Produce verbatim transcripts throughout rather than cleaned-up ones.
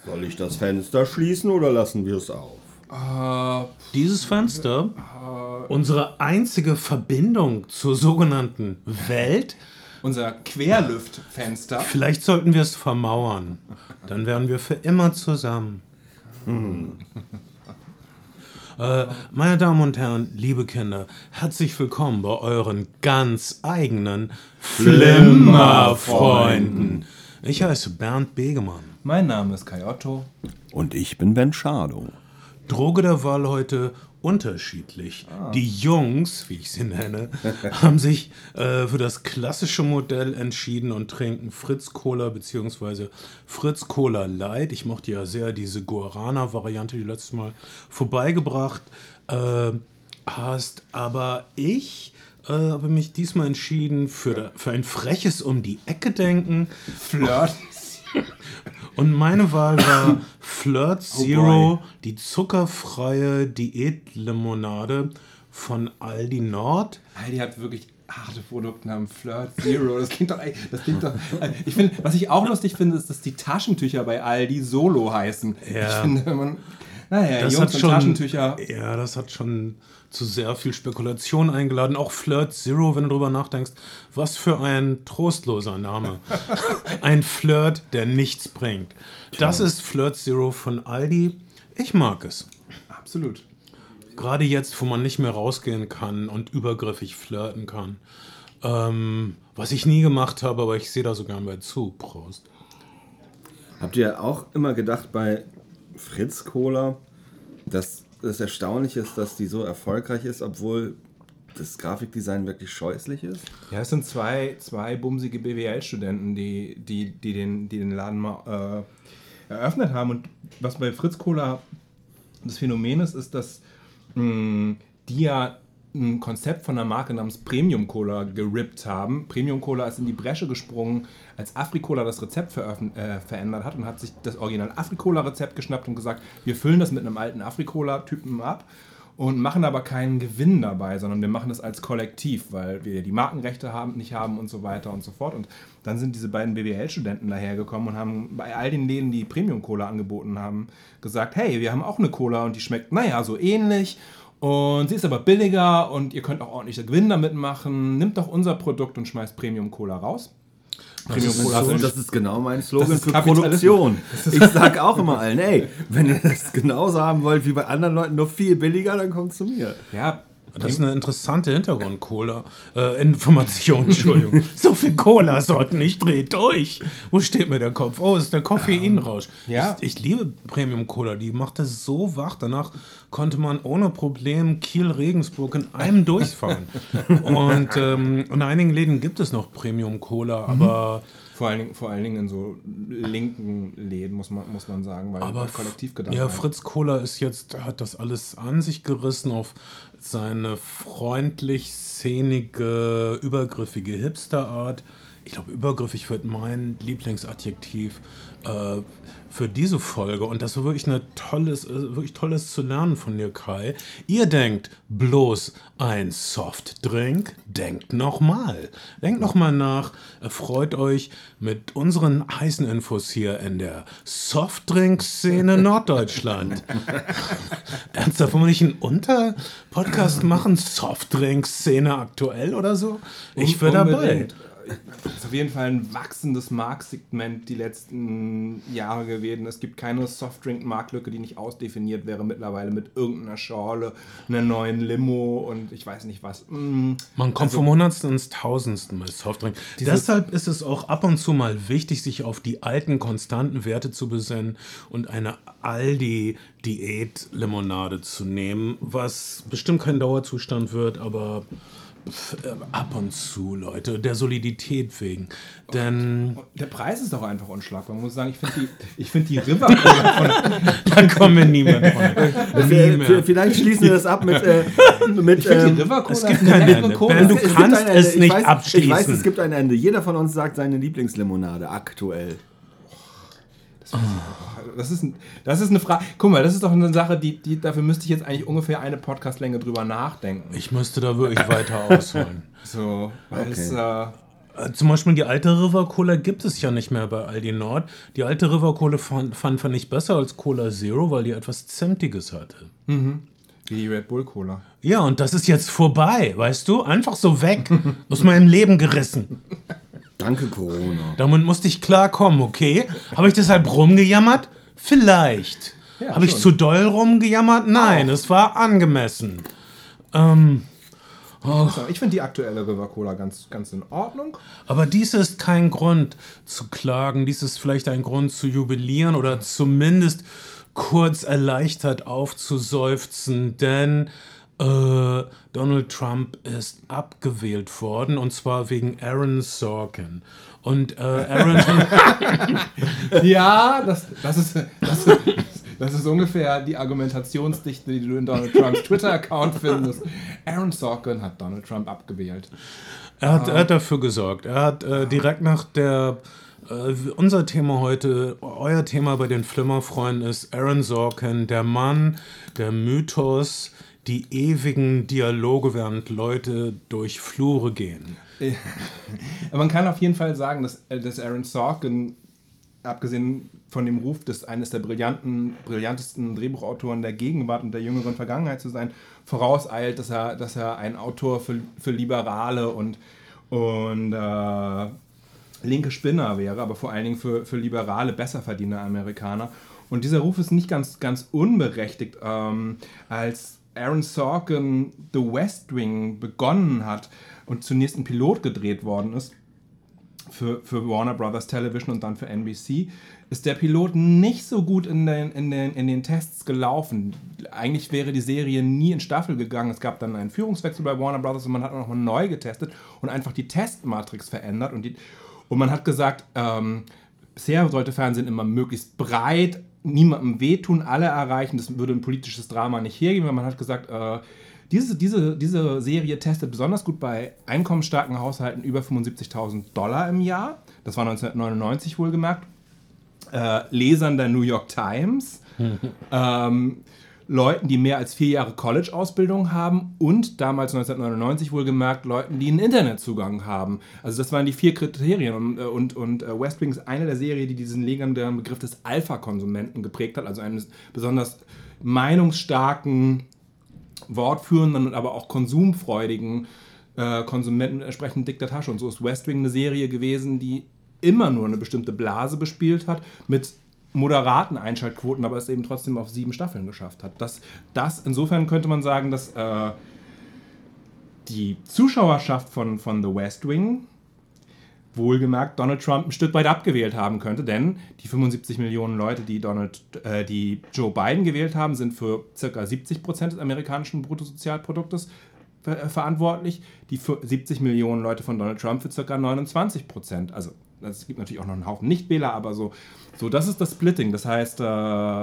Soll ich das Fenster schließen oder lassen wir es auf? Uh, Dieses Fenster, uh, unsere einzige Verbindung zur sogenannten Welt, unser Querlüftfenster. Vielleicht sollten wir es vermauern. Dann wären wir für immer zusammen. Hm. Äh, meine Damen und Herren, liebe Kinder, herzlich willkommen bei euren ganz eigenen Flimmerfreunden. Ich heiße Bernd Begemann. Mein Name ist Kai Otto. Und ich bin Ben Schado. Droge der Wahl heute unterschiedlich. Ah. Die Jungs, wie ich sie nenne, haben sich äh, für das klassische Modell entschieden und trinken Fritz Cola bzw. Fritz Cola Light. Ich mochte ja sehr diese Guarana-Variante, die letztes Mal vorbeigebracht äh, hast. Aber ich äh, habe mich diesmal entschieden für, für ein freches Um-die-Ecke-Denken. Flirt. Und meine Wahl war Flirt Zero, oh die zuckerfreie Diätlimonade von Aldi Nord. Aldi hat wirklich harte Produkte namens Flirt Zero. Das klingt doch, das klingt doch. Ich finde, was ich auch lustig finde, ist, dass die Taschentücher bei Aldi Solo heißen. Ja. Ich finde, man, naja, das Jungs hat und schon, Taschentücher. Ja, das hat schon zu sehr viel Spekulation eingeladen. Auch Flirt Zero, wenn du drüber nachdenkst, was für ein trostloser Name. Ein Flirt, der nichts bringt. Das ist Flirt Zero von Aldi. Ich mag es. Absolut. Gerade jetzt, wo man nicht mehr rausgehen kann und übergriffig flirten kann. Ähm, was ich nie gemacht habe, aber ich sehe da sogar bei zu. Prost. Habt ihr auch immer gedacht bei Fritz Cola, dass das Erstaunliche ist, dass die so erfolgreich ist, obwohl das Grafikdesign wirklich scheußlich ist? Ja, es sind zwei, zwei bumsige B W L-Studenten, die, die, die, den, die den Laden mal äh, eröffnet haben. Und was bei Fritz Cola das Phänomen ist, ist, dass mh, die ja ein Konzept von einer Marke namens Premium Cola gerippt haben. Premium Cola ist in die Bresche gesprungen, als Afri-Cola das Rezept veröffn- äh, verändert hat und hat sich das Original Afri-Cola-Rezept geschnappt und gesagt, wir füllen das mit einem alten Afri-Cola-Typen ab und machen aber keinen Gewinn dabei, sondern wir machen das als Kollektiv, weil wir die Markenrechte haben, nicht haben und so weiter und so fort. Und dann sind diese beiden B W L-Studenten dahergekommen und haben bei all den Läden, die Premium-Cola angeboten haben, gesagt, hey, wir haben auch eine Cola und die schmeckt, naja, so ähnlich. Und sie ist aber billiger und ihr könnt auch ordentlich Gewinn damit machen. Nimmt doch unser Produkt und schmeißt Premium Cola raus. Premium das, Cola ist so, das ist genau mein Slogan für Kapitalismus. Produktion. Ich sag auch immer allen, ey, wenn ihr das genauso haben wollt wie bei anderen Leuten, nur viel billiger, dann kommt zu mir. Ja. Das ist eine interessante Hintergrund-Cola. Äh, Information, Entschuldigung. So viel Cola-Sorten, ich dreh durch. Wo steht mir der Kopf? Oh, ist der Koffeinrausch. Ja. Ich, ich liebe Premium-Cola, die macht das so wach. Danach konnte man ohne Problem Kiel-Regensburg in einem durchfahren. Und ähm, in einigen Läden gibt es noch Premium-Cola, aber... Vor allen, Dingen, vor allen Dingen in so linken Läden, muss man, muss man sagen, weil aber kollektiv gedacht. Ja, Fritz Cola ist jetzt, hat das alles an sich gerissen auf seine freundlich, szenige, übergriffige Hipsterart. Ich glaube, übergriffig wird mein Lieblingsadjektiv äh, für diese Folge. Und das war wirklich ein tolles, wirklich tolles zu lernen von dir, Kai. Ihr denkt bloß ein Softdrink? Denkt nochmal. Denkt nochmal nach. Erfreut euch mit unseren heißen Infos hier in der Softdrink-Szene Norddeutschland. Ernsthaft, wollen wir nicht einen Unter-Podcast machen? Softdrink-Szene aktuell oder so? Ich wäre dabei. Das ist auf jeden Fall ein wachsendes Marktsegment die letzten Jahre gewesen. Es gibt keine Softdrink-Marktlücke, die nicht ausdefiniert wäre mittlerweile mit irgendeiner Schorle, einer neuen Limo und ich weiß nicht was. Mm. Man kommt also, vom Hundertsten ins Tausendsten bei Softdrink. Deshalb ist es auch ab und zu mal wichtig, sich auf die alten, konstanten Werte zu besinnen und eine Aldi-Diät-Limonade zu nehmen, was bestimmt kein Dauerzustand wird, aber... ab und zu, Leute, der Solidität wegen. Denn der Preis ist doch einfach unschlagbar. Man muss sagen, ich finde die, ich find die River Cola von... Da kommen wir nie mehr von. Vielleicht schließen wir das ab mit... Äh, mit ich finde ähm, die River Cola... Es gibt kein Ende. Ben, du es kannst es Ende. nicht ich weiß, abschließen. Ich weiß, es gibt ein Ende. Jeder von uns sagt seine Lieblingslimonade aktuell. Das ist, das ist eine Frage. Guck mal, das ist doch eine Sache, die, die dafür müsste ich jetzt eigentlich ungefähr eine Podcastlänge drüber nachdenken. Ich müsste da wirklich weiter ausholen. So, weil okay. es, äh, Zum Beispiel die alte River Cola gibt es ja nicht mehr bei Aldi Nord. Die alte River Cola fand, fand, fand ich besser als Cola Zero, weil die etwas Zimtiges hatte. Mhm. Wie die Red Bull Cola. Ja, und das ist jetzt vorbei, weißt du? Einfach so weg. Aus meinem Leben gerissen. Danke, Corona. Damit musste ich klarkommen, okay? Habe ich deshalb rumgejammert? Vielleicht. Ja, Habe ich schon. zu doll rumgejammert? Nein, es war angemessen. Ähm... Ich finde die aktuelle River Cola ganz, ganz in Ordnung. Aber dies ist kein Grund zu klagen, dies ist vielleicht ein Grund zu jubilieren oder zumindest kurz erleichtert aufzuseufzen, denn äh, Donald Trump ist abgewählt worden und zwar wegen Aaron Sorkin. Und äh, Aaron... Ja, das, das, ist, das, ist, das ist ungefähr die Argumentationsdichte, die du in Donald Trumps Twitter-Account findest. Aaron Sorkin hat Donald Trump abgewählt. Er hat, er hat dafür gesorgt. Er hat äh, direkt nach der... Äh, unser Thema heute, euer Thema bei den Flimmerfreunden ist Aaron Sorkin, der Mann, der Mythos, die ewigen Dialoge, während Leute durch Flure gehen. Man kann auf jeden Fall sagen, dass, dass Aaron Sorkin, abgesehen von dem Ruf, des eines der brillanten, brillantesten Drehbuchautoren der Gegenwart und der jüngeren Vergangenheit zu sein, vorauseilt, dass er, dass er ein Autor für, für Liberale und, und äh, linke Spinner wäre, aber vor allen Dingen für, für liberale, besserverdienende Amerikaner. Und dieser Ruf ist nicht ganz, ganz unberechtigt. Ähm, als Aaron Sorkin The West Wing begonnen hat und zunächst ein Pilot gedreht worden ist für, für Warner Brothers Television und dann für N B C, ist der Pilot nicht so gut in den, in den, in den Tests gelaufen. Eigentlich wäre die Serie nie in Staffel gegangen. Es gab dann einen Führungswechsel bei Warner Brothers und man hat nochmal neu getestet und einfach die Testmatrix verändert. Und, die, und man hat gesagt, ähm, bisher sollte Fernsehen immer möglichst breit, niemandem wehtun, alle erreichen. Das würde ein politisches Drama nicht hergeben. Man hat gesagt, äh, diese, diese, diese Serie testet besonders gut bei einkommensstarken Haushalten über fünfundsiebzigtausend Dollar im Jahr. Das war neunzehnhundertneunundneunzig wohlgemerkt. Äh, Lesern der New York Times. ähm, Leuten, die mehr als vier Jahre College-Ausbildung haben und damals neunzehnhundertneunundneunzig wohlgemerkt Leuten, die einen Internetzugang haben. Also das waren die vier Kriterien und, und, und West Wing ist eine der Serien, die diesen legendären Begriff des Alpha-Konsumenten geprägt hat, also einen besonders meinungsstarken, wortführenden und aber auch konsumfreudigen äh, Konsumenten mit entsprechend dicker Tasche. Und so ist West Wing eine Serie gewesen, die immer nur eine bestimmte Blase bespielt hat, mit moderaten Einschaltquoten, aber es eben trotzdem auf sieben Staffeln geschafft hat. Das, das insofern könnte man sagen, dass äh, die Zuschauerschaft von, von The West Wing wohlgemerkt Donald Trump ein Stück weit abgewählt haben könnte, denn die fünfundsiebzig Millionen Leute, die, Donald, äh, die Joe Biden gewählt haben, sind für ca. siebzig Prozent des amerikanischen Bruttosozialproduktes ver- verantwortlich, die siebzig Millionen Leute von Donald Trump für ca. neunundzwanzig Prozent. Also es gibt natürlich auch noch einen Haufen Nichtwähler, aber so, so das ist das Splitting. Das heißt, äh,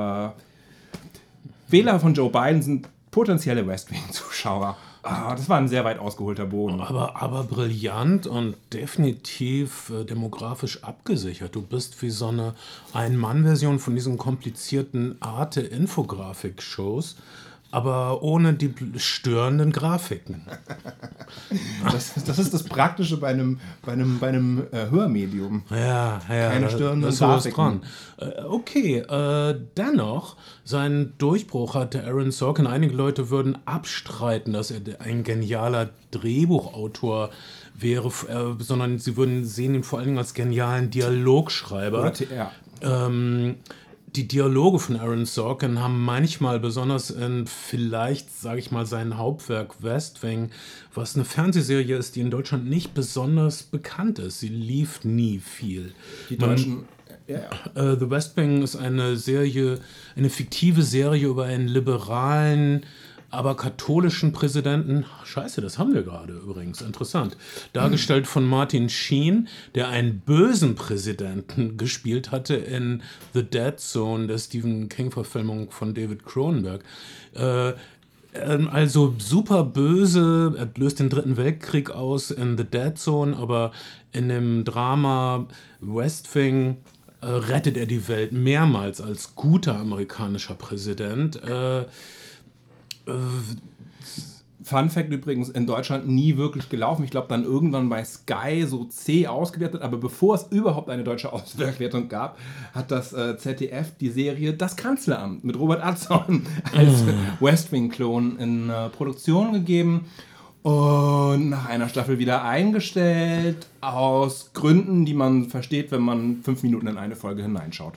Wähler von Joe Biden sind potenzielle West Wing-Zuschauer. Ah, das war ein sehr weit ausgeholter Boden. Aber, aber brillant und definitiv äh, demografisch abgesichert. Du bist wie so eine Ein-Mann-Version von diesen komplizierten Arte-Infografik-Shows, aber ohne die störenden Grafiken. Das, das ist das Praktische bei einem, bei einem, bei einem äh, Hörmedium. Ja, ja, Keine da- störenden da ist was Grafiken. dran. Äh, okay, äh, dennoch, seinen Durchbruch hatte Aaron Sorkin. Einige Leute würden abstreiten, dass er ein genialer Drehbuchautor wäre, f- äh, sondern sie würden sehen ihn vor allen Dingen als genialen Dialogschreiber. Oder T R. Ähm, die Dialoge von Aaron Sorkin haben manchmal, besonders in vielleicht, sage ich mal, sein Hauptwerk West Wing, was eine Fernsehserie ist, die in Deutschland nicht besonders bekannt ist. Sie lief nie viel. Die Man- Deutschen. Ja, ja. äh, The West Wing ist eine Serie, eine fiktive Serie über einen liberalen, aber katholischen Präsidenten. Scheiße, das haben wir gerade übrigens. Interessant. Dargestellt von Martin Sheen, der einen bösen Präsidenten gespielt hatte in The Dead Zone, der Stephen King-Verfilmung von David Cronenberg. Äh, ähm, Also super böse, er löst den Dritten Weltkrieg aus in The Dead Zone, aber in dem Drama West Wing äh, rettet er die Welt mehrmals als guter amerikanischer Präsident. Äh, äh, Fun Fact übrigens, in Deutschland nie wirklich gelaufen. Ich glaube, dann irgendwann bei Sky so C ausgewertet. Aber bevor es überhaupt eine deutsche Auswertung gab, hat das äh, Z D F die Serie Das Kanzleramt mit Robert Atzorn als mm. West Wing-Klon in äh, Produktion gegeben. Und nach einer Staffel wieder eingestellt. Aus Gründen, die man versteht, wenn man fünf Minuten in eine Folge hineinschaut.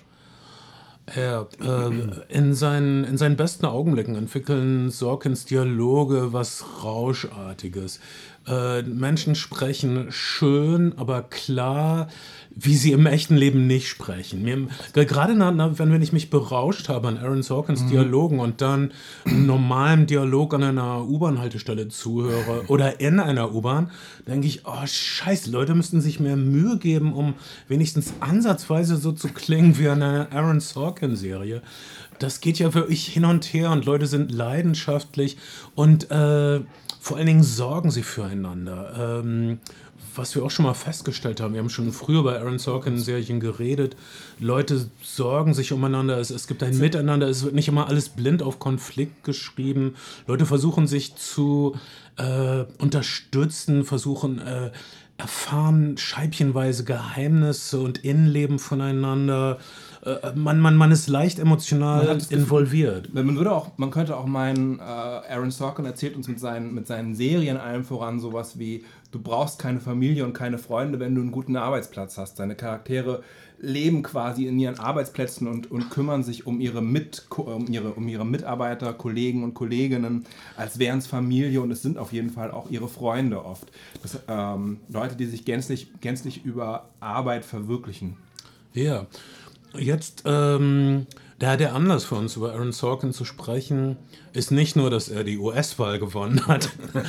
Ja, äh, in, seinen, in seinen besten Augenblicken entwickeln Sorkins Dialoge was Rauschartiges. Äh, Menschen sprechen schön, aber klar, wie sie im echten Leben nicht sprechen. Mir, gerade na, na, wenn ich mich berauscht habe an Aaron Sorkins mhm. Dialogen und dann einen normalen Dialog an einer U-Bahn-Haltestelle zuhöre oder in einer U-Bahn, denke ich, oh scheiße, Leute müssten sich mehr Mühe geben, um wenigstens ansatzweise so zu klingen wie in einer Aaron Sorkin-Serie. Das geht ja wirklich hin und her und Leute sind leidenschaftlich und äh, vor allen Dingen sorgen sie füreinander. Ähm, was wir auch schon mal festgestellt haben, wir haben schon früher bei Aaron Sorkin-Serien geredet, Leute sorgen sich umeinander, es, es gibt ein Miteinander, es wird nicht immer alles blind auf Konflikt geschrieben, Leute versuchen sich zu äh, unterstützen, versuchen, äh, erfahren scheibchenweise Geheimnisse und Innenleben voneinander. Äh, man, man, man ist leicht emotional man involviert. Gefühl, man, würde auch, man könnte auch meinen, äh, Aaron Sorkin erzählt uns mit seinen, mit seinen Serien allem voran sowas wie, du brauchst keine Familie und keine Freunde, wenn du einen guten Arbeitsplatz hast. Seine Charaktere leben quasi in ihren Arbeitsplätzen und, und kümmern sich um ihre, Mit, um, ihre, um ihre Mitarbeiter, Kollegen und Kolleginnen, als wären es Familie und es sind auf jeden Fall auch ihre Freunde oft. Das, ähm, Leute, die sich gänzlich, gänzlich über Arbeit verwirklichen. Ja, jetzt ähm, der, der Anlass für uns, über Aaron Sorkin zu sprechen, ist nicht nur, dass er die U S-Wahl gewonnen hat,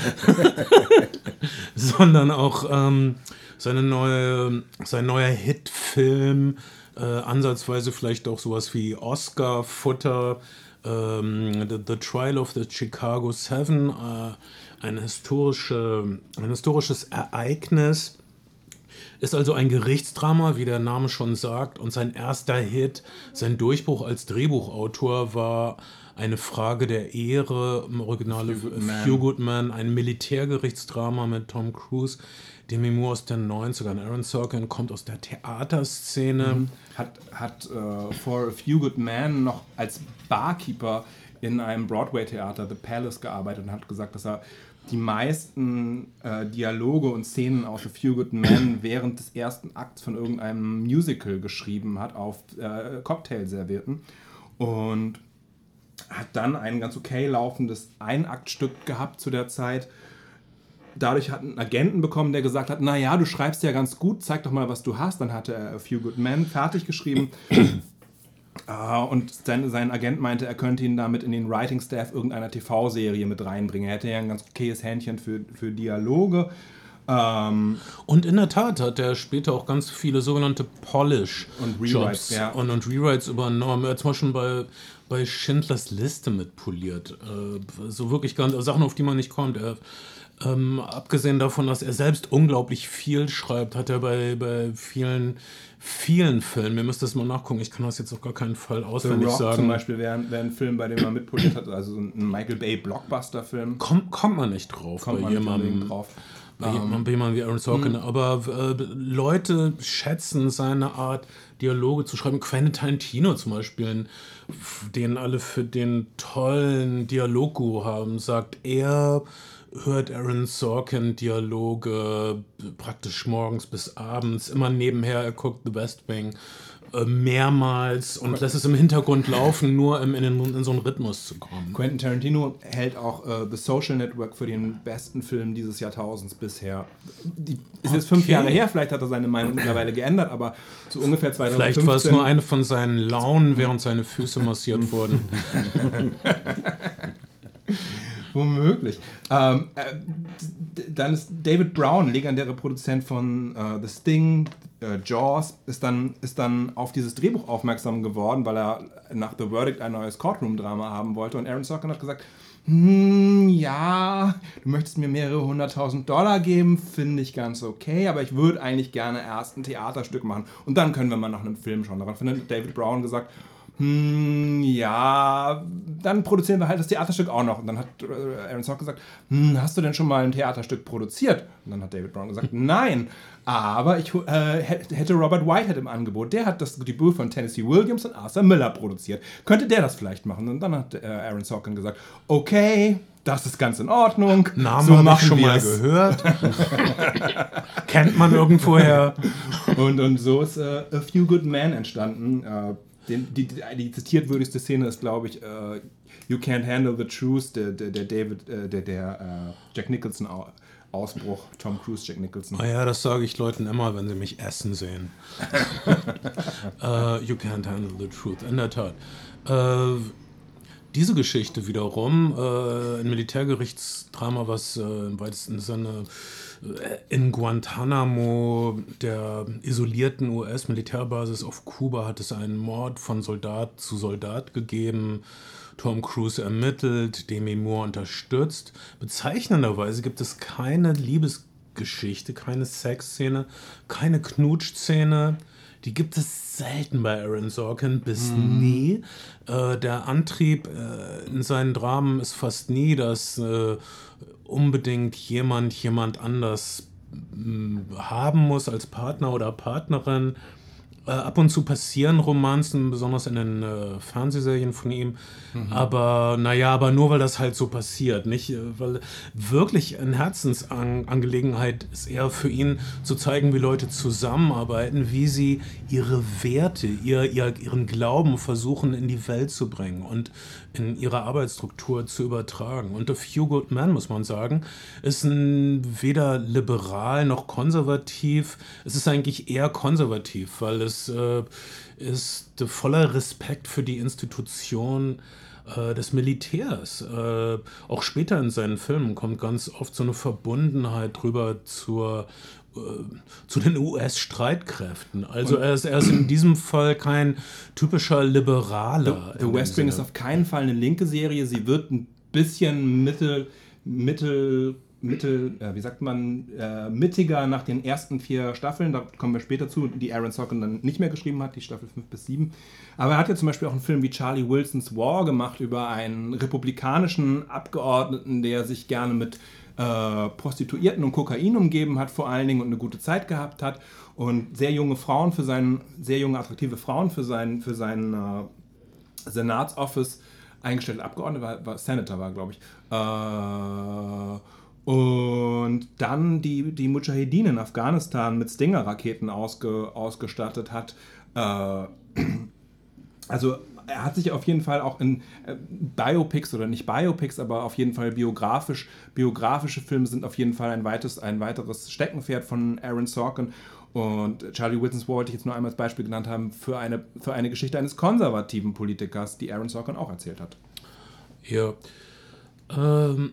sondern auch ähm, seine neue, sein neuer Hitfilm, äh, ansatzweise vielleicht auch sowas wie Oscar-Futter, ähm, the, the Trial of the Chicago Seven, äh, ein, historische, ein historisches Ereignis. Ist also ein Gerichtsdrama, wie der Name schon sagt, und sein erster Hit, sein Durchbruch als Drehbuchautor war Eine Frage der Ehre, im Original Few Good, Few Good Men, ein Militärgerichtsdrama mit Tom Cruise, Demi Moore aus den neunzigern. Aaron Sorkin kommt aus der Theaterszene. Mhm. Hat, hat uh, For a Few Good Men noch als Barkeeper in einem Broadway-Theater, The Palace, gearbeitet und hat gesagt, dass er die meisten äh, Dialoge und Szenen aus A Few Good Men während des ersten Akts von irgendeinem Musical geschrieben hat auf äh, Cocktailservietten und hat dann ein ganz okay laufendes Einaktstück gehabt zu der Zeit. Dadurch hat einen Agenten bekommen, der gesagt hat, naja, du schreibst ja ganz gut, zeig doch mal, was du hast. Dann hat er A Few Good Men fertig geschrieben. Uh, und sein, sein Agent meinte, er könnte ihn damit in den Writing-Staff irgendeiner T V-Serie mit reinbringen. Er hätte ja ein ganz okayes Händchen für, für Dialoge. Um, und in der Tat hat er später auch ganz viele sogenannte Polish und Rewrites, Jobs ja. und, und Rewrites übernommen. Er hat zum Beispiel bei, bei Schindlers Liste mitpoliert. Äh, so wirklich ganz Sachen, auf die man nicht kommt. Er, ähm, abgesehen davon, dass er selbst unglaublich viel schreibt, hat er bei, bei vielen vielen Filmen, ihr müsst das mal nachgucken, ich kann das jetzt auf gar keinen Fall auswendig The Rock sagen. Zum Beispiel wäre wär ein Film, bei dem man mitpoliert hat, also ein Michael Bay Blockbuster-Film. Kommt, kommt man nicht drauf kommt bei man jemandem nicht drauf. Bei um, jemandem wie Aaron Sorkin. Mhm. Aber äh, Leute schätzen seine Art, Dialoge zu schreiben. Quentin Tarantino zum Beispiel, den alle für den tollen Dialogguru haben, sagt er, hört Aaron Sorkin Dialoge praktisch morgens bis abends, immer nebenher, er guckt The West Wing äh, mehrmals und lässt es im Hintergrund laufen, nur um in, in, in so einen Rhythmus zu kommen. Quentin Tarantino hält auch uh, The Social Network für den besten Film dieses Jahrtausends bisher. Die ist okay. Jetzt fünf Jahre her, vielleicht hat er seine Meinung mittlerweile geändert, aber so ungefähr zweitausendfünfzehn... Vielleicht war es nur eine von seinen Launen, während seine Füße massiert wurden. Womöglich. Ähm, äh, dann ist David Brown, legendärer Produzent von äh, The Sting, äh, Jaws, ist dann, ist dann auf dieses Drehbuch aufmerksam geworden, weil er nach The Verdict ein neues Courtroom-Drama haben wollte. Und Aaron Sorkin hat gesagt, hm, ja, du möchtest mir mehrere hunderttausend Dollar geben, finde ich ganz okay, aber ich würde eigentlich gerne erst ein Theaterstück machen und dann können wir mal nach einem Film schauen. Daraufhin hat David Brown gesagt, hm, ja, dann produzieren wir halt das Theaterstück auch noch. Und dann hat äh, Aaron Sorkin gesagt, hm, hast du denn schon mal ein Theaterstück produziert? Und dann hat David Brown gesagt, nein, aber ich äh, hätte Robert Whitehead im Angebot. Der hat das Debüt von Tennessee Williams und Arthur Miller produziert. Könnte der das vielleicht machen? Und dann hat äh, Aaron Sorkin gesagt, okay, das ist ganz in Ordnung. Namen so habe ich schon wir's. mal gehört. Kennt man irgendwoher. Und, und so ist äh, A Few Good Men entstanden. Äh, den, die, die, die zitiertwürdigste Szene ist, glaube ich, äh, You Can't Handle the Truth, der, der, der David, äh, der, der äh, Jack Nicholson Ausbruch, Tom Cruise, Jack Nicholson. Ah ja, das sage ich Leuten immer, wenn sie mich essen sehen. uh, you can't handle the truth, in der Tat. Uh, Diese Geschichte wiederum, äh, ein Militärgerichtsdrama, was äh, im weitesten Sinne äh, in Guantanamo, der isolierten U S-Militärbasis auf Kuba, hat es einen Mord von Soldat zu Soldat gegeben. Tom Cruise ermittelt, Demi Moore unterstützt. Bezeichnenderweise gibt es keine Liebesgeschichte, keine Sexszene, keine Knutschszene. Die gibt es selten bei Aaron Sorkin, bis mm. nie. Äh, der Antrieb äh, in seinen Dramen ist fast nie, dass äh, unbedingt jemand jemand anders mh, haben muss als Partner oder Partnerin. Äh, ab und zu passieren Romanzen, besonders in den äh, Fernsehserien von ihm. Mhm. Aber naja, aber nur weil das halt so passiert. Nicht, äh, weil wirklich eine Herzensangelegenheit ist eher für ihn zu zeigen, wie Leute zusammenarbeiten, wie sie ihre Werte, ihr, ihr, ihren Glauben versuchen in die Welt zu bringen und in ihre Arbeitsstruktur zu übertragen. Und A Few Good Men, muss man sagen, ist ein, weder liberal noch konservativ. Es ist eigentlich eher konservativ, weil es äh, ist voller Respekt für die Institution äh, des Militärs. Äh, auch später in seinen Filmen kommt ganz oft so eine Verbundenheit drüber zur zu den U S-Streitkräften. Also er ist, er ist in diesem Fall kein typischer Liberaler. The, The West Wing ist auf keinen Fall eine linke Serie. Sie wird ein bisschen mittel, mittel, mittel, äh, wie sagt man, äh, mittiger nach den ersten vier Staffeln. Da kommen wir später zu, die Aaron Sorkin dann nicht mehr geschrieben hat, die Staffel fünf bis sieben. Aber er hat ja zum Beispiel auch einen Film wie Charlie Wilson's War gemacht über einen republikanischen Abgeordneten, der sich gerne mit Äh, Prostituierten und Kokain umgeben hat vor allen Dingen und eine gute Zeit gehabt hat und sehr junge Frauen für seinen, sehr junge attraktive Frauen für seinen, für seinen äh, Senatsoffice eingestellt, Abgeordneter war, war Senator war, glaube ich. Äh, und dann die, die Mujahedin in Afghanistan mit Stinger-Raketen ausge, ausgestattet hat. Äh, also er hat sich auf jeden Fall auch in äh, Biopics oder nicht Biopics, aber auf jeden Fall biografisch, biografische Filme sind auf jeden Fall ein, weites, ein weiteres Steckenpferd von Aaron Sorkin. Und Charlie Wilson's War wollte ich jetzt nur einmal als Beispiel genannt haben für eine, für eine Geschichte eines konservativen Politikers, die Aaron Sorkin auch erzählt hat. Ja. Ähm,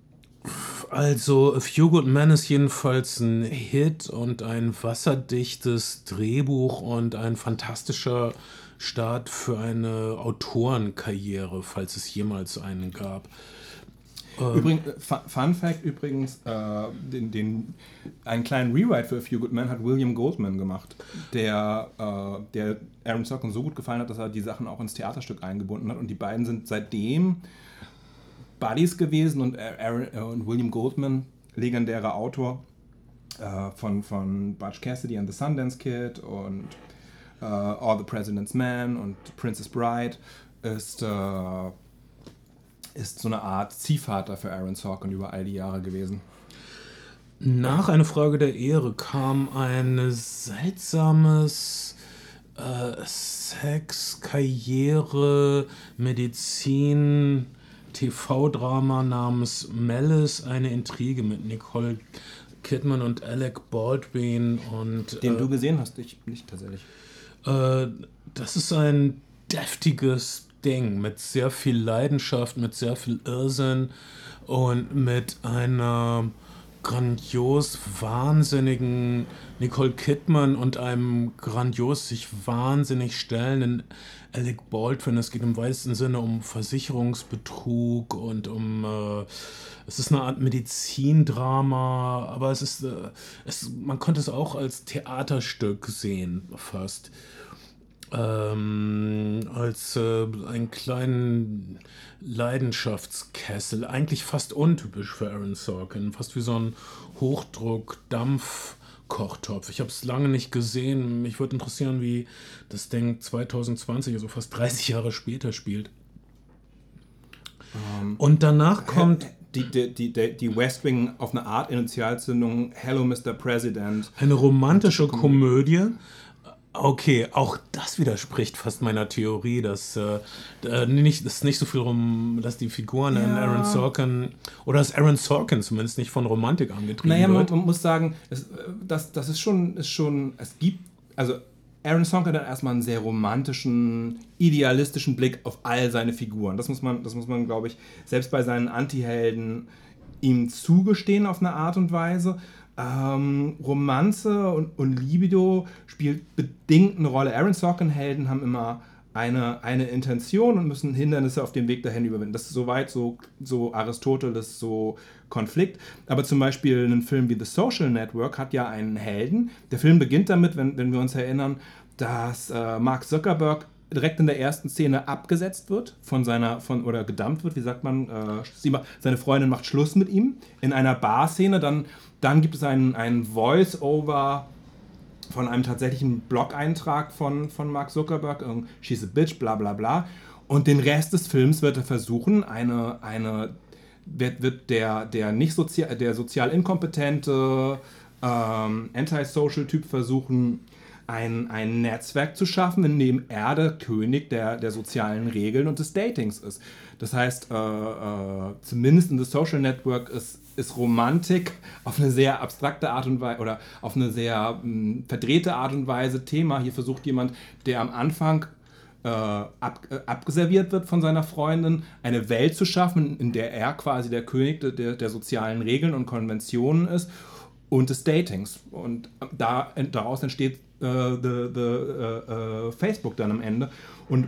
also A Few Good Men ist jedenfalls ein Hit und ein wasserdichtes Drehbuch und ein fantastischer Start für eine Autorenkarriere, falls es jemals einen gab. Übrigens, Fun Fact übrigens, äh, den, den, einen kleinen Rewrite für A Few Good Men hat William Goldman gemacht, der, äh, der Aaron Sorkin so gut gefallen hat, dass er die Sachen auch ins Theaterstück eingebunden hat. Und die beiden sind seitdem Buddies gewesen und, Aaron, äh, und William Goldman, legendärer Autor äh, von, von Butch Cassidy and the Sundance Kid und Uh, All the President's Man und Princess Bride, ist, uh, ist so eine Art Ziehvater für Aaron Sorkin über all die Jahre gewesen. Nach Eine Frage der Ehre kam ein seltsames äh, Sex, Karriere, Medizin, T V-Drama namens Malice, eine Intrige mit Nicole Kidman und Alec Baldwin. Und, Den äh, du gesehen hast, ich nicht tatsächlich. Das ist ein deftiges Ding mit sehr viel Leidenschaft, mit sehr viel Irrsinn und mit einer grandios wahnsinnigen Nicole Kidman und einem grandios sich wahnsinnig stellenden Alec Baldwin. Es geht im weitesten Sinne um Versicherungsbetrug und um äh, es ist eine Art Medizindrama, aber es ist, äh, es, man könnte es auch als Theaterstück sehen, fast. ähm, als äh, einen kleinen Leidenschaftskessel, eigentlich fast untypisch für Aaron Sorkin, fast wie so ein Hochdruck-Dampf-Kochtopf. Ich habe es lange nicht gesehen. Mich würde interessieren, wie das Ding zwanzig zwanzig, also fast dreißig Jahre später, spielt. Um, Und danach kommt... Die, die, die, die West Wing auf eine Art Initialzündung, Hello Mister President. Eine romantische Komödie. Okay, auch das widerspricht fast meiner Theorie, dass äh, nicht, dass nicht so viel rum, dass die Figuren ja. in Aaron Sorkin oder dass Aaron Sorkin zumindest nicht von Romantik angetrieben naja, wird. Man, man muss sagen, es, das, das ist schon, ist schon, es gibt, also Aaron Sorkin hat erstmal einen sehr romantischen, idealistischen Blick auf all seine Figuren. Das muss man, das muss man, glaube ich, selbst bei seinen Antihelden ihm zugestehen auf eine Art und Weise. Ähm, Romanze und, und Libido spielt bedingt eine Rolle. Aaron Sorkin-Helden haben immer eine, eine Intention und müssen Hindernisse auf dem Weg dahin überwinden. Das ist soweit so, so Aristoteles, so Konflikt. Aber zum Beispiel ein Film wie The Social Network hat ja einen Helden. Der Film beginnt damit, wenn, wenn wir uns erinnern, dass äh, Mark Zuckerberg direkt in der ersten Szene abgesetzt wird von seiner, von, oder gedumpt wird, wie sagt man, äh, sie, seine Freundin macht Schluss mit ihm in einer Bar-Szene, dann Dann gibt es einen, einen Voice-Over von einem tatsächlichen Blog-Eintrag von, von Mark Zuckerberg, She's a Bitch, bla bla bla. Und den Rest des Films wird er versuchen, eine, eine wird, wird der, der nicht sozial, der sozial inkompetente ähm, Antisocial-Typ versuchen, ein, ein Netzwerk zu schaffen, in dem er der König der, der sozialen Regeln und des Datings ist. Das heißt, äh, äh, zumindest in The Social Network ist, ist Romantik auf eine sehr abstrakte Art und Weise oder auf eine sehr mh, verdrehte Art und Weise Thema. Hier versucht jemand, der am Anfang äh, ab, äh, abgeserviert wird von seiner Freundin, eine Welt zu schaffen, in der er quasi der König der, der, der sozialen Regeln und Konventionen ist und des Datings. Und da, daraus entsteht Uh, the, the, uh, uh, Facebook dann am Ende. Und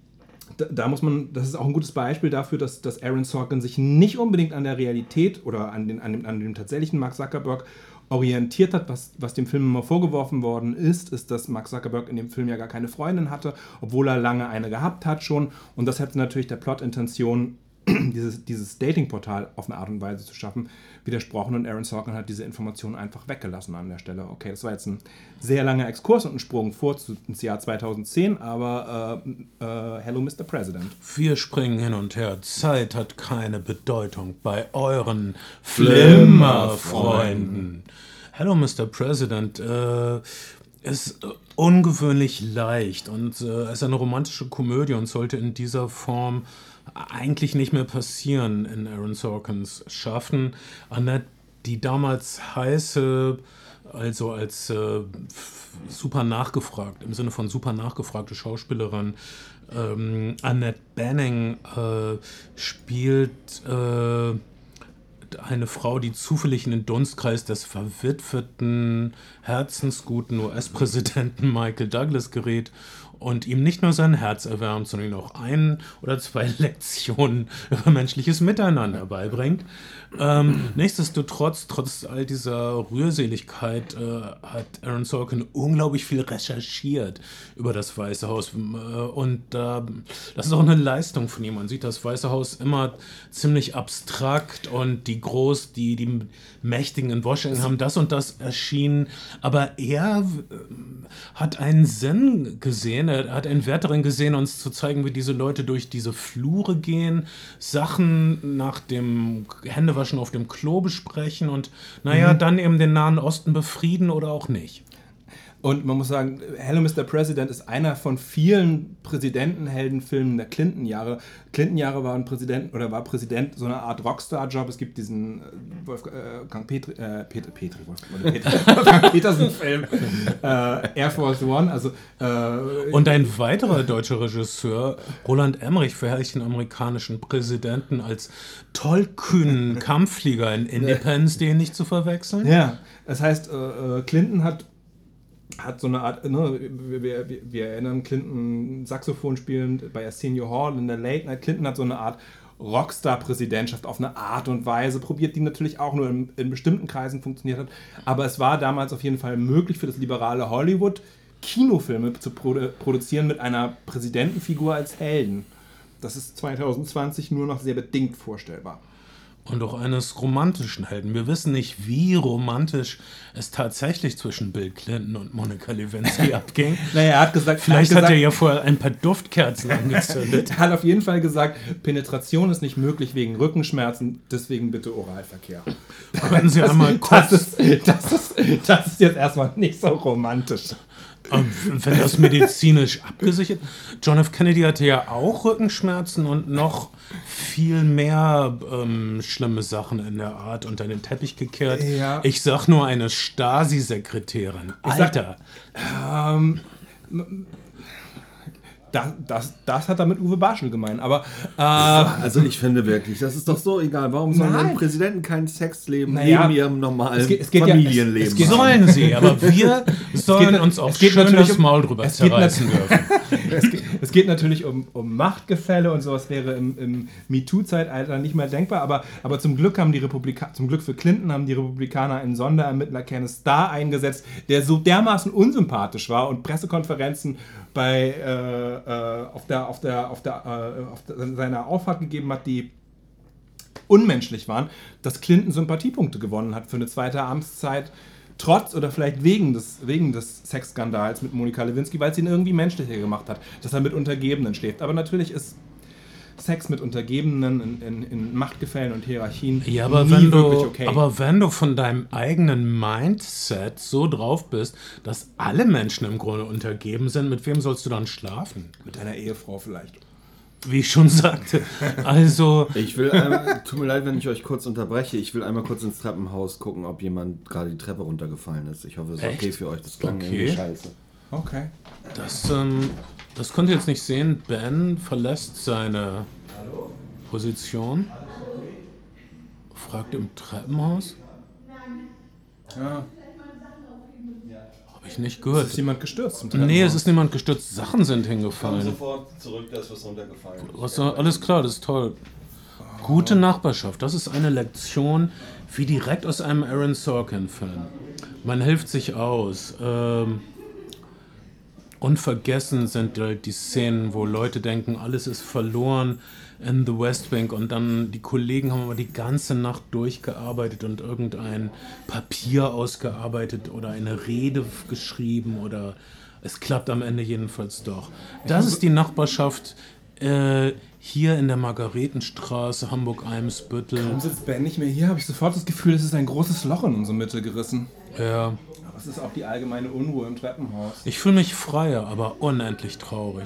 da, da muss man, das ist auch ein gutes Beispiel dafür, dass, dass Aaron Sorkin sich nicht unbedingt an der Realität oder an, den, an, dem, an dem tatsächlichen Mark Zuckerberg orientiert hat. Was, was dem Film immer vorgeworfen worden ist, ist, dass Mark Zuckerberg in dem Film ja gar keine Freundin hatte, obwohl er lange eine gehabt hat schon. Und das hätte natürlich der Plot-Intention, dieses, dieses Dating-Portal auf eine Art und Weise zu schaffen, widersprochen, und Aaron Sorkin hat diese Informationen einfach weggelassen an der Stelle. Okay, das war jetzt ein sehr langer Exkurs und ein Sprung vor ins Jahr zweitausendzehn, aber äh, äh, Hello Mister President. Wir springen hin und her. Zeit hat keine Bedeutung bei euren Flimmerfreunden. Hello Mister President äh, ist ungewöhnlich leicht und äh, ist eine romantische Komödie und sollte in dieser Form eigentlich nicht mehr passieren in Aaron Sorkins Schaffen. Annette, die damals heiße, also als äh, super nachgefragt, im Sinne von super nachgefragte Schauspielerin, ähm, Annette Bening äh, spielt äh, eine Frau, die zufällig in den Dunstkreis des verwitweten, herzensguten U S-Präsidenten Michael Douglas gerät und ihm nicht nur sein Herz erwärmt, sondern ihm auch ein oder zwei Lektionen über menschliches Miteinander beibringt. Ähm, nichtsdestotrotz, trotz all dieser Rührseligkeit, äh, hat Aaron Sorkin unglaublich viel recherchiert über das Weiße Haus. Äh, und äh, das ist auch eine Leistung von ihm. Man sieht das Weiße Haus immer ziemlich abstrakt und die Groß, die, die Mächtigen in Washington haben das und das erschienen. Aber er äh, hat einen Sinn gesehen, er hat einen Wert darin gesehen, uns zu zeigen, wie diese Leute durch diese Flure gehen, Sachen nach dem Händewaschen auf dem Klo besprechen und naja, mhm. dann eben den Nahen Osten befrieden oder auch nicht. Und man muss sagen, Hello Mister President ist einer von vielen Präsidentenheldenfilmen der Clinton-Jahre. Clinton-Jahre war ein Präsident oder war Präsident so eine Art Rockstar-Job. Es gibt diesen Wolfgang Petri, äh, Peter, Petri, Wolfgang Petri, Petersen-Film, äh, Air Force One. Also, äh, und ein weiterer deutscher Regisseur, Roland Emmerich, verherrlicht den amerikanischen Präsidenten als tollkühnen Kampfflieger in Independence Day nicht zu verwechseln. Ja, das heißt, äh, Clinton hat hat so eine Art, ne, wir, wir, wir erinnern Clinton Saxophon spielend bei Arsenio Hall in der Late Night. Clinton hat so eine Art Rockstar-Präsidentschaft auf eine Art und Weise probiert, die natürlich auch nur in, in bestimmten Kreisen funktioniert hat. Aber es war damals auf jeden Fall möglich für das liberale Hollywood, Kinofilme zu produ- produzieren mit einer Präsidentenfigur als Helden. Das ist zwanzig zwanzig nur noch sehr bedingt vorstellbar. Und auch eines romantischen Helden. Wir wissen nicht, wie romantisch es tatsächlich zwischen Bill Clinton und Monica Lewinsky abging. Naja, er hat gesagt... Vielleicht er hat, hat gesagt, er ja vorher ein paar Duftkerzen angezündet. Er hat auf jeden Fall gesagt, Penetration ist nicht möglich wegen Rückenschmerzen, deswegen bitte Oralverkehr. Können Sie einmal kurz... Das ist, das, ist, das ist jetzt erstmal nicht so romantisch. Wenn das medizinisch abgesichert... John F. Kennedy hatte ja auch Rückenschmerzen und noch viel mehr ähm, schlimme Sachen in der Art unter den Teppich gekehrt. Ja. Ich sag nur eine Stasi-Sekretärin. Alter. Sag, ähm, das, das, das hat er mit Uwe Barschel gemeint, aber... Äh, also ich finde wirklich, das ist doch so egal. Warum sollen Nein. denn Präsidenten kein Sexleben Naja, neben ihrem normalen es geht- es geht ja- Familienleben es- es geht- haben? Sollen sie, aber wir sollen geht- uns auch es geht schön natürlich das um- Maul drüber es geht zerreißen nat- dürfen. es, geht, es geht natürlich um, um Machtgefälle und sowas wäre im, im MeToo-Zeitalter nicht mehr denkbar, aber, aber zum Glück haben die Republikaner, zum Glück für Clinton haben die Republikaner einen Sonderermittler Ken Starr eingesetzt, der so dermaßen unsympathisch war und Pressekonferenzen bei äh, äh, auf der auf der auf der äh, auf der, seiner Auffahrt gegeben hat, die unmenschlich waren, dass Clinton Sympathiepunkte gewonnen hat für eine zweite Amtszeit, trotz oder vielleicht wegen des, wegen des Sexskandals mit Monica Lewinsky, weil es ihn irgendwie menschlicher gemacht hat, dass er mit Untergebenen schläft. Aber natürlich ist Sex mit Untergebenen in, in, in Machtgefällen und Hierarchien Ja, aber nie wenn, wirklich du, okay. aber wenn du von deinem eigenen Mindset so drauf bist, dass alle Menschen im Grunde untergeben sind, mit wem sollst du dann schlafen? mit deiner Ehefrau vielleicht. Wie ich schon sagte. Also, Ich will einmal, tut mir leid, wenn ich euch kurz unterbreche, ich will einmal kurz ins Treppenhaus gucken, ob jemand gerade die Treppe runtergefallen ist. Ich hoffe, es ist Echt? okay für euch, das klang Okay. irgendwie scheiße. Okay. das, ähm, das könnt ihr jetzt nicht sehen. Ben verlässt seine Position. Fragt im Treppenhaus. Ja. Habe ich nicht Ist gehört. jemand gestürzt? Zum Nee, Treppenhaus? es ist niemand gestürzt. Sachen sind hingefallen. sofort zurück, da ist was runtergefallen. Was, alles klar, das ist toll. Gute Nachbarschaft, das ist eine Lektion wie direkt aus einem Aaron Sorkin-Film. Man hilft sich aus. Ähm, unvergessen sind halt die Szenen, wo Leute denken, alles ist verloren in The West Wing und dann die Kollegen haben aber die ganze Nacht durchgearbeitet und irgendein Papier ausgearbeitet oder eine Rede geschrieben oder es klappt am Ende jedenfalls doch. Das ist die Nachbarschaft äh, hier in der Margaretenstraße, Hamburg-Eimsbüttel. Warum sitzt Ben nicht mehr hier? Habe ich sofort das Gefühl, es ist ein großes Loch in unsere Mitte gerissen. Ja, Aber es ist auch die allgemeine Unruhe im Treppenhaus. ich fühle mich freier, aber unendlich traurig.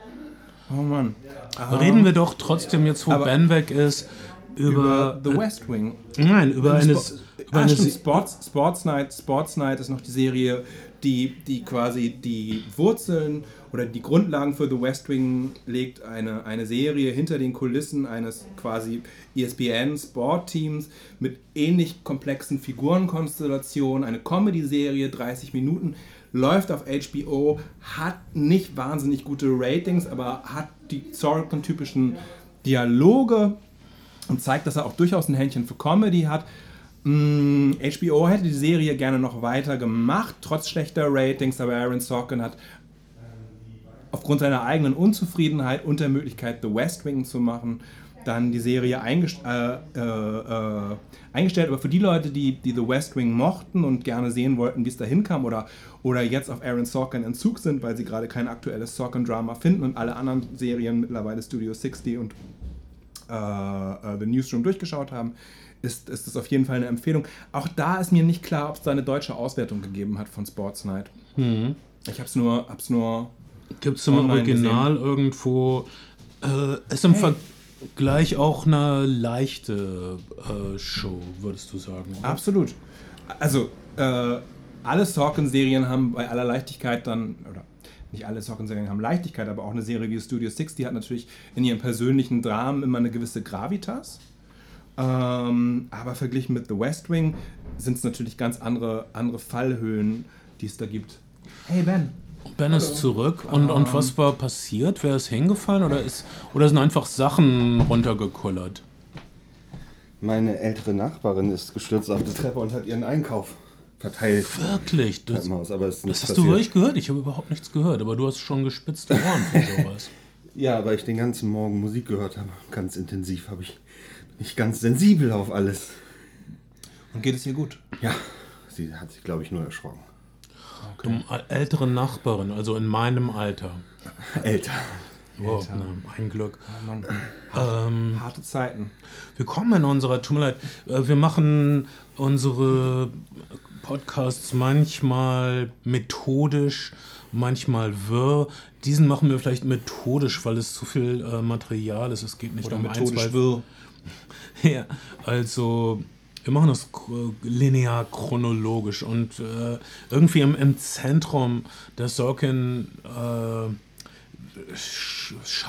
Oh Mann. Reden wir doch trotzdem jetzt, wo Aber- Ben weg ist, über... Über The West Wing. Nein, über eine... Spo- Über ah, eine stimmt, Se- Sports, Sports Night. Sports Night ist noch die Serie, die, die quasi die Wurzeln oder die Grundlagen für The West Wing legt. Eine, eine Serie hinter den Kulissen eines quasi E S P N-Sportteams mit ähnlich komplexen Figurenkonstellationen. Eine Comedy-Serie, dreißig Minuten, läuft auf H B O, hat nicht wahnsinnig gute Ratings, aber hat die Sorkin-typischen Dialoge und zeigt, dass er auch durchaus ein Händchen für Comedy hat. Mm, H B O hätte die Serie gerne noch weiter gemacht, trotz schlechter Ratings, aber Aaron Sorkin hat aufgrund seiner eigenen Unzufriedenheit und der Möglichkeit, The West Wing zu machen, dann die Serie eingest äh, äh, äh, eingestellt. Aber für die Leute, die, die The West Wing mochten und gerne sehen wollten, wie es dahin kam oder, oder jetzt auf Aaron Sorkin Entzug sind, weil sie gerade kein aktuelles Sorkin-Drama finden und alle anderen Serien mittlerweile Studio sechzig und äh, äh, The Newsroom durchgeschaut haben, ist, ist das auf jeden Fall eine Empfehlung. Auch da ist mir nicht klar, ob es da eine deutsche Auswertung gegeben hat von Sports Night. Mhm. Ich hab's nur, hab's nur Gibt es im online Original irgendwo... Äh, ist im Vergleich auch eine leichte äh, Show, würdest du sagen? Oder? Absolut. Also, äh, alle Sorkin-Serien haben bei aller Leichtigkeit dann, oder nicht alle Sorkin-Serien haben Leichtigkeit, aber auch eine Serie wie Studio sechzig hat natürlich in ihren persönlichen Dramen immer eine gewisse Gravitas. Ähm, aber verglichen mit The West Wing sind es natürlich ganz andere, andere Fallhöhen, die es da gibt. Hey Ben. Ben ist zurück und, und was war passiert? Wer ist hingefallen oder, ist, oder sind einfach Sachen runtergekullert? Meine ältere Nachbarin ist gestürzt auf die Treppe und hat ihren Einkauf verteilt. Wirklich? Das, Treppenhaus, aber es ist nicht das hast du passiert. wirklich gehört? Ich habe überhaupt nichts gehört, aber du hast schon gespitzte Ohren für sowas. Ja, weil ich den ganzen Morgen Musik gehört habe. Ganz intensiv habe ich nicht ganz sensibel auf alles. Und geht es ihr gut? Ja, sie hat sich, glaube ich, nur erschrocken. Okay. Du ältere Nachbarin, also in meinem Alter. Älter. Oh, Älter. ne, ein Glück. Oh Mann. Ähm, Harte Zeiten. wir kommen in unserer, tut mir leid, äh, wir machen unsere Podcasts manchmal methodisch, manchmal wirr. Diesen machen wir vielleicht methodisch, weil es zu viel äh, Material ist. Es geht nicht Oder um methodisch ein, zwei... wirr. Ja, also wir machen das linear chronologisch und äh, irgendwie im, im Zentrum der Sorkin äh, Sch-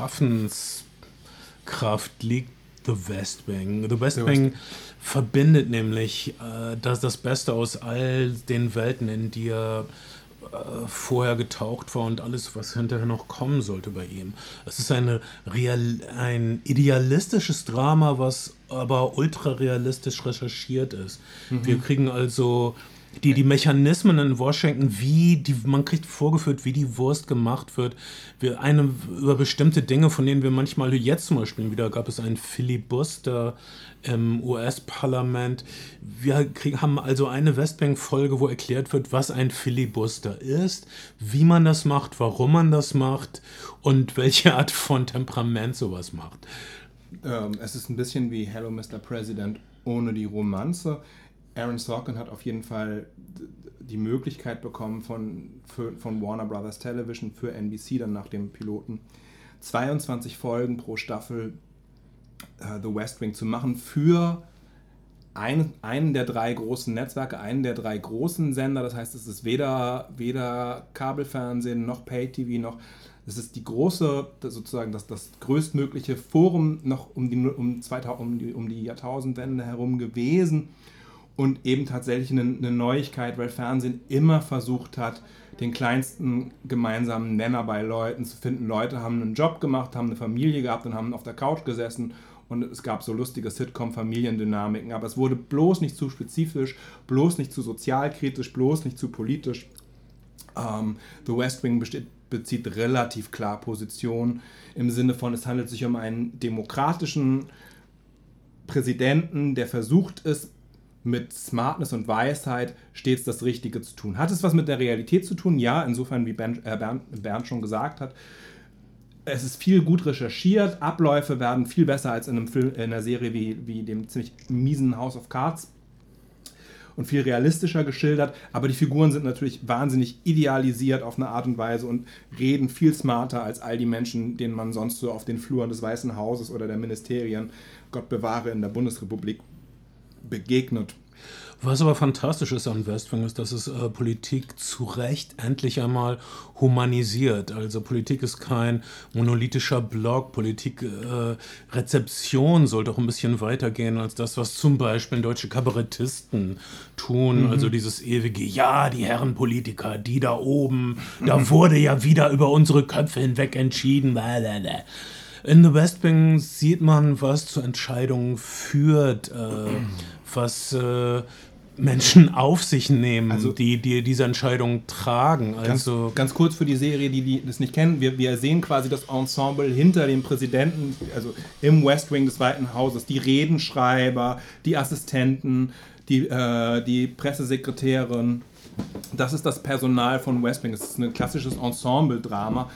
Schaffenskraft liegt The West Wing. The West The Wing West- verbindet nämlich äh, das, das Beste aus all den Welten, in die er äh, vorher getaucht war und alles, was hinterher noch kommen sollte bei ihm. Es ist eine real, ein idealistisches Drama, was aber ultra realistisch recherchiert ist. Mhm. Wir kriegen also die, die Mechanismen in Washington, wie die, man kriegt vorgeführt, wie die Wurst gemacht wird. Wir eine, über bestimmte Dinge, von denen wir manchmal, jetzt zum Beispiel wieder gab es einen Filibuster im U S-Parlament. Wir kriegen, haben also eine Westbank-Folge, wo erklärt wird, was ein Filibuster ist, wie man das macht, warum man das macht und welche Art von Temperament sowas macht. Ähm, es ist ein bisschen wie Hello Mister President ohne die Romanze. Aaron Sorkin hat auf jeden Fall die Möglichkeit bekommen von, für, von Warner Brothers Television für N B C dann nach dem Piloten zweiundzwanzig Folgen pro Staffel äh, The West Wing zu machen für ein, einen der drei großen Netzwerke, einen der drei großen Sender. Das heißt, es ist weder, weder Kabelfernsehen noch Pay-T V noch... Es ist die große, das sozusagen das, das größtmögliche Forum noch um die, um, zweitausend, um, die, um die Jahrtausendwende herum gewesen. Und eben tatsächlich eine, eine Neuigkeit, weil Fernsehen immer versucht hat, den kleinsten gemeinsamen Nenner bei Leuten zu finden. Leute haben einen Job gemacht, haben eine Familie gehabt und haben auf der Couch gesessen und es gab so lustige Sitcom-Familiendynamiken. Aber es wurde bloß nicht zu spezifisch, bloß nicht zu sozialkritisch, bloß nicht zu politisch. Ähm, The West Wing besteht, bezieht relativ klar Position im Sinne von, es handelt sich um einen demokratischen Präsidenten, der versucht ist, mit Smartness und Weisheit stets das Richtige zu tun. Hat es was mit der Realität zu tun? Ja, insofern, wie Ben, äh, Bernd, Bernd schon gesagt hat. Es ist viel gut recherchiert, Abläufe werden viel besser als in, einem Film, in einer Serie wie, wie dem ziemlich miesen House of Cards und viel realistischer geschildert, aber die Figuren sind natürlich wahnsinnig idealisiert auf eine Art und Weise und reden viel smarter als all die Menschen, denen man sonst so auf den Fluren des Weißen Hauses oder der Ministerien, Gott bewahre, in der Bundesrepublik begegnet. Was aber fantastisch ist an West Wing ist, dass es äh, Politik zu Recht endlich einmal humanisiert. Also Politik ist kein monolithischer Block. Politik, äh, Rezeption sollte auch ein bisschen weitergehen als das, was zum Beispiel deutsche Kabarettisten tun. Mhm. Also dieses ewige, ja, die Herren Politiker, die da oben, mhm. da wurde ja wieder über unsere Köpfe hinweg entschieden. In The West Wing sieht man, was zu Entscheidungen führt, äh, was äh, Menschen auf sich nehmen, also, die, die diese Entscheidungen tragen. Also ganz, ganz kurz für die Serie, die, die das nicht kennen, wir, wir sehen quasi das Ensemble hinter dem Präsidenten, also im West Wing des Weißen Hauses, die Redenschreiber, die Assistenten, die, äh, die Pressesekretärin. Das ist das Personal von West Wing. Das ist ein klassisches Ensemble-Drama.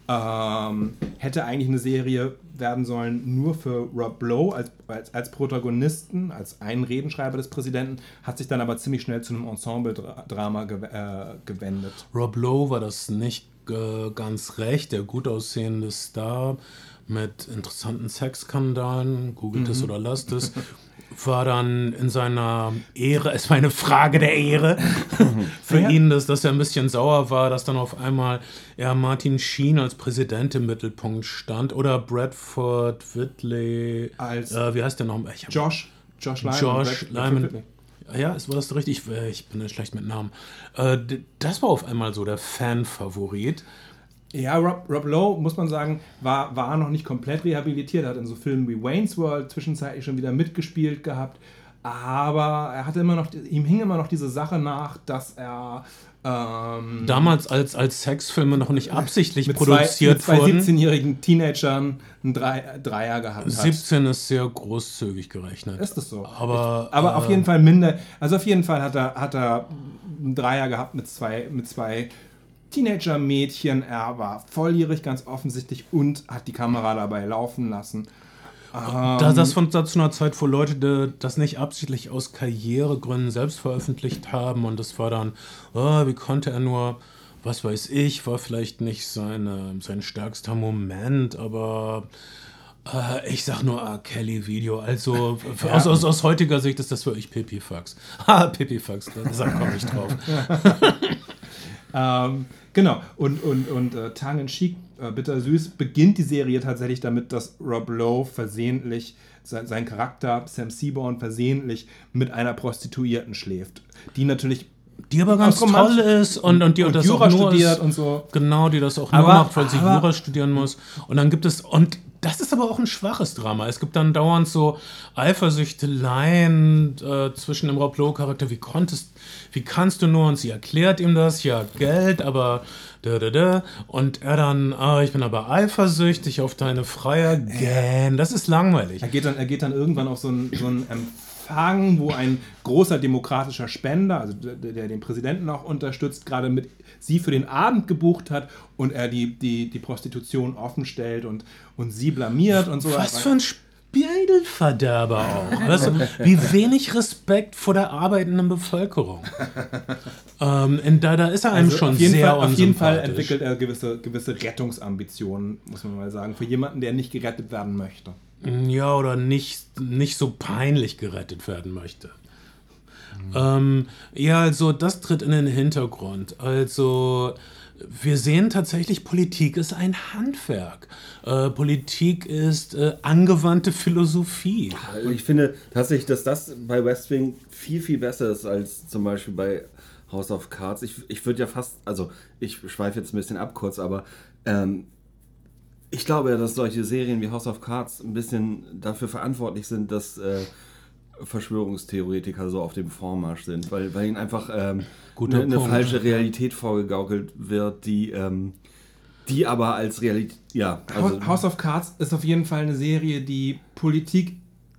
Ähm, hätte eigentlich eine Serie werden sollen nur für Rob Lowe als, als, als Protagonisten, als einen Redenschreiber des Präsidenten, hat sich dann aber ziemlich schnell zu einem Ensemble-Drama ge- äh, gewendet. Rob Lowe war das nicht äh, ganz recht, der gut aussehende Star mit interessanten Sexskandalen, googelt es mhm. oder lasst es, war dann in seiner Ehre, es war eine Frage der Ehre für ja. ihn, dass, dass er ein bisschen sauer war, dass dann auf einmal ja, Martin Sheen als Präsident im Mittelpunkt stand oder Bradford Whitley als äh, wie heißt der noch? Ich hab, Josh Josh Lyman. Josh Lyman. Ja, ist, war das richtig? Ich bin nicht schlecht mit Namen. Äh, das war auf einmal so der Fan-Favorit. Ja, Rob, Rob Lowe, muss man sagen, war, war noch nicht komplett rehabilitiert, hat in so Filmen wie Wayne's World zwischenzeitlich schon wieder mitgespielt gehabt, aber er hatte immer noch, ihm hing immer noch diese Sache nach, dass er ähm, damals als, als Sexfilme noch nicht absichtlich mit produziert zwei, mit zwei wurden. siebzehnjährigen Teenagern einen Drei, Dreier gehabt hat. siebzehn ist sehr großzügig gerechnet. Ist das so? Aber, ich, aber äh, auf jeden Fall minder, also auf jeden Fall hat er, hat er einen Dreier gehabt mit zwei, mit zwei Teenager-Mädchen. Er war volljährig ganz offensichtlich und hat die Kamera dabei laufen lassen. Da das von zu einer Zeit, wo Leute de, das nicht absichtlich aus Karrieregründen selbst veröffentlicht haben und das war dann, oh, wie konnte er nur, was weiß ich, war vielleicht nicht seine, sein stärkster Moment, aber äh, ich sag nur R. Kelly-Video, also ja. aus, aus, aus heutiger Sicht ist das wirklich Pipifax. Ha, Pipifax, da komme ich drauf. ähm, genau, und, und, und uh, Tongue in Cheek, uh, bittersüß, beginnt die Serie tatsächlich damit, dass Rob Lowe versehentlich, sein, sein Charakter Sam Seaborn versehentlich mit einer Prostituierten schläft, die natürlich die aber ganz toll ist und, und die und das Jura auch nur studiert ist, und so. Genau, die das auch nur aber, macht, weil sie aber, Jura studieren muss. Und dann gibt es, und das ist aber auch ein schwaches Drama. Es gibt dann dauernd so Eifersüchteleien äh, zwischen dem Rob Lowe-Charakter. Wie konntest, wie kannst du nur? Und sie erklärt ihm das, ja, Geld, aber da, da, da. Und er dann, ah, ich bin aber eifersüchtig auf deine Freier. Gähn, das ist langweilig. Er geht dann, er geht dann irgendwann auf so einen, so einen Empfang, wo ein großer demokratischer Spender, also der, der den Präsidenten auch unterstützt, gerade mit sie für den Abend gebucht hat und er die, die, die Prostitution offen stellt und, und sie blamiert und so. Was für ein Spiegelverderber auch. Weißt du, wie wenig Respekt vor der arbeitenden Bevölkerung. ähm, und da, da ist er einem also schon auf jeden sehr Fall, Auf jeden Fall unsympathisch. entwickelt er gewisse, gewisse Rettungsambitionen, muss man mal sagen, für jemanden, der nicht gerettet werden möchte. Ja, oder nicht, nicht so peinlich gerettet werden möchte. Mhm. Ähm, ja, also das tritt in den Hintergrund. Also wir sehen tatsächlich, Politik ist ein Handwerk. Äh, Politik ist äh, angewandte Philosophie. Ich finde tatsächlich, dass das bei West Wing viel, viel besser ist als zum Beispiel bei House of Cards. Ich, ich würde ja fast, also ich schweife jetzt ein bisschen ab kurz, aber ähm, ich glaube ja, dass solche Serien wie House of Cards ein bisschen dafür verantwortlich sind, dass äh, Verschwörungstheoretiker so auf dem Vormarsch sind, weil, weil ihnen einfach ähm, eine, eine falsche Realität vorgegaukelt wird, die, ähm, die aber als Realität, ja. Also House of Cards ist auf jeden Fall eine Serie, die Politik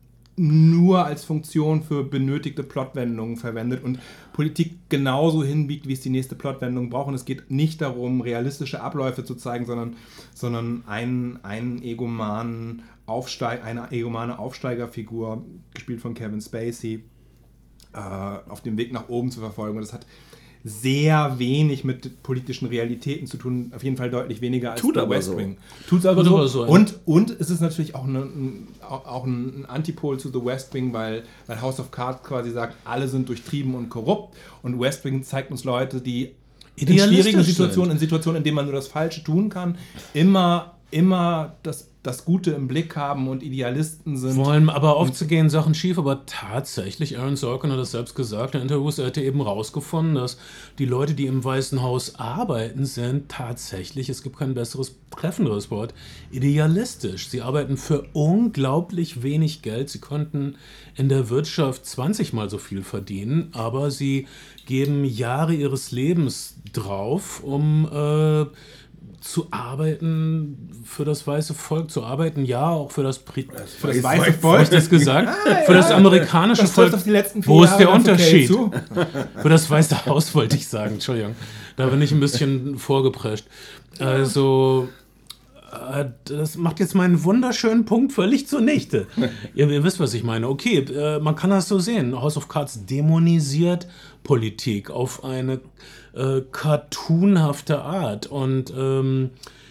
nur als Funktion für benötigte Plotwendungen verwendet und Politik genauso hinbiegt, wie es die nächste Plotwendung braucht. Und es geht nicht darum, realistische Abläufe zu zeigen, sondern, sondern einen, einen egomanen Aufsteig, eine egomane Aufsteigerfigur, gespielt von Kevin Spacey, äh, auf dem Weg nach oben zu verfolgen. Und das hat sehr wenig mit politischen Realitäten zu tun, auf jeden Fall deutlich weniger als Tut The aber West so. Wing. Tut aber Tut so. aber so, ja. Und, und es ist natürlich auch, eine, ein, auch ein Antipol zu The West Wing, weil, weil House of Cards quasi sagt, alle sind durchtrieben und korrupt und West Wing zeigt uns Leute, die in schwierigen Situationen, in Situationen, in denen man nur das Falsche tun kann, immer, immer das das Gute im Blick haben und Idealisten sind. Wollen aber oft gehen Sachen schief, aber tatsächlich, Aaron Sorkin hat das selbst gesagt in Interviews, er hätte eben rausgefunden, dass die Leute, die im Weißen Haus arbeiten, sind tatsächlich, es gibt kein besseres, treffenderes Wort, idealistisch. Sie arbeiten für unglaublich wenig Geld. Sie konnten in der Wirtschaft zwanzig Mal so viel verdienen, aber sie geben Jahre ihres Lebens drauf, um äh, zu arbeiten für das weiße Volk, zu arbeiten, ja, auch für das, Pri- für das weiße Volk. Habe ich das gesagt? Ah, für ja, das amerikanische das Volk. auf die letzten vier Wo ist Jahre der ganz Unterschied? Okay für das Weiße Haus wollte ich sagen, Entschuldigung. Da bin ich ein bisschen vorgeprescht. Also, äh, das macht jetzt meinen wunderschönen Punkt völlig zunichte. ihr, ihr wisst, was ich meine. Okay, äh, man kann das so sehen. House of Cards dämonisiert Politik auf eine äh, cartoonhafte Art und ähm,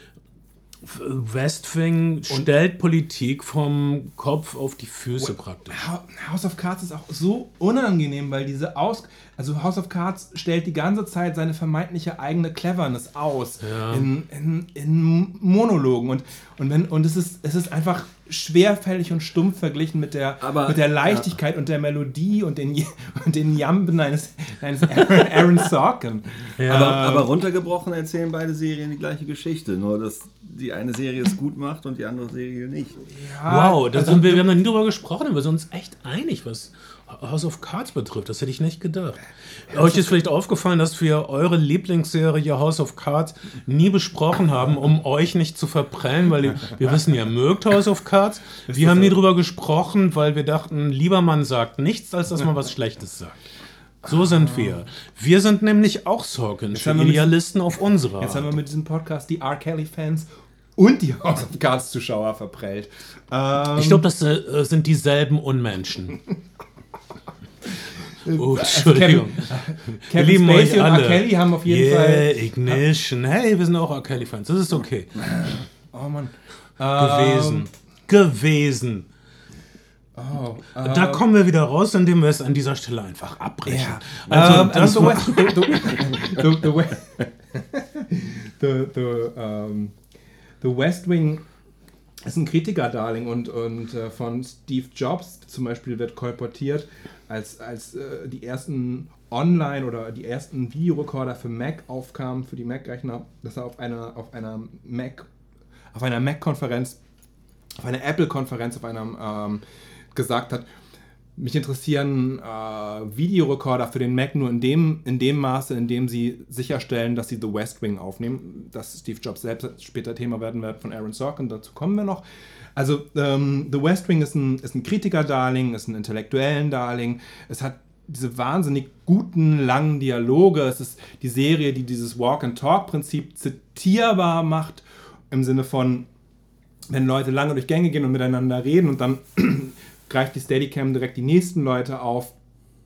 West Wing stellt Politik vom Kopf auf die Füße praktisch. House of Cards ist auch so unangenehm, weil diese Aus... Also House of Cards stellt die ganze Zeit seine vermeintliche eigene Cleverness aus ja. in, in, in Monologen und, und, wenn, und es, ist, es ist einfach schwerfällig und stumpf verglichen mit der, aber, mit der Leichtigkeit ja. und der Melodie und den, und den Jamben eines, eines Aaron Sorkin. Ja. Aber, aber runtergebrochen erzählen beide Serien die gleiche Geschichte, nur dass die die eine Serie es gut macht und die andere Serie nicht. Ja, wow, da also, sind wir, wir haben noch nie drüber gesprochen, aber wir sind uns echt einig, was House of Cards betrifft. Das hätte ich nicht gedacht. Ja, euch ist vielleicht aufgefallen, dass wir eure Lieblingsserie House of Cards nie besprochen haben, um euch nicht zu verprellen, weil ihr, wir wissen, ihr mögt House of Cards. Wir haben nie drüber gesprochen, weil wir dachten, lieber man sagt nichts, als dass man was Schlechtes sagt. So sind wir. Wir sind nämlich auch Sorkins, Idealisten auf unserer Art. Jetzt haben wir mit diesem Podcast die R. Kelly-Fans und die House of Cards-Zuschauer verprellt. Ähm, ich glaube, das äh, sind dieselben Unmenschen. Oh, Entschuldigung. Kevin, Kevin Spacey und R. Kelly haben auf jeden yeah, Fall... Ignition. Hey, wir sind auch R. Kelly-Fans. Das ist okay. Oh Mann. Gewesen. Ähm, Gewesen. Oh, uh, da kommen wir wieder raus, indem wir es an dieser Stelle einfach abbrechen. Yeah. Also, um, das the, West, the, the, the, West, the, the, um, the West Wing ist ein Kritiker-Darling und, und uh, von Steve Jobs zum Beispiel wird kolportiert, als, als uh, die ersten Online- oder die ersten Videorekorder für Mac aufkamen, für die Mac-Rechner, dass er auf einer, auf einer Mac, auf einer Mac-Konferenz, auf einer Apple-Konferenz, auf einem ähm, gesagt hat, mich interessieren äh, Videorekorder für den Mac nur in dem, in dem Maße, in dem sie sicherstellen, dass sie The West Wing aufnehmen. Das Steve Jobs selbst später Thema werden wird von Aaron Sorkin, dazu kommen wir noch. Also ähm, The West Wing ist ein, ist ein Kritiker-Darling, ist ein intellektuellen Darling. Es hat diese wahnsinnig guten, langen Dialoge. Es ist die Serie, die dieses Walk-and-Talk-Prinzip zitierbar macht, im Sinne von, wenn Leute lange durch Gänge gehen und miteinander reden und dann greift die Steadicam direkt die nächsten Leute auf,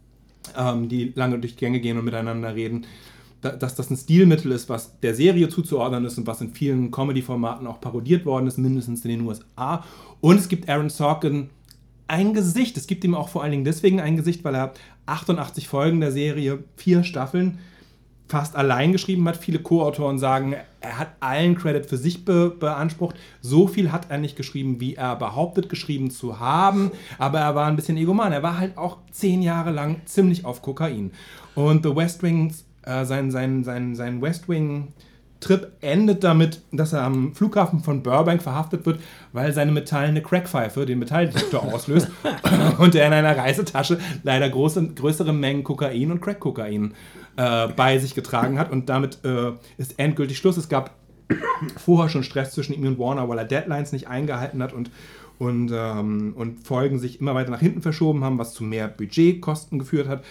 ähm, die lange durch Gänge gehen und miteinander reden, da, dass das ein Stilmittel ist, was der Serie zuzuordnen ist und was in vielen Comedy-Formaten auch parodiert worden ist, mindestens in den U S A. Und es gibt Aaron Sorkin ein Gesicht. Es gibt ihm auch vor allen Dingen deswegen ein Gesicht, weil er achtundachtzig Folgen der Serie, vier Staffeln, fast allein geschrieben hat. Viele Co-Autoren sagen, er hat allen Credit für sich be- beansprucht. So viel hat er nicht geschrieben, wie er behauptet, geschrieben zu haben. Aber er war ein bisschen egoman. Er war halt auch zehn Jahre lang ziemlich auf Kokain. Und The West Wing, äh, sein, sein, sein, sein West Wing Trip endet damit, dass er am Flughafen von Burbank verhaftet wird, weil seine metallene Crackpfeife den Metalldetektor auslöst und er in einer Reisetasche leider große, größere Mengen Kokain und Crack-Kokain äh, bei sich getragen hat. Und damit äh, ist endgültig Schluss. Es gab vorher schon Stress zwischen ihm und Warner, weil er Deadlines nicht eingehalten hat und, und, ähm, und Folgen sich immer weiter nach hinten verschoben haben, was zu mehr Budgetkosten geführt hat.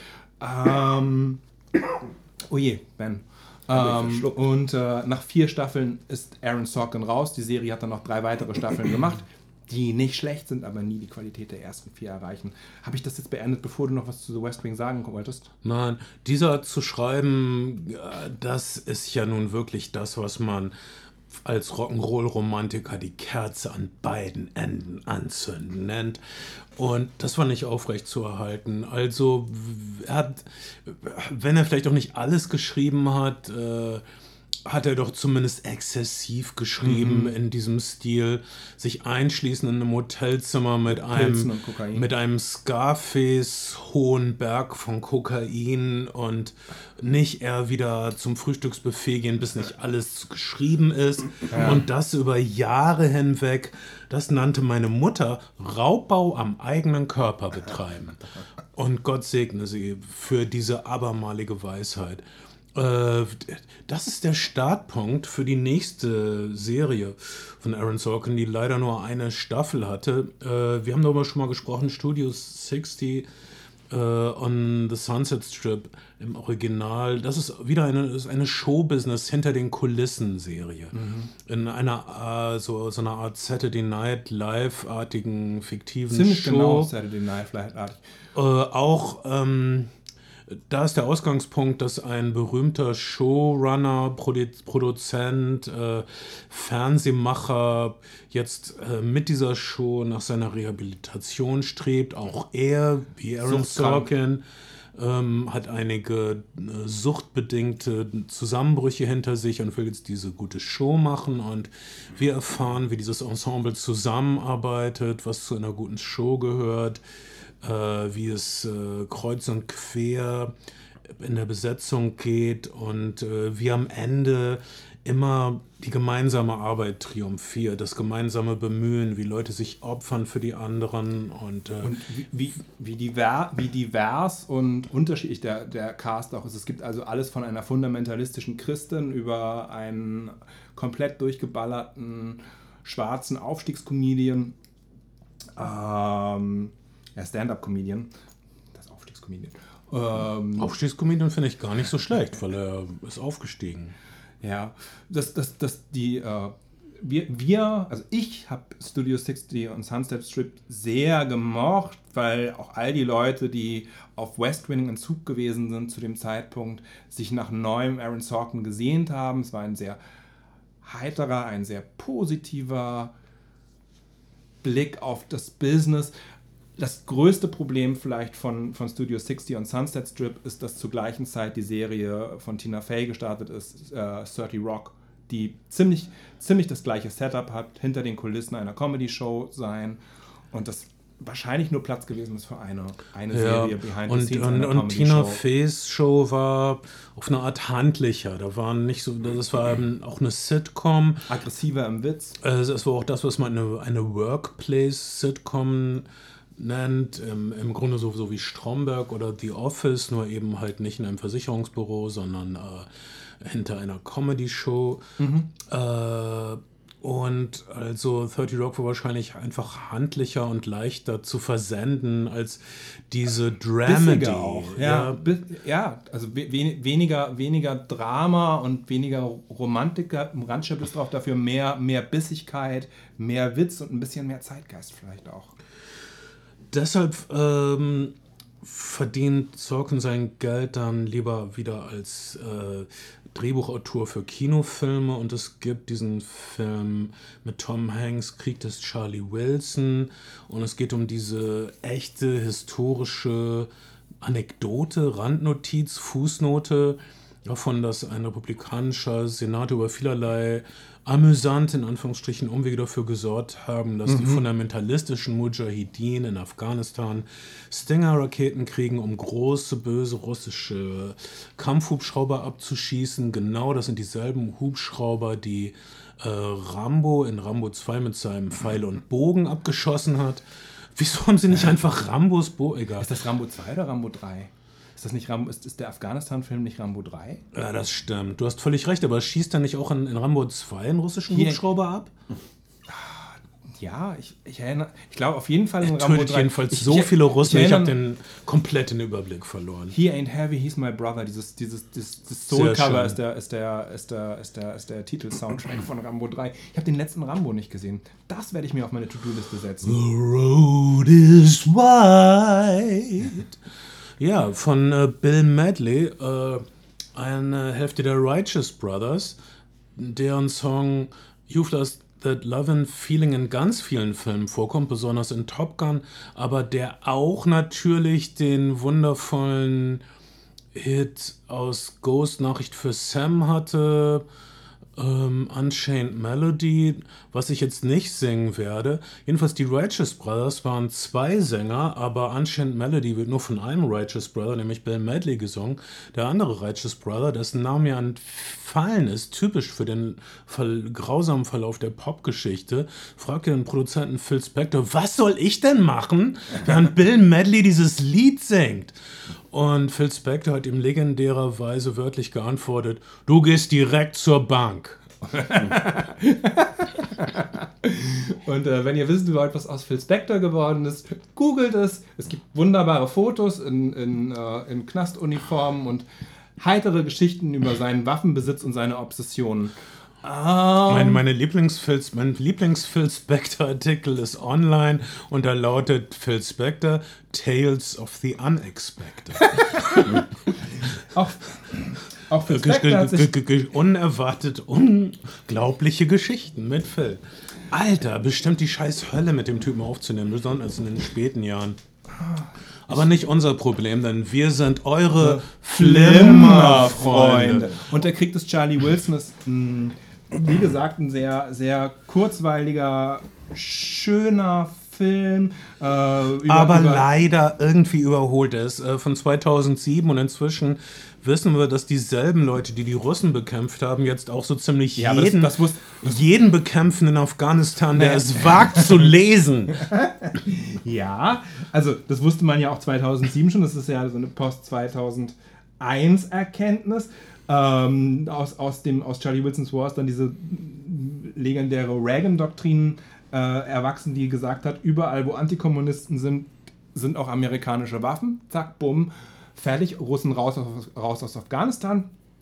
Ähm, oh je, Ben. Ähm, und äh, nach vier Staffeln ist Aaron Sorkin raus. Die Serie hat dann noch drei weitere Staffeln gemacht, die nicht schlecht sind, aber nie die Qualität der ersten vier erreichen. Habe ich das jetzt beendet, bevor du noch was zu The West Wing sagen wolltest? Nein, diese Art zu schreiben, das ist ja nun wirklich das, was man als Rock'n'Roll-Romantiker die Kerze an beiden Enden anzünden nennt. Und das war nicht aufrecht zu erhalten. Also, er hat, wenn er vielleicht auch nicht alles geschrieben hat, äh, hat er doch zumindest exzessiv geschrieben mhm. in diesem Stil, sich einschließen in einem Hotelzimmer mit einem, mit einem Scarface hohen Berg von Kokain und nicht eher wieder zum Frühstücksbuffet gehen, bis nicht alles geschrieben ist. Ja. Und das über Jahre hinweg, das nannte meine Mutter Raubbau am eigenen Körper betreiben. Und Gott segne sie für diese abermalige Weisheit. Das ist der Startpunkt für die nächste Serie von Aaron Sorkin, die leider nur eine Staffel hatte. Wir haben darüber schon mal gesprochen, Studio sechzig on the Sunset Strip im Original. Das ist wieder eine, ist eine Showbusiness hinter den Kulissen-Serie. Mhm. In einer so, so einer Art Saturday Night Live-artigen, fiktiven Ziemlich Show. Genau Saturday Night Live-artig. Äh, auch ähm, Da ist der Ausgangspunkt, dass ein berühmter Showrunner, Produ- Produzent, äh, Fernsehmacher jetzt äh, mit dieser Show nach seiner Rehabilitation strebt. Auch er, wie Aaron Sorkin, ähm, hat einige äh, suchtbedingte Zusammenbrüche hinter sich und will jetzt diese gute Show machen. Und wir erfahren, wie dieses Ensemble zusammenarbeitet, was zu einer guten Show gehört. Äh, wie es äh, kreuz und quer in der Besetzung geht und äh, wie am Ende immer die gemeinsame Arbeit triumphiert, das gemeinsame Bemühen, wie Leute sich opfern für die anderen. Und, äh, und wie, wie, wie, diver, wie divers und unterschiedlich der, der Cast auch ist. Es gibt also alles von einer fundamentalistischen Christin über einen komplett durchgeballerten schwarzen Aufstiegscomedian, ähm, ja, Stand-up-Comedian, das Aufstiegscomedian. Ähm, Aufstiegscomedian finde ich gar nicht so schlecht, weil er ist aufgestiegen. Ja, das, das, das, die, äh, wir, wir, also ich habe Studio sechzig und Sunset Strip sehr gemocht, weil auch all die Leute, die auf West Wing in Zug gewesen sind zu dem Zeitpunkt, sich nach neuem Aaron Sorkin gesehnt haben. Es war ein sehr heiterer, ein sehr positiver Blick auf das Business. Das größte Problem vielleicht von, von Studio sechzig und Sunset Strip ist, dass zur gleichen Zeit die Serie von Tina Fey gestartet ist, äh, dreißig Rock, die ziemlich, ziemlich das gleiche Setup hat, hinter den Kulissen einer Comedy-Show sein und das wahrscheinlich nur Platz gewesen ist für eine, eine ja. Serie behind und, the scenes und, einer und Comedy-Show. Tina Feys Show war auf eine Art handlicher. Da waren nicht so, das war eben auch eine Sitcom. Aggressiver im Witz. Also es war auch das, was man eine, eine Workplace-Sitcom nennt, im, im Grunde so, so wie Stromberg oder The Office, nur eben halt nicht in einem Versicherungsbüro, sondern äh, hinter einer Comedy-Show. Mhm. Äh, und also dreißig Rock war wahrscheinlich einfach handlicher und leichter zu versenden als diese Dramedy. Auch. Ja, ja. ja, also we weniger, weniger Drama und weniger Romantik, Randschrift ist drauf, dafür mehr, mehr Bissigkeit, mehr Witz und ein bisschen mehr Zeitgeist vielleicht auch. Deshalb ähm, verdient Sorkin sein Geld dann lieber wieder als äh, Drehbuchautor für Kinofilme und es gibt diesen Film mit Tom Hanks, Krieg des Charlie Wilson und es geht um diese echte historische Anekdote, Randnotiz, Fußnote davon, dass ein republikanischer Senator über vielerlei amüsante, in Anführungsstrichen, Umwege dafür gesorgt haben, dass mhm. die fundamentalistischen Mujahideen in Afghanistan Stinger-Raketen kriegen, um große, böse russische Kampfhubschrauber abzuschießen. Genau, das sind dieselben Hubschrauber, die äh, Rambo in Rambo zwei mit seinem Pfeil und Bogen abgeschossen hat. Wieso haben sie nicht einfach Rambos Bogen? Egal. Ist das Rambo zwei oder Rambo drei? Ist das nicht Rambo, ist, ist der Afghanistan-Film nicht Rambo drei? Ja, das stimmt. Du hast völlig recht, aber schießt er nicht auch in, in Rambo zwei einen russischen Hier, Hubschrauber ab? Ja, ich, ich erinnere, ich glaube auf jeden Fall in er Rambo drei. jedenfalls ich, so ich, viele Russen, ich, ich habe den den kompletten Überblick verloren. He Ain't Heavy, He's My Brother, dieses, dieses, dieses, dieses Soul-Cover ist der, ist, der, ist, der, ist, der, ist der Titel-Soundtrack von Rambo drei. Ich habe den letzten Rambo nicht gesehen. Das werde ich mir auf meine To-Do-Liste setzen. The road is wide. Ja, von äh, Bill Medley, äh, eine Hälfte der Righteous Brothers, deren Song You've Lost That Lovin' Feeling in ganz vielen Filmen vorkommt, besonders in Top Gun, aber der auch natürlich den wundervollen Hit aus Ghost, Nachricht für Sam hatte, ähm, Unchained Melody, was ich jetzt nicht singen werde. Jedenfalls die Righteous Brothers waren zwei Sänger, aber Unchained Melody wird nur von einem Righteous Brother, nämlich Bill Medley, gesungen. Der andere Righteous Brother, dessen Name mir entfallen ist, typisch für den Ver- grausamen Verlauf der Popgeschichte, fragte den Produzenten Phil Spector, was soll ich denn machen, während Bill Medley dieses Lied singt? Und Phil Spector hat ihm legendärerweise wörtlich geantwortet, du gehst direkt zur Bank. Und äh, wenn ihr wissen wollt, was aus Phil Spector geworden ist, googelt es. Es gibt wunderbare Fotos in, in, äh, in Knastuniformen und heitere Geschichten über seinen Waffenbesitz und seine Obsessionen. Um. Mein, meine Lieblings-Phil, mein Lieblings-Phil Spector-Artikel ist online und da lautet Phil Spector Tales of the Unexpected. auch, auch Phil Spector hat sich unerwartet unglaubliche Geschichten mit Phil. Alter, bestimmt die scheiß Hölle mit dem Typen aufzunehmen, besonders in den späten Jahren. Aber nicht unser Problem, denn wir sind eure Flimmerfreunde. Und der Krieg des Charlie Wilson ist, mh, wie gesagt, ein sehr, sehr kurzweiliger, schöner Film. Äh, über, aber über leider irgendwie überholt ist. Äh, von zweitausendsieben und inzwischen wissen wir, dass dieselben Leute, die die Russen bekämpft haben, jetzt auch so ziemlich Ja, aber das- jeden, das wusste- jeden bekämpfen in Afghanistan, der Nee. es wagt zu lesen. Ja, also das wusste man ja auch zweitausendsieben schon. Das ist ja so eine Post-zweitausendeins-Erkenntnis. Ähm, aus, aus, dem, aus Charlie Wilson's War ist dann diese legendäre Reagan-Doktrin äh, erwachsen, die gesagt hat, überall wo Antikommunisten sind, sind auch amerikanische Waffen. Zack, bumm, fertig, Russen raus aus, raus aus Afghanistan.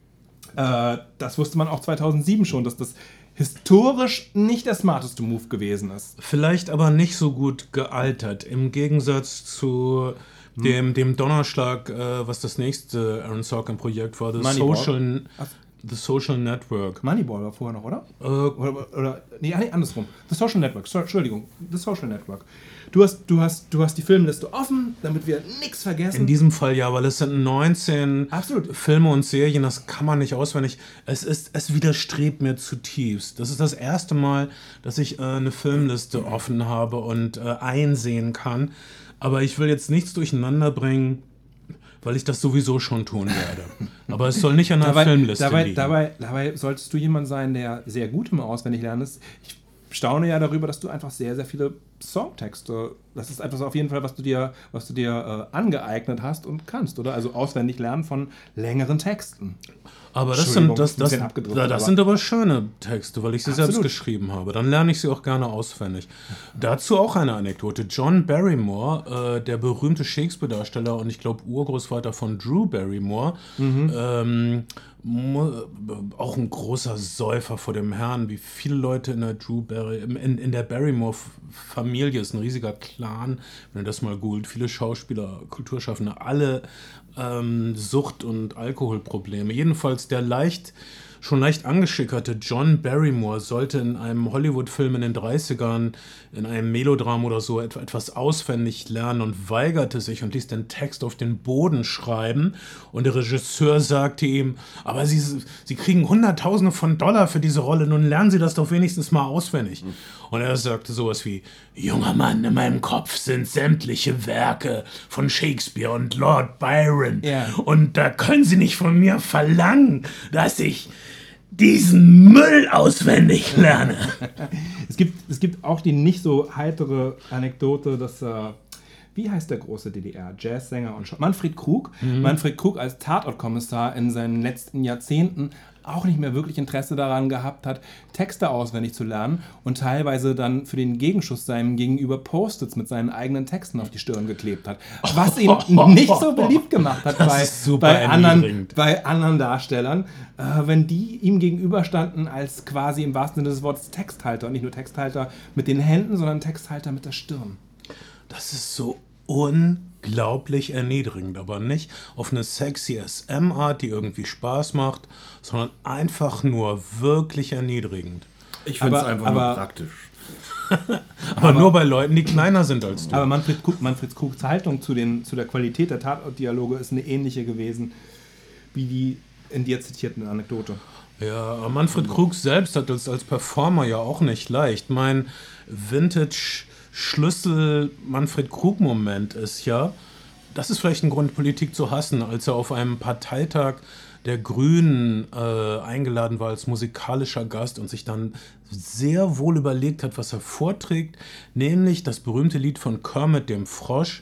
Äh, das wusste man auch zweitausendsieben schon, dass das historisch nicht der smarteste Move gewesen ist. Vielleicht aber nicht so gut gealtert. Im Gegensatz zu dem, dem Donnerschlag, äh, was das nächste Aaron Sorkin-Projekt war, The Moneyball. Social, Ach. The Social Network. Moneyball war vorher noch, oder? Äh, Oder, oder nee, nee, andersrum. The Social Network, so, Entschuldigung, The Social Network. Du hast, du, hast, du hast die Filmliste offen, damit wir nichts vergessen. In diesem Fall ja, weil es sind neunzehn Absolut. Filme und Serien, das kann man nicht auswendig. Es ist, es widerstrebt mir zutiefst. Das ist das erste Mal, dass ich äh, eine Filmliste offen habe und äh, einsehen kann. Aber ich will jetzt nichts durcheinander bringen, weil ich das sowieso schon tun werde. Aber es soll nicht an der dabei, Filmliste dabei, liegen. dabei, dabei solltest du jemand sein, der sehr gut im Auswendiglernen ist. Ich staune ja darüber, dass du einfach sehr, sehr viele Songtexte, das ist etwas auf jeden Fall, was du dir, was du dir äh, angeeignet hast und kannst, oder? Also auswendig lernen von längeren Texten. Aber das Entschuldigung, sind, das, ein das, bisschen abgedriftet, das aber- sind aber schöne Texte, weil ich sie selbst Absolut. geschrieben habe. Dann lerne ich sie auch gerne auswendig. Dazu auch eine Anekdote. John Barrymore, äh, der berühmte Shakespeare-Darsteller und ich glaube Urgroßvater von Drew Barrymore, ähm, mu- auch ein großer Säufer vor dem Herrn, wie viele Leute in der Drew Barry, in, in der Barrymore-Familie ist ein riesiger Clan, wenn ihr das mal googelt, viele Schauspieler, Kulturschaffende, alle ähm, Sucht- und Alkoholprobleme. Jedenfalls der leicht, schon leicht angeschickerte John Barrymore sollte in einem Hollywood-Film in den dreißigern, in einem Melodram oder so, et- etwas auswendig lernen und weigerte sich und ließ den Text auf den Boden schreiben. Und der Regisseur sagte ihm, aber Sie, Sie kriegen Hunderttausende von Dollar für diese Rolle, nun lernen Sie das doch wenigstens mal auswendig. Und er sagte sowas wie, junger Mann, in meinem Kopf sind sämtliche Werke von Shakespeare und Lord Byron. Ja. Und da können Sie nicht von mir verlangen, dass ich diesen Müll auswendig lerne. Es gibt, es gibt auch die nicht so heitere Anekdote, dass, äh, wie heißt der große D D R-Jazzsänger und Schau- Manfred Krug. Manfred Krug als Tatortkommissar in seinen letzten Jahrzehnten auch nicht mehr wirklich Interesse daran gehabt hat, Texte auswendig zu lernen und teilweise dann für den Gegenschuss seinem Gegenüber Post-its mit seinen eigenen Texten auf die Stirn geklebt hat. Was ihn nicht so beliebt gemacht hat Das bei, ist super bei, anderen, erniedrigend. bei anderen Darstellern, äh, wenn die ihm gegenüberstanden als quasi im wahrsten Sinne des Wortes Texthalter und nicht nur Texthalter mit den Händen, sondern Texthalter mit der Stirn. Das ist so unglaublich erniedrigend, aber nicht auf eine sexy S M-Art, die irgendwie Spaß macht, sondern einfach nur wirklich erniedrigend. Ich finde es Aber- einfach aber- nur praktisch. Aber, nur bei Leuten, die kleiner sind als du. Aber Manfred, Krug, Manfred Krugs Haltung zu, den, zu der Qualität der Tatortdialoge ist eine ähnliche gewesen wie die in dir zitierten Anekdote. Ja, aber Manfred Krug selbst hat es als Performer ja auch nicht leicht. Mein Vintage-Schlüssel-Manfred Krug-Moment ist ja, das ist vielleicht ein Grund, Politik zu hassen, als er auf einem Parteitag der Grünen äh, eingeladen war als musikalischer Gast und sich dann sehr wohl überlegt hat, was er vorträgt, nämlich das berühmte Lied von Kermit dem Frosch.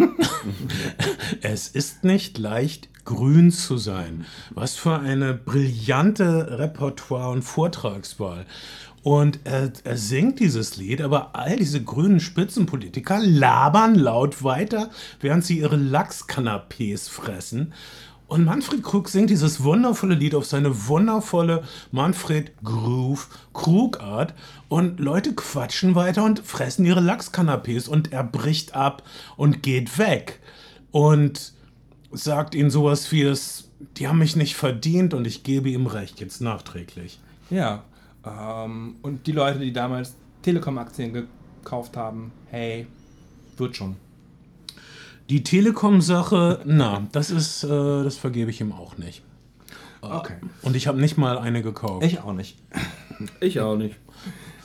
Es ist nicht leicht, grün zu sein. Was für eine brillante Repertoire- und Vortragswahl. Und er, er singt dieses Lied, aber all diese grünen Spitzenpolitiker labern laut weiter, während sie ihre Lachskanapés fressen. Und Manfred Krug singt dieses wundervolle Lied auf seine wundervolle Manfred Groove Krug-Art und Leute quatschen weiter und fressen ihre Lachskanapés und er bricht ab und geht weg und sagt ihnen sowas wie es, die haben mich nicht verdient und ich gebe ihm recht, jetzt nachträglich. Ja, ähm, und die Leute, die damals Telekom-Aktien gekauft haben, hey, wird schon. Die Telekom-Sache, na, das ist, äh, das vergebe ich ihm auch nicht. Okay. Und ich habe nicht mal eine gekauft. Ich auch nicht. Ich auch nicht.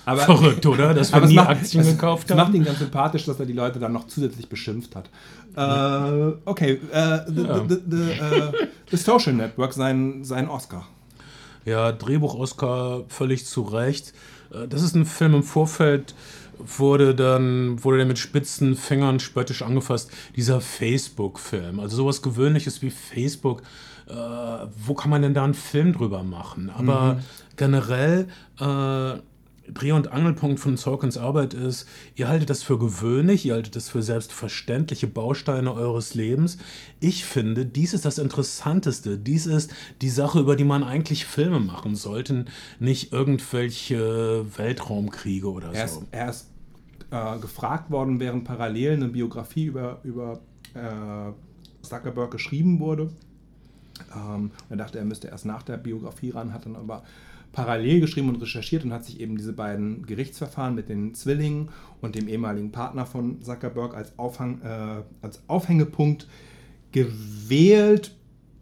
Aber, Verrückt, oder? Dass wir aber es nie macht, Aktien es, gekauft es haben. macht ihn ganz sympathisch, dass er die Leute dann noch zusätzlich beschimpft hat. Äh, okay, äh, the, Ja. the, the, the, uh, the Social Network, sein, sein Oscar. Ja, Drehbuch-Oscar völlig zu Recht. Äh, Das ist ein Film im Vorfeld, wurde dann wurde der mit spitzen Fingern spöttisch angefasst. Dieser Facebook-Film, also sowas Gewöhnliches wie Facebook. Äh, wo kann man denn da einen Film drüber machen? Aber Mhm. generell, äh, Dreh- und Angelpunkt von Sorkins Arbeit ist, ihr haltet das für gewöhnlich, ihr haltet das für selbstverständliche Bausteine eures Lebens. Ich finde, dies ist das Interessanteste. Dies ist die Sache, über die man eigentlich Filme machen sollte, nicht irgendwelche Weltraumkriege oder Er so. ist, er ist äh, gefragt worden, während parallel eine Biografie über, über äh, Zuckerberg geschrieben wurde. Ähm, er dachte, er müsste erst nach der Biografie ran, hat dann aber parallel geschrieben und recherchiert und hat sich eben diese beiden Gerichtsverfahren mit den Zwillingen und dem ehemaligen Partner von Zuckerberg als, Aufhang, äh, als Aufhängepunkt gewählt.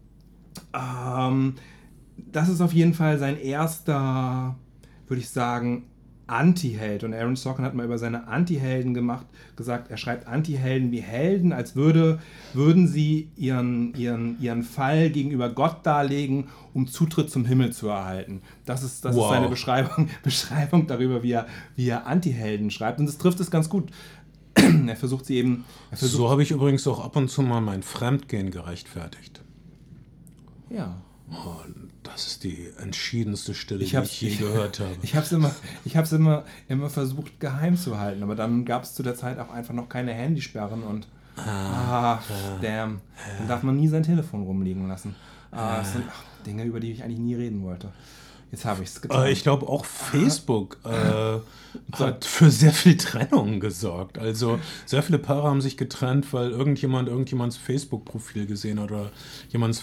Ähm, das ist auf jeden Fall sein erster, würde ich sagen, Anti-Held. Und Aaron Sorkin hat mal über seine Anti-Helden gemacht, gesagt, er schreibt Anti-Helden wie Helden, als würde, würden sie ihren, ihren, ihren Fall gegenüber Gott darlegen, um Zutritt zum Himmel zu erhalten. Das ist, das Wow. ist seine Beschreibung, Beschreibung darüber, wie er, wie er Anti-Helden schreibt. Und das trifft es ganz gut. Er versucht sie eben... Er versucht, So habe ich übrigens auch ab und zu mal mein Fremdgehen gerechtfertigt. ja. Oh, das ist die entschiedenste Stille, Ich die hab's- ich je ich- gehört habe. Ich habe es immer, ich hab's immer, immer versucht geheim zu halten, aber dann gab es zu der Zeit auch einfach noch keine Handysperren und ah, damn, dann darf man nie sein Telefon rumliegen lassen. Ah, das sind ach, Dinge, über die ich eigentlich nie reden wollte. Jetzt habe ich es getan. Äh, ich glaube, auch Facebook äh, hat für sehr viel Trennung gesorgt. Also sehr viele Paare haben sich getrennt, weil irgendjemand irgendjemands Facebook-Profil gesehen hat oder jemands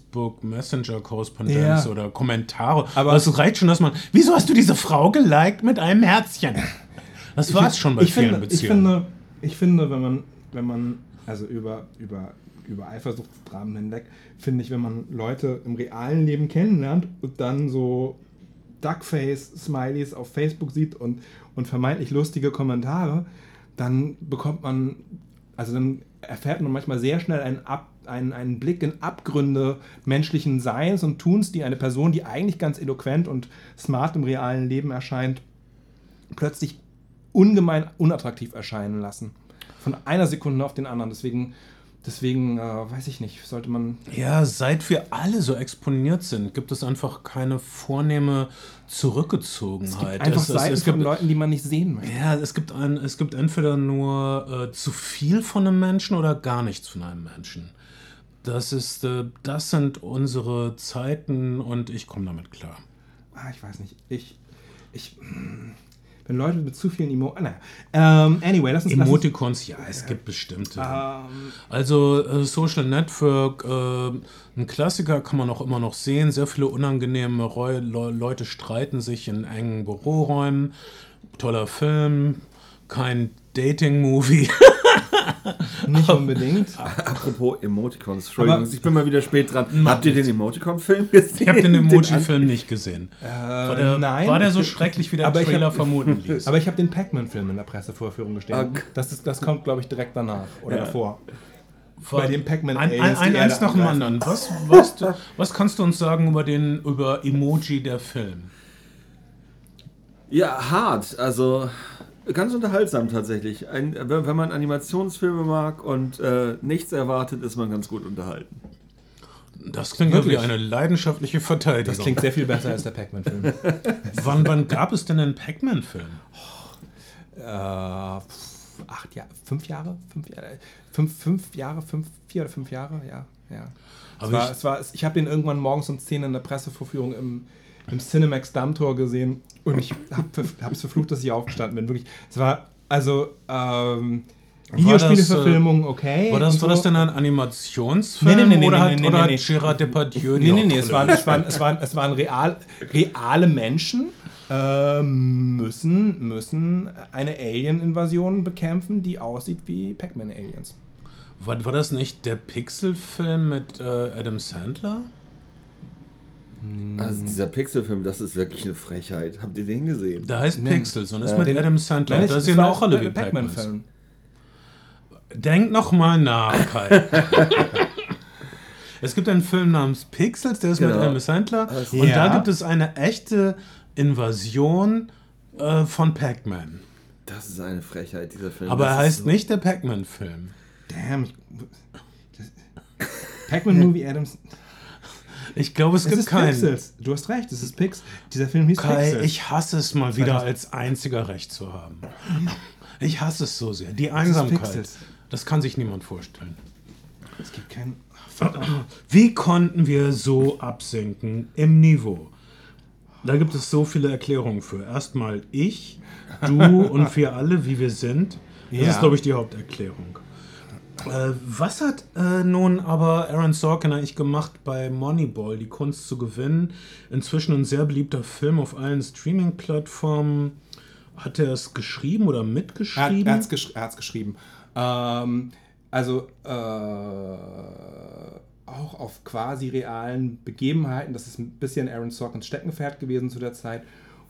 Facebook-Messenger-Korrespondenz Ja. oder Kommentare. Aber- Aber es reicht schon, dass man, wieso hast du diese Frau geliked mit einem Herzchen? Das war es schon bei ich vielen finde, ich Beziehungen. finde, ich finde, wenn man, wenn man, also über, über, über Eifersuchtsdramen hinweg, finde ich, wenn man Leute im realen Leben kennenlernt und dann so Duckface-Smileys auf Facebook sieht und, und vermeintlich lustige Kommentare, dann bekommt man, also dann erfährt man manchmal sehr schnell einen, Ab, einen, einen Blick in Abgründe menschlichen Seins und Tuns, die eine Person, die eigentlich ganz eloquent und smart im realen Leben erscheint, plötzlich ungemein unattraktiv erscheinen lassen. Von einer Sekunde auf den anderen. Deswegen, deswegen äh, weiß ich nicht, sollte man... Ja, seit wir alle so exponiert sind, gibt es einfach keine vornehme Zurückgezogenheit. Einfach Es- es- Seiten es von gibt- Leuten, die man nicht sehen möchte. Ja, es gibt, ein, es gibt entweder nur äh, zu viel von einem Menschen oder gar nichts von einem Menschen. Das ist, äh, das sind unsere Zeiten und ich komme damit klar. Ah, ich weiß nicht. Ich... ich wenn Leute mit zu vielen Emo... Ah, naja. Ähm, anyway, lass uns... lass uns Emoticons, ja, es gibt bestimmte. ähm, Also äh, Social Network, äh, ein Klassiker kann man auch immer noch sehen. Sehr viele unangenehme Reu Le Leute streiten sich in engen Büroräumen. Toller Film, kein Dating-Movie. nicht unbedingt. Apropos Emoticons, Entschuldigung, Aber- ich bin mal wieder spät dran. Habt ihr den Emoticon-Film gesehen? Ich habe den Emoji-Film nicht gesehen. Äh, War der, nein. war der so schrecklich, wie der Aber ich Trailer hab- vermuten ließ? Aber ich habe den Pac-Man-Film in der Pressevorführung gestehen. Okay. Das, ist, das kommt, glaube ich, direkt danach oder Ja. davor. War- bei dem Pac-Man ein, ein, Aliens die ein, Erde eins nach dem angreifen. anderen. Was, was, du- was kannst du uns sagen über den über Emoji der Film? Ja, hart. Also ganz unterhaltsam tatsächlich. Ein, wenn wenn man Animationsfilme mag und äh, nichts erwartet, ist man ganz gut unterhalten. Das klingt ja wie Wirklich? eine leidenschaftliche Verteidigung. Das klingt sehr viel besser als der Pac-Man-Film. wann, wann gab es denn einen Pac-Man-Film? äh, pf, acht Jahre, fünf Jahre? Fünf Jahre? Fünf, fünf Jahre? Fünf, vier oder fünf Jahre? Ja, ja. Es Aber war, ich- es war, es, ich habe den irgendwann morgens um zehn in der Pressevorführung im, im Cinemax Dammtor gesehen und ich habe es verflucht, dass ich aufgestanden bin. Wirklich. Es war, also, ähm, Videospieleverfilmung, okay. War das, und war so. das denn ein Animationsfilm Nee, nee, nee, nee, oder nee, hat, nee, oder nee, hat nee. Gérard Depardieu die Nee, nee, nee, es Hauptrolle waren, es waren, es waren, es waren real, reale Menschen, äh, müssen, müssen eine Alien-Invasion bekämpfen, die aussieht wie Pac-Man-Aliens. War, war das nicht der Pixel-Film mit äh, Adam Sandler? Also dieser Pixel-Film, das ist wirklich eine Frechheit. Habt ihr den gesehen? Der heißt Pixels und ist Ja. mit Den- Adam Sandler. Nein, Da das sind war auch alle der wie Pac-Mans. Pac-Man-Film. Denk noch mal nach, Kai. Es gibt einen Film namens Pixels, der ist Genau. mit Adam Sandler. Das- Und Ja. da gibt es eine echte Invasion äh, von Pac-Man. Das ist eine Frechheit, dieser Film. Aber das er ist heißt so- nicht der Pac-Man-Film. Damn. Ich, das- Pac-Man-Movie Adams. Ich glaube, es, Es gibt ist keinen. Pixels. Du hast recht, es ist Pix. Dieser Film hieß Kai, Pixels. ich hasse es mal wieder als einziger Recht zu haben. Ich hasse es so sehr. Die Einsamkeit. Pixels. Das kann sich niemand vorstellen. Es gibt keinen. Wie konnten wir so absinken im Niveau? Da gibt es so viele Erklärungen für. Erstmal ich, du und wir alle, wie wir sind. Das Ja. ist, glaube ich, die Haupterklärung. Äh, was hat äh, nun aber Aaron Sorkin eigentlich gemacht bei Moneyball, die Kunst zu gewinnen? Inzwischen ein sehr beliebter Film auf allen Streaming-Plattformen. Hat er es geschrieben oder Er, mitgeschrieben? er hat es gesch er hat's geschrieben. Ähm, also äh, auch auf quasi realen Begebenheiten. Das ist ein bisschen Aaron Sorkins Steckenpferd gewesen zu der Zeit.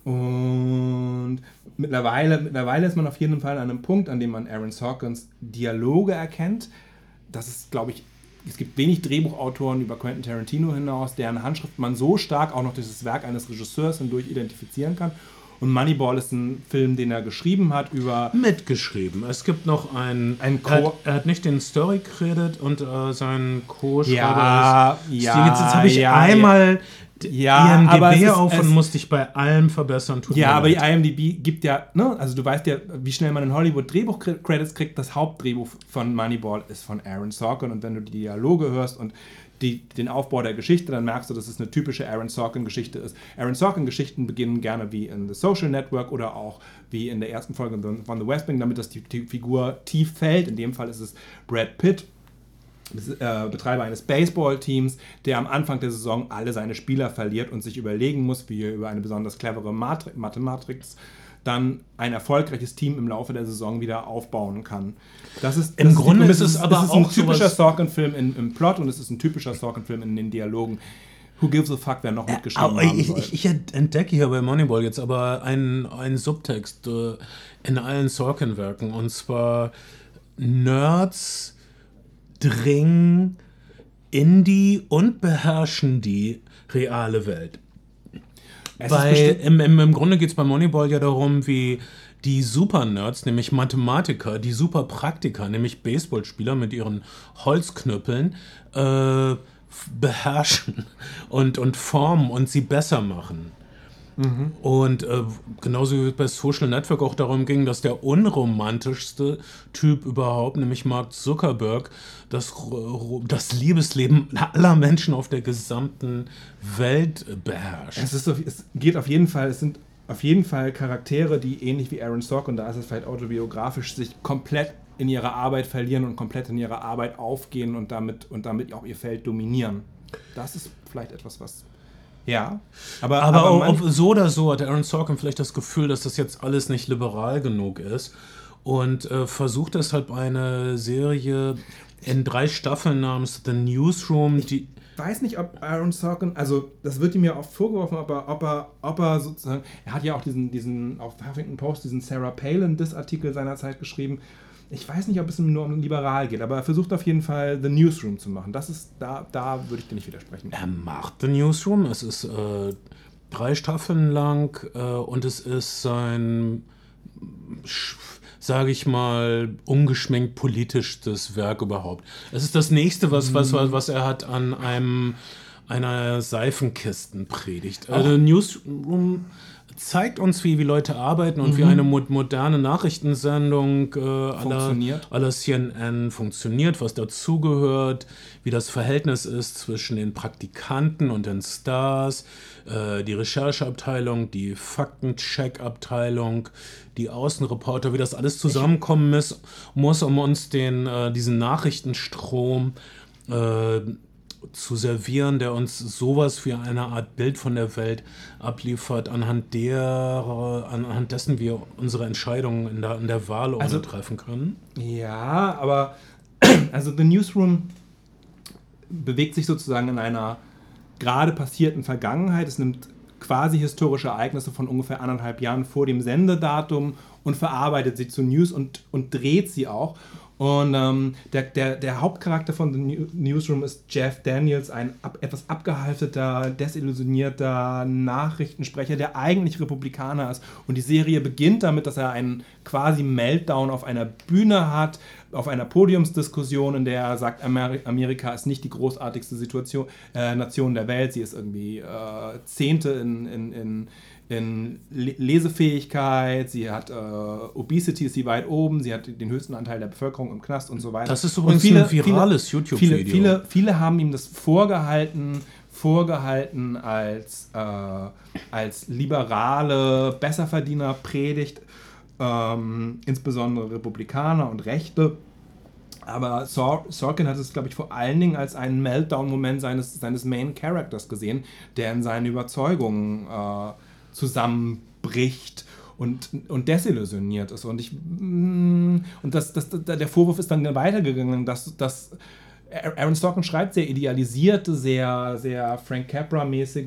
Und mittlerweile, mittlerweile ist man auf jeden Fall an einem Punkt, an dem man Aaron Sorkins Dialoge erkennt. Das ist, glaube ich, es gibt wenig Drehbuchautoren über Quentin Tarantino hinaus, deren Handschrift man so stark auch noch durch das Werk eines Regisseurs hindurch identifizieren kann. Und Moneyball ist ein Film, den er geschrieben hat über... Mitgeschrieben. Es gibt noch einen. Ein er, hat, Co- er hat nicht den Story-Credit und äh, sein Co-Schreiber Ja, ist. ja, Jetzt, jetzt habe ich ja, einmal Ja, I M D aber es B ist- auf es- und musste ich bei allem verbessern. Tut Ja, mir aber die leid. I M D B gibt ja, ne, also du weißt ja, wie schnell man in Hollywood Drehbuch-Credits kriegt. Das Hauptdrehbuch von Moneyball ist von Aaron Sorkin und wenn du die Dialoge hörst und die, den Aufbau der Geschichte, dann merkst du, dass es eine typische Aaron Sorkin-Geschichte ist. Aaron Sorkin-Geschichten beginnen gerne wie in The Social Network oder auch wie in der ersten Folge von The West Wing, damit das die, die Figur tief fällt. In dem Fall ist es Brad Pitt, äh, Betreiber eines Baseballteams, der am Anfang der Saison alle seine Spieler verliert und sich überlegen muss, wie er über eine besonders clevere Matri- Mathematrix dann ein erfolgreiches Team im Laufe der Saison wieder aufbauen kann. Das ist, Im das Grunde die, ist es aber es ist ein auch typischer sowas- Sorkin-Film in- im Plot und es ist ein typischer Sorkin-Film in den Dialogen. Who gives a fuck, wer noch mitgeschrieben Aber haben ich, soll. ich, ich entdecke hier bei Moneyball jetzt aber einen, einen Subtext äh, in allen Sorkin-Werken. Und zwar Nerds dringen in die und beherrschen die reale Welt. Es ist Bei, bestimmt- im, im, Im Grunde geht es bei Moneyball ja darum, wie die Super-Nerds, nämlich Mathematiker, die Super-Praktiker, nämlich Baseballspieler mit ihren Holzknüppeln, äh, f- beherrschen und, und formen und sie besser machen. Und äh, genauso wie es bei Social Network auch darum ging, dass der unromantischste Typ überhaupt, nämlich Mark Zuckerberg, das, das Liebesleben aller Menschen auf der gesamten Welt beherrscht. Es, ist, so- es geht auf jeden Fall, es sind auf jeden Fall Charaktere, die ähnlich wie Aaron Sorkin, da ist es vielleicht autobiografisch, sich komplett in ihrer Arbeit verlieren und komplett in ihrer Arbeit aufgehen und damit, und damit auch ihr Feld dominieren. Das ist vielleicht etwas, was... Ja, aber, Aber, aber auch, man- ob, so oder so hat Aaron Sorkin vielleicht das Gefühl, dass das jetzt alles nicht liberal genug ist und äh, versucht deshalb eine Serie in drei Staffeln namens The Newsroom, die... Ich weiß nicht, ob Aaron Sorkin, also das wird ihm ja oft vorgeworfen, ob er, ob er, ob er sozusagen, er hat ja auch diesen, diesen auf Huffington Post, diesen Sarah Palin-Diss-Artikel seinerzeit geschrieben. Ich weiß nicht, ob es ihm nur um liberal geht, aber er versucht auf jeden Fall The Newsroom zu machen. Das ist, da, da würde ich dir nicht widersprechen. Er macht The Newsroom, es ist äh, drei Staffeln lang äh, und es ist sein, sage ich mal, ungeschminkt politischstes Werk überhaupt. Es ist das nächste, was, was, was er hat an einem einer Seifenkistenpredigt. Also Newsroom zeigt uns, wie, wie Leute arbeiten und mhm. wie eine mo- moderne Nachrichtensendung äh, Funktioniert. à la C N N funktioniert, was dazugehört, wie das Verhältnis ist zwischen den Praktikanten und den Stars, äh, die Rechercheabteilung, die Faktencheck-Abteilung, die Außenreporter, wie das alles zusammenkommen muss, muss um uns den, äh, diesen Nachrichtenstrom äh, zu servieren, der uns sowas wie eine Art Bild von der Welt abliefert, anhand der, anhand dessen wir unsere Entscheidungen in der, in der Wahl Also- treffen können. Ja, aber also The Newsroom bewegt sich sozusagen in einer gerade passierten Vergangenheit. Es nimmt quasi historische Ereignisse von ungefähr anderthalb Jahren vor dem Sendedatum und verarbeitet sie zu News und, und dreht sie auch. Und ähm, der, der, der Hauptcharakter von The Newsroom ist Jeff Daniels, ein ab, etwas abgehalfterter, desillusionierter Nachrichtensprecher, der eigentlich Republikaner ist. Und die Serie beginnt damit, dass er einen quasi Meltdown auf einer Bühne hat, auf einer Podiumsdiskussion, in der er sagt, Ameri- Amerika ist nicht die großartigste Situation, äh, Nation der Welt, sie ist irgendwie äh, Zehnte in, in, in in Lesefähigkeit, sie hat äh, Obesity, ist sie weit oben, sie hat den höchsten Anteil der Bevölkerung im Knast und so weiter. Das ist übrigens viele, ein virales viele, YouTube-Video. Viele, viele, viele haben ihm das vorgehalten, vorgehalten als, äh, als liberale Besserverdiener-Predigt, ähm, insbesondere Republikaner und Rechte. Aber Sor- Sorkin hat es, glaube ich, vor allen Dingen als einen Meltdown-Moment seines, seines Main Characters gesehen, der in seinen Überzeugungen äh, zusammenbricht und, und desillusioniert ist. Und ich und das, das, der Vorwurf ist dann weitergegangen, dass, dass Aaron Sorkin schreibt sehr idealisierte, sehr, sehr Frank Capra-mäßige,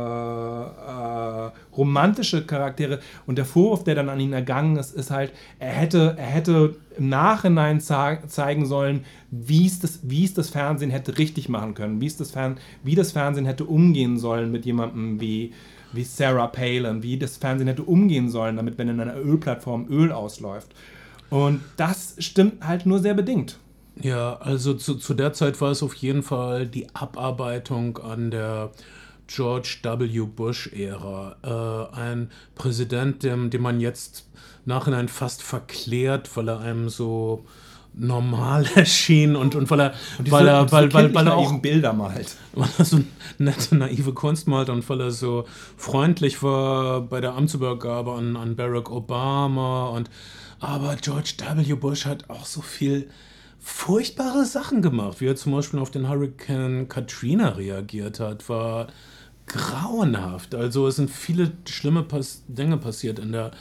äh, romantische Charaktere. Und der Vorwurf, der dann an ihn ergangen ist, ist halt, er hätte, er hätte im Nachhinein za- zeigen sollen, wie es das, wie es das Fernsehen hätte richtig machen können, wie es das Fern- wie das Fernsehen hätte umgehen sollen mit jemandem wie wie Sarah Palin, wie das Fernsehen hätte umgehen sollen, damit, wenn in einer Ölplattform Öl ausläuft. Und das stimmt halt nur sehr bedingt. Ja, also zu, zu der Zeit war es auf jeden Fall die Abarbeitung an der George W. Bush-Ära. Äh, ein Präsident, dem, dem man jetzt nachhinein fast verklärt, weil er einem so normal erschien und, und weil er, und diese, weil er, weil, weil, weil er auch Bilder malt. Weil er so nette, naive Kunst malt und weil er so freundlich war bei der Amtsübergabe an, an Barack Obama. Und aber George W. Bush hat auch so viel furchtbare Sachen gemacht, wie er zum Beispiel auf den Hurricane Katrina reagiert hat, war grauenhaft. Also es sind viele schlimme Pas- Dinge passiert in der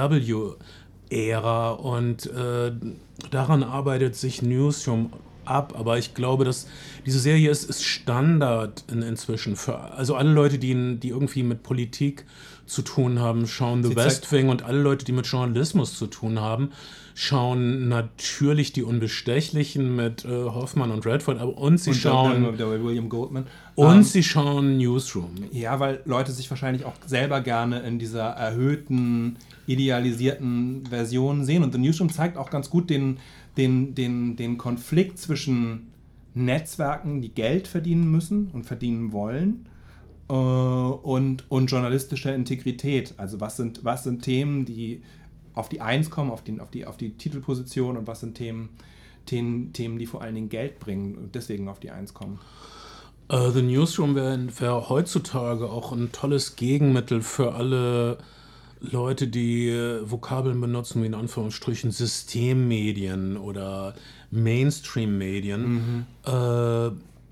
W-Ära und äh, daran arbeitet sich Newsroom ab, aber ich glaube, dass diese Serie ist, ist Standard in, inzwischen für also alle Leute, die, die irgendwie mit Politik zu tun haben, schauen The West Wing und alle Leute, die mit Journalismus zu tun haben, schauen natürlich die Unbestechlichen mit äh, Hoffmann und Redford, aber und sie und schauen dann, dann William Goldman. und um, sie schauen Newsroom. Ja, weil Leute sich wahrscheinlich auch selber gerne in dieser erhöhten, idealisierten Version sehen. Und The Newsroom zeigt auch ganz gut den, den, den, den Konflikt zwischen Netzwerken, die Geld verdienen müssen und verdienen wollen, äh, und, und journalistischer Integrität. Also was sind, was sind Themen, die auf die Eins kommen, auf, den, auf, die, auf die Titelposition, und was sind Themen, Themen, Themen, die vor allen Dingen Geld bringen und deswegen auf die Eins kommen. Uh, The Newsroom wäre wär heutzutage auch ein tolles Gegenmittel für alle Leute, die äh, Vokabeln benutzen, wie in Anführungsstrichen Systemmedien oder Mainstream-Medien. Mhm. Äh,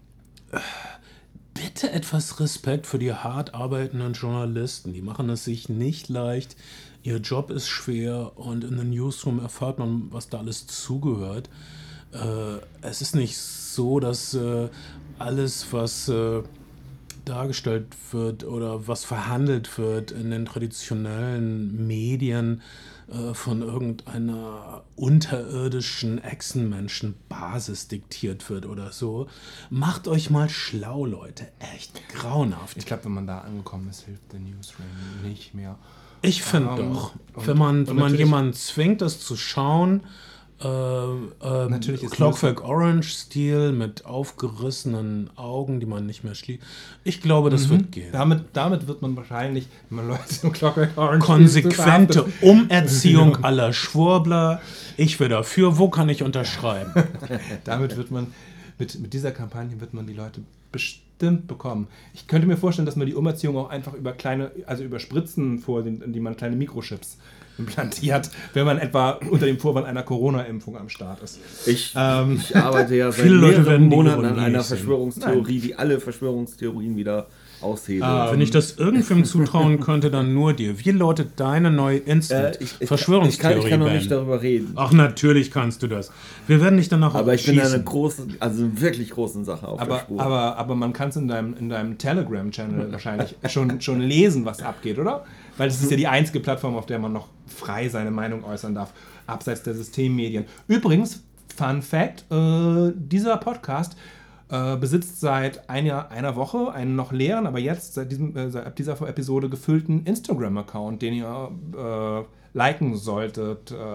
bitte etwas Respekt für die hart arbeitenden Journalisten. Die machen es sich nicht leicht. Ihr Job ist schwer und in den Newsroom erfahrt man, was da alles zugehört. Äh, es ist nicht so, dass äh, alles, was äh, dargestellt wird oder was verhandelt wird in den traditionellen Medien äh, von irgendeiner unterirdischen Echsenmenschen-Basis diktiert wird oder so. Macht euch mal schlau, Leute. Echt grauenhaft. Ich glaube, wenn man da angekommen ist, hilft der Newsroom nicht mehr. Ich finde um, doch, wenn man, wenn man jemanden zwingt, das zu schauen, äh, äh, natürlich ist Clockwork Orange-Stil mit aufgerissenen Augen, die man nicht mehr schließt. Ich glaube, das mhm. wird gehen. Damit, damit wird man wahrscheinlich, wenn man Leute im Clockwork Orange konsequente Umerziehung aller Schwurbler. Ich wäre dafür. Wo kann ich unterschreiben? Damit wird man, mit, mit dieser Kampagne wird man die Leute bestimmt bekommen. Ich könnte mir vorstellen, dass man die Umerziehung auch einfach über kleine, also über Spritzen vornimmt, in die man kleine Mikrochips implantiert, wenn man etwa unter dem Vorwand einer Corona-Impfung am Start ist. Ich, ähm, ich arbeite ja seit viele Leute mehreren werden Monaten an einer Verschwörungstheorie, Nein. die alle Verschwörungstheorien wieder aushebeln. Ähm, Wenn ich das irgendwem zutrauen könnte, dann nur dir. Wie lautet deine neue Instant Äh, ich, ich, Verschwörungstheorie? Ich kann, ich kann noch Ben? nicht darüber reden. Ach, natürlich kannst du das. Wir werden dich danach Aber ich schießen. bin da eine große, also wirklich großen Sache auf der Aber, Spur. aber, aber man kann es in deinem, in deinem Telegram-Channel wahrscheinlich schon, schon lesen, was abgeht, oder? Weil es ist ja die einzige Plattform, auf der man noch frei seine Meinung äußern darf, abseits der Systemmedien. Übrigens, Fun Fact, äh, dieser Podcast äh, besitzt seit einer, einer Woche einen noch leeren, aber jetzt seit, diesem, äh, seit dieser Episode gefüllten Instagram-Account, den ihr äh, liken solltet, äh,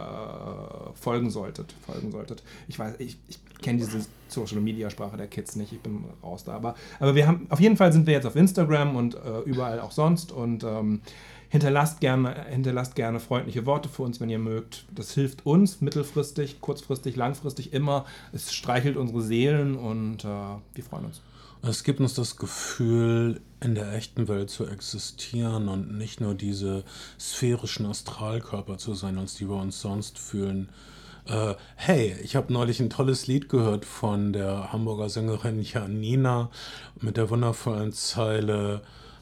aber, äh, folgen solltet, folgen solltet. Ich weiß, ich, ich kenne diese Social-Media-Sprache der Kids nicht, ich bin raus da. Aber, aber wir haben, auf jeden Fall sind wir jetzt auf Instagram und äh, überall auch sonst und ähm, hinterlasst gerne, hinterlasst gerne freundliche Worte für uns, wenn ihr mögt. Das hilft uns mittelfristig, kurzfristig, langfristig immer. Es streichelt unsere Seelen und äh, wir freuen uns. Es gibt uns das Gefühl, in der echten Welt zu existieren und nicht nur diese sphärischen Astralkörper zu sein, als die wir uns sonst fühlen. Äh, hey, ich habe neulich ein tolles Lied gehört von der Hamburger Sängerin Janina mit der wundervollen Zeile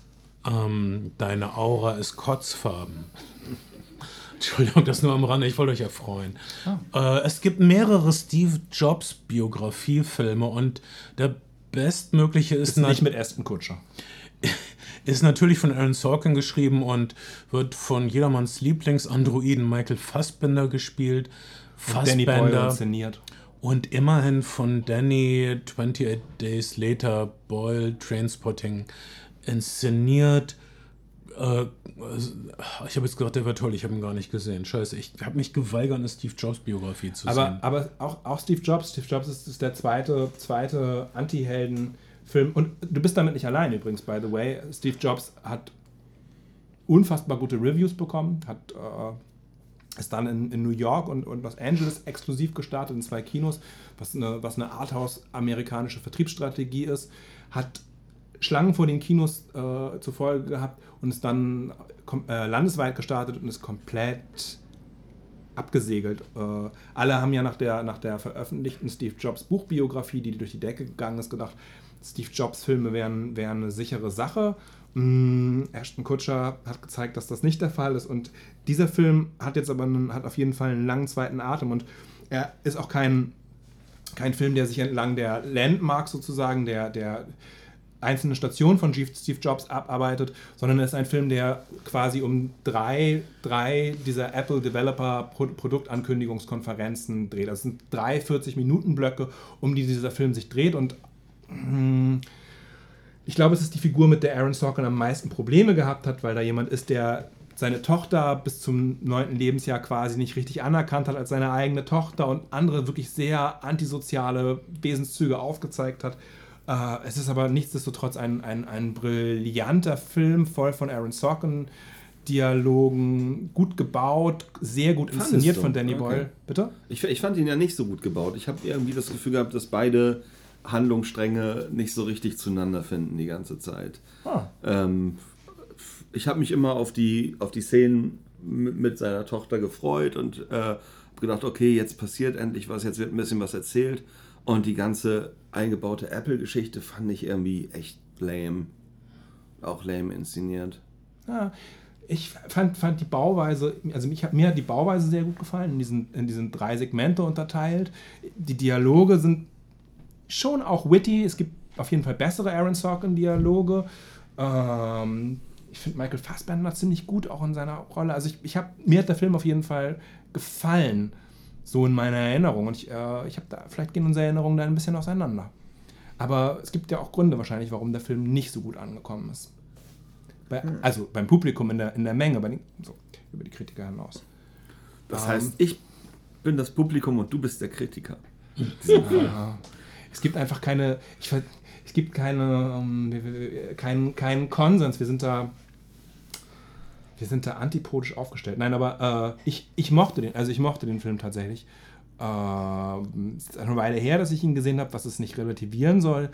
ähm, Deine Aura ist kotzfarben. Entschuldigung, das nur am Rande, ich wollte euch erfreuen. Oh. Äh, es gibt mehrere Steve Jobs Biografiefilme und der bestmögliche ist, ist nicht mit Aston Kutcher. Ist natürlich von Aaron Sorkin geschrieben und wird von jedermanns Lieblingsandroiden Michael Fassbender gespielt. Fassbender. Danny Boyle inszeniert. Und immerhin von Danny twenty-eight Days Later Boyle Trainspotting inszeniert. Äh, ich habe jetzt gedacht, der wäre toll, ich habe ihn gar nicht gesehen. Scheiße, ich habe mich geweigert, eine Steve Jobs Biografie zu aber, sehen. Aber auch, auch Steve Jobs. Steve Jobs ist, ist der zweite, zweite Anti-Helden-Film. Und du bist damit nicht allein übrigens, by the way. Steve Jobs hat unfassbar gute Reviews bekommen, hat äh, ist dann in, in New York und, und Los Angeles exklusiv gestartet in zwei Kinos, was eine, was eine Arthouse-amerikanische Vertriebsstrategie ist, hat Schlangen vor den Kinos äh, zur Folge gehabt und ist dann kom- äh, landesweit gestartet und ist komplett abgesegelt. Äh, alle haben ja nach der, nach der veröffentlichten Steve Jobs Buchbiografie, die durch die Decke gegangen ist, gedacht, Steve Jobs Filme wären, wären eine sichere Sache. Mm, Ashton Kutcher hat gezeigt, dass das nicht der Fall ist und dieser Film hat jetzt aber einen, hat auf jeden Fall einen langen zweiten Atem und er ist auch kein, kein Film, der sich entlang der Landmark sozusagen, der, der einzelne Stationen von Steve Jobs abarbeitet, sondern es ist ein Film, der quasi um drei, drei dieser Apple Developer Produktankündigungskonferenzen dreht. Das sind drei vierzig-Minuten-Blöcke, um die dieser Film sich dreht und mh, ich glaube, es ist die Figur, mit der Aaron Sorkin am meisten Probleme gehabt hat, weil da jemand ist, der seine Tochter bis zum neunten Lebensjahr quasi nicht richtig anerkannt hat als seine eigene Tochter und andere wirklich sehr antisoziale Wesenszüge aufgezeigt hat. Uh, es ist aber nichtsdestotrotz ein, ein, ein brillanter Film, voll von Aaron Sorkin-Dialogen, gut gebaut, sehr gut inszeniert von Danny okay. Boyle. Bitte? Ich, ich fand ihn ja nicht so gut gebaut. Ich habe irgendwie das Gefühl gehabt, dass beide Handlungsstränge nicht so richtig zueinander finden die ganze Zeit. Ah. Ähm, ich habe mich immer auf die, auf die Szenen mit, mit seiner Tochter gefreut und äh, gedacht, okay, jetzt passiert endlich was, jetzt wird ein bisschen was erzählt. Und die ganze eingebaute Apple-Geschichte fand ich irgendwie echt lame. Auch lame inszeniert. Ja, ich fand, fand die Bauweise, also mich, mir hat die Bauweise sehr gut gefallen, in diesen, in diesen drei Segmente unterteilt. Die Dialoge sind schon auch witty. Es gibt auf jeden Fall bessere Aaron Sorkin-Dialoge. Ähm, ich finde Michael Fassbender ziemlich gut auch in seiner Rolle. Also ich, ich hab, mir hat der Film auf jeden Fall gefallen. So in meiner Erinnerung. Und ich, äh, ich habe da, vielleicht gehen unsere Erinnerungen da ein bisschen auseinander. Aber es gibt ja auch Gründe wahrscheinlich, warum der Film nicht so gut angekommen ist. Bei, hm. Also beim Publikum in der, in der Menge, bei den, so, über die Kritiker hinaus. Das ähm, heißt, ich bin das Publikum und du bist der Kritiker. Ja, es gibt einfach keine, ich, es gibt keine, um, keinen kein Konsens. Wir sind da Wir sind da antipodisch aufgestellt. Nein, aber äh, ich, ich mochte den, also ich mochte den Film tatsächlich. Äh, es ist eine Weile her, dass ich ihn gesehen habe, was es nicht relativieren soll.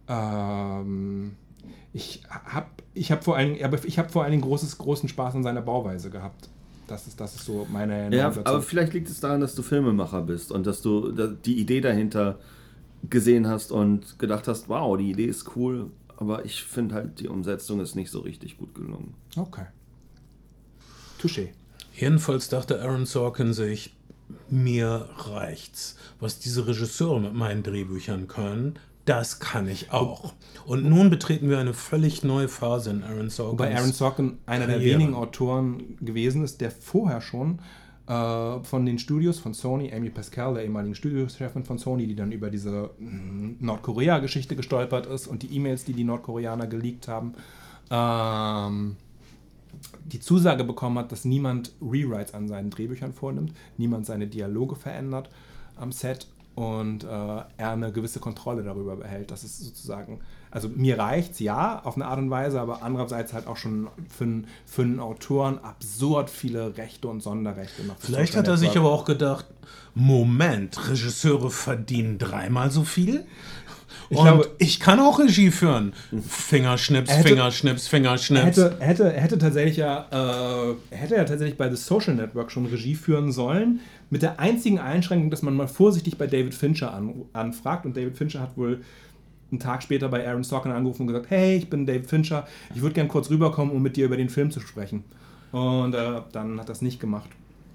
Ähm, ich habe ich hab vor allen Dingen, aber ich habe vor allen Dingen großes, großen Spaß an seiner Bauweise gehabt. Das ist, das ist so meine Erinnerung ja, dazu. Aber vielleicht liegt es daran, dass du Filmemacher bist und dass du die Idee dahinter gesehen hast und gedacht hast, wow, die Idee ist cool, aber ich finde halt, die Umsetzung ist nicht so richtig gut gelungen. Okay. Touché. Jedenfalls dachte Aaron Sorkin sich, mir reicht's. Was diese Regisseure mit meinen Drehbüchern können, das kann ich auch. Und nun betreten wir eine völlig neue Phase in Aaron Sorkins Wobei Aaron Sorkin einer der Karriere. wenigen Autoren gewesen ist, der vorher schon äh, von den Studios von Sony, Amy Pascal, der ehemaligen Studiochefin von Sony, die dann über diese mh, Nordkorea-Geschichte gestolpert ist und die E-Mails, die die Nordkoreaner geleakt haben, ähm, die Zusage bekommen hat, dass niemand Rewrites an seinen Drehbüchern vornimmt, niemand seine Dialoge verändert am Set und äh, er eine gewisse Kontrolle darüber behält. Das ist sozusagen, also mir reicht's, ja, auf eine Art und Weise, aber andererseits halt auch schon für, einen- für einen Autoren absurd viele Rechte und Sonderrechte noch. Vielleicht hat er sich aber auch gedacht, Moment, Regisseure verdienen dreimal so viel? Ich Und glaube- ich kann auch Regie führen. Fingerschnips, Er hätte- Fingerschnips, Er Fingerschnips. hätte, er hätte, er hätte tatsächlich ja, äh, er hätte ja tatsächlich bei The Social Network schon Regie führen sollen, mit der einzigen Einschränkung, dass man mal vorsichtig bei David Fincher an, anfragt. Und David Fincher hat wohl einen Tag später bei Aaron Sorkin angerufen und gesagt, hey, ich bin David Fincher, ich würde gern kurz rüberkommen, um mit dir über den Film zu sprechen. Und äh, dann hat er es nicht gemacht.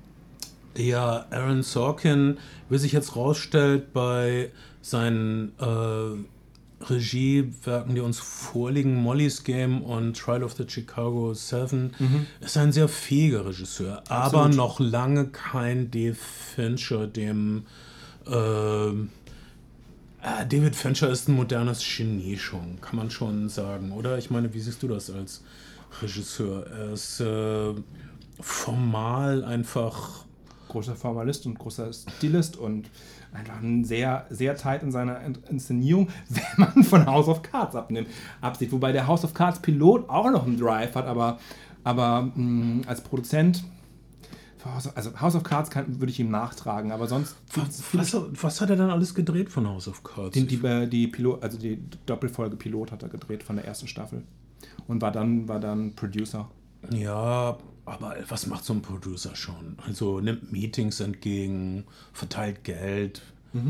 Ja, Aaron Sorkin, wie sich jetzt rausstellt, bei seinen äh, Regiewerken, die uns vorliegen, Molly's Game und Trial of the Chicago Seven, ist ein sehr fähiger Regisseur, aber Absolut. noch lange kein Dave Fincher, dem äh, äh, David Fincher ist ein modernes Genie schon, kann man schon sagen, oder? Ich meine, wie siehst du das als Regisseur? Er ist äh, formal einfach... Großer Formalist und großer Stilist und einfach ein sehr, sehr tight in seiner Inszenierung, wenn man von House of Cards abnimmt, absieht. Wobei der House of Cards Pilot auch noch einen Drive hat, aber, aber mh, als Produzent, also House of Cards kann, würde ich ihm nachtragen, aber sonst Was, was, was hat er dann alles gedreht von House of Cards? die, die, die Pilot, also die Doppelfolge Pilot hat er gedreht von der ersten Staffel und war dann, war dann Producer. Ja, aber was macht so ein Producer schon? Also nimmt Meetings entgegen, verteilt Geld.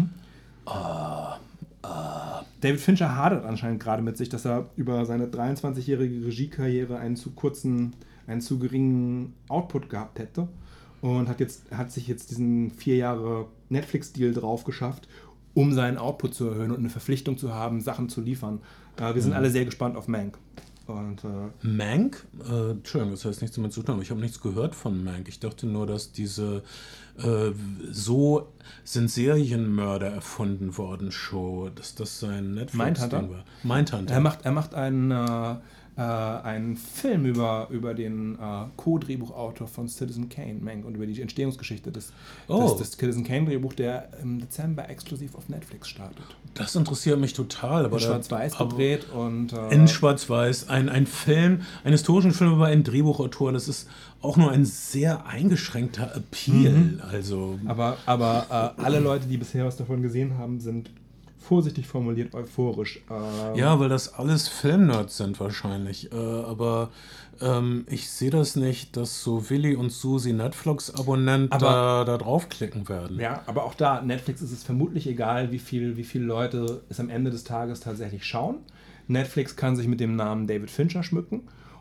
David Fincher hadert anscheinend gerade mit sich, dass er über seine dreiundzwanzigjährige Regiekarriere einen zu kurzen, einen zu geringen Output gehabt hätte und hat jetzt hat sich jetzt diesen vier Jahre Netflix-Deal drauf geschafft, um seinen Output zu erhöhen und eine Verpflichtung zu haben, Sachen zu liefern. Äh, wir sind alle sehr gespannt auf Mank. Und äh, Mank? Äh, Entschuldigung, das heißt nichts damit zu tun, aber ich habe nichts gehört von Mank. Ich dachte nur, dass diese äh, so sind Serienmörder erfunden worden Show, dass das sein Netflix-Ding Mindhunter? war. Mindhunter. er macht er macht einen äh, äh, einen Film über, über den äh, Co-Drehbuchautor von Citizen Kane, Mank, und über die Entstehungsgeschichte des, Oh. des, des Citizen Kane-Drehbuch, der im Dezember exklusiv auf Netflix startet. Das interessiert mich total. Aber In da- Schwarz-Weiß aber- gedreht und äh, In Schwarz-Weiß, ein, ein Film, ein historischen Film über einen Drehbuchautor, das ist auch nur ein sehr eingeschränkter Appeal. Also, aber, aber äh, alle Leute, die bisher was davon gesehen haben, sind vorsichtig formuliert euphorisch. Ähm, ja, weil das alles Filmnerds sind wahrscheinlich. Äh, aber ähm, ich sehe das nicht, dass so Willi und Susi Netflix-Abonnenten da, Aber- da draufklicken werden. Ja, aber auch da, Netflix ist es vermutlich egal, wie viel, wie viele Leute es am Ende des Tages tatsächlich schauen. Netflix kann sich mit dem Namen David Fincher schmücken.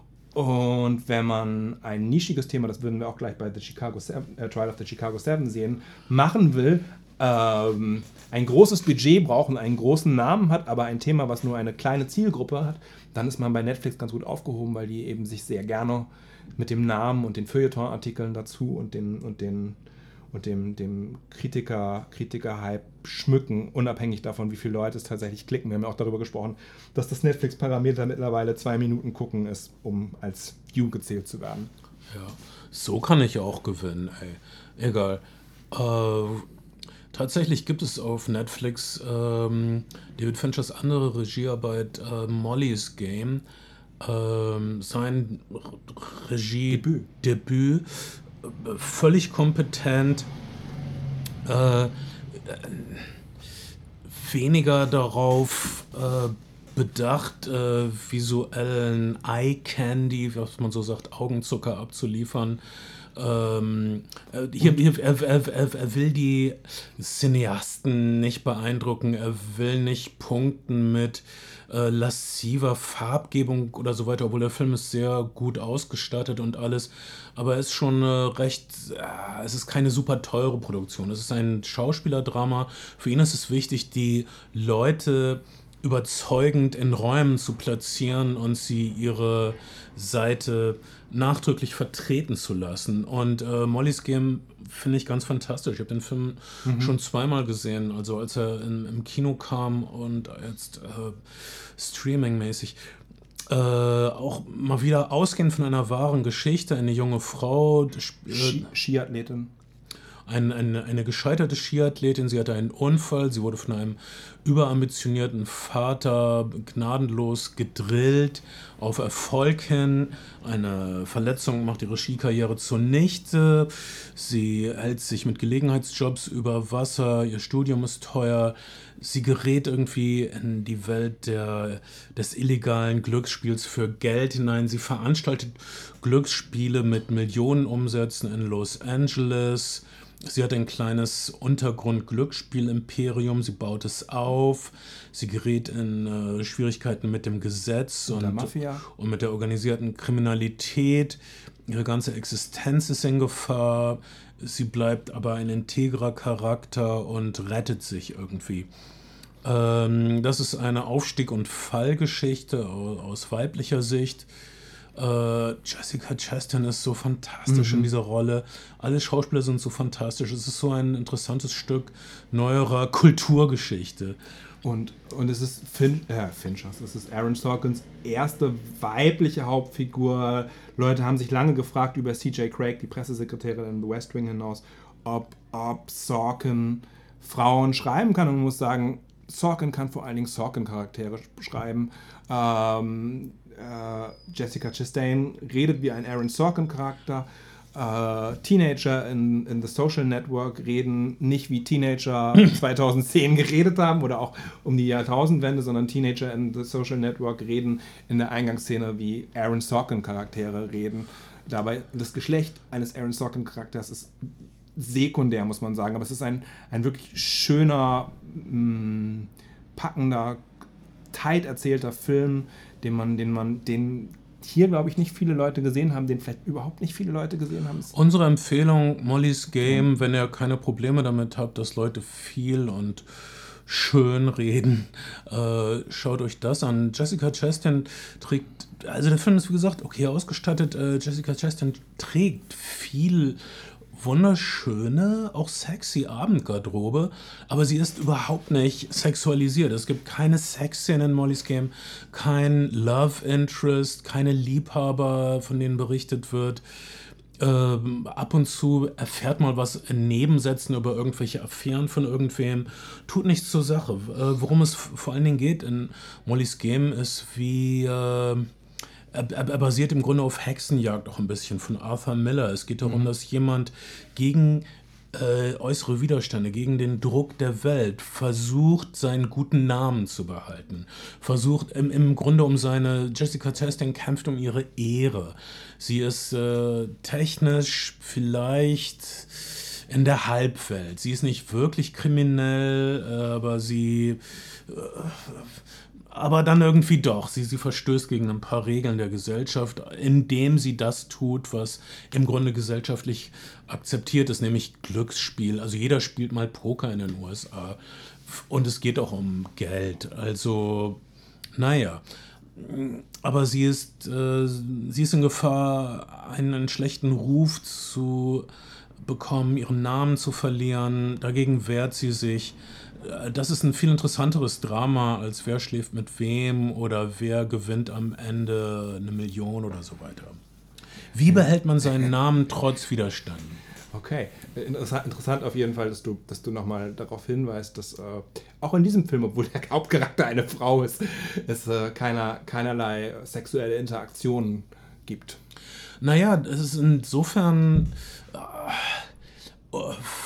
Und wenn man ein nischiges Thema, das würden wir auch gleich bei The Chicago Seven, äh, Trial of the Chicago Seven sehen, machen will, ähm, ein großes Budget braucht und einen großen Namen hat, aber ein Thema, was nur eine kleine Zielgruppe hat, dann ist man bei Netflix ganz gut aufgehoben, weil die eben sich sehr gerne mit dem Namen und den Feuilleton-Artikeln dazu und den, und den und dem, dem Kritiker, Kritiker-Hype schmücken, unabhängig davon, wie viele Leute es tatsächlich klicken. Wir haben ja auch darüber gesprochen, dass das Netflix-Parameter mittlerweile zwei Minuten gucken ist, um als View gezählt zu werden. Ja, so kann ich auch gewinnen, ey. Egal. Äh, tatsächlich gibt es auf Netflix ähm, David Finchers andere Regiearbeit, äh, Molly's Game. Ähm, sein R- Regie-Debüt. Debüt, äh, völlig kompetent. Äh, weniger darauf äh, bedacht, äh, visuellen Eye Candy, was man so sagt, Augenzucker abzuliefern, Ähm, hier, hier, er, er, er, er will die Cineasten nicht beeindrucken, er will nicht punkten mit äh, lassiver Farbgebung oder so weiter, obwohl der Film ist sehr gut ausgestattet und alles, aber er ist schon äh, recht, äh, es ist keine super teure Produktion, es ist ein Schauspielerdrama, für ihn ist es wichtig, die Leute überzeugend in Räumen zu platzieren und sie ihre Seite nachdrücklich vertreten zu lassen. Und äh, Molly's Game finde ich ganz fantastisch. Ich habe den Film mhm. schon zweimal gesehen, also als er in, im Kino kam und jetzt äh, streamingmäßig. Äh, auch mal wieder ausgehend von einer wahren Geschichte, eine junge Frau, äh, Ski- Skiathletin. Ein, eine, eine gescheiterte Skiathletin, sie hatte einen Unfall, sie wurde von einem überambitionierten Vater gnadenlos gedrillt, auf Erfolg hin. Eine Verletzung macht ihre Skikarriere zunichte. Sie hält sich mit Gelegenheitsjobs über Wasser, ihr Studium ist teuer. Sie gerät irgendwie in die Welt der, des illegalen Glücksspiels für Geld hinein. Sie veranstaltet Glücksspiele mit Millionenumsätzen in Los Angeles. Sie hat ein kleines Untergrund-Glücksspiel-Imperium, sie baut es auf, sie gerät in äh, Schwierigkeiten mit dem Gesetz und, der Mafia. und mit der organisierten Kriminalität. Ihre ganze Existenz ist in Gefahr, sie bleibt aber ein integrer Charakter und rettet sich irgendwie. Ähm, das ist eine Aufstieg- und Fallgeschichte aus, aus weiblicher Sicht. Uh, Jessica Chastain ist so fantastisch mhm. in dieser Rolle. Alle Schauspieler sind so fantastisch. Es ist so ein interessantes Stück neuerer Kulturgeschichte. Und, und es ist fin- äh, Finchers, es ist Aaron Sorkins erste weibliche Hauptfigur. Leute haben sich lange gefragt über C J Craig, die Pressesekretärin in The West Wing hinaus, ob, ob Sorkin Frauen schreiben kann. Und man muss sagen, Sorkin kann vor allen Dingen Sorkin-Charaktere schreiben. Ähm, Uh, Jessica Chastain redet wie ein Aaron Sorkin-Charakter. Uh, Teenager in, in The Social Network reden nicht wie Teenager zweitausendzehn geredet haben oder auch um die Jahrtausendwende, sondern Teenager in The Social Network reden in der Eingangsszene wie Aaron Sorkin-Charaktere reden. Dabei das Geschlecht eines Aaron Sorkin-Charakters ist sekundär, muss man sagen, aber es ist ein, ein wirklich schöner, mh, packender, tight erzählter Film, den man, den man, den hier, glaube ich, nicht viele Leute gesehen haben, den vielleicht überhaupt nicht viele Leute gesehen haben. Unsere Empfehlung, Molly's Game, mhm. wenn ihr keine Probleme damit habt, dass Leute viel und schön reden, äh, schaut euch das an. Jessica Chastain trägt, also der Film ist wie gesagt okay ausgestattet, äh, Jessica Chastain trägt viel wunderschöne, auch sexy Abendgarderobe, aber sie ist überhaupt nicht sexualisiert. Es gibt keine Sexszenen in Molly's Game, kein Love Interest, keine Liebhaber, von denen berichtet wird. Ähm, ab und zu erfährt man was in Nebensätzen über irgendwelche Affären von irgendwem. Tut nichts zur Sache. Äh, worum es f- vor allen Dingen geht in Molly's Game ist, wie... Äh, Er, er basiert im Grunde auf Hexenjagd auch ein bisschen von Arthur Miller. Es geht darum, mhm. dass jemand gegen äh, äußere Widerstände, gegen den Druck der Welt versucht, seinen guten Namen zu behalten. Versucht im, im Grunde um seine... Jessica Chastain kämpft um ihre Ehre. Sie ist äh, technisch vielleicht in der Halbwelt. Sie ist nicht wirklich kriminell, äh, aber sie... Äh, Aber dann irgendwie doch. Sie, sie verstößt gegen ein paar Regeln der Gesellschaft, indem sie das tut, was im Grunde gesellschaftlich akzeptiert ist, nämlich Glücksspiel. Also jeder spielt mal Poker in den U S A. Und es geht auch um Geld. Also, naja. Aber sie ist, äh, sie ist in Gefahr, einen schlechten Ruf zu bekommen, ihren Namen zu verlieren. Dagegen wehrt sie sich. Das ist ein viel interessanteres Drama, als wer schläft mit wem oder wer gewinnt am Ende eine Million oder so weiter. Wie behält man seinen Namen trotz Widerstand? Okay, interessant, interessant auf jeden Fall, dass du, dass du nochmal darauf hinweist, dass äh, auch in diesem Film, obwohl der Hauptcharakter eine Frau ist, es äh, keiner, keinerlei sexuelle Interaktionen gibt. Naja, es ist insofern... Äh,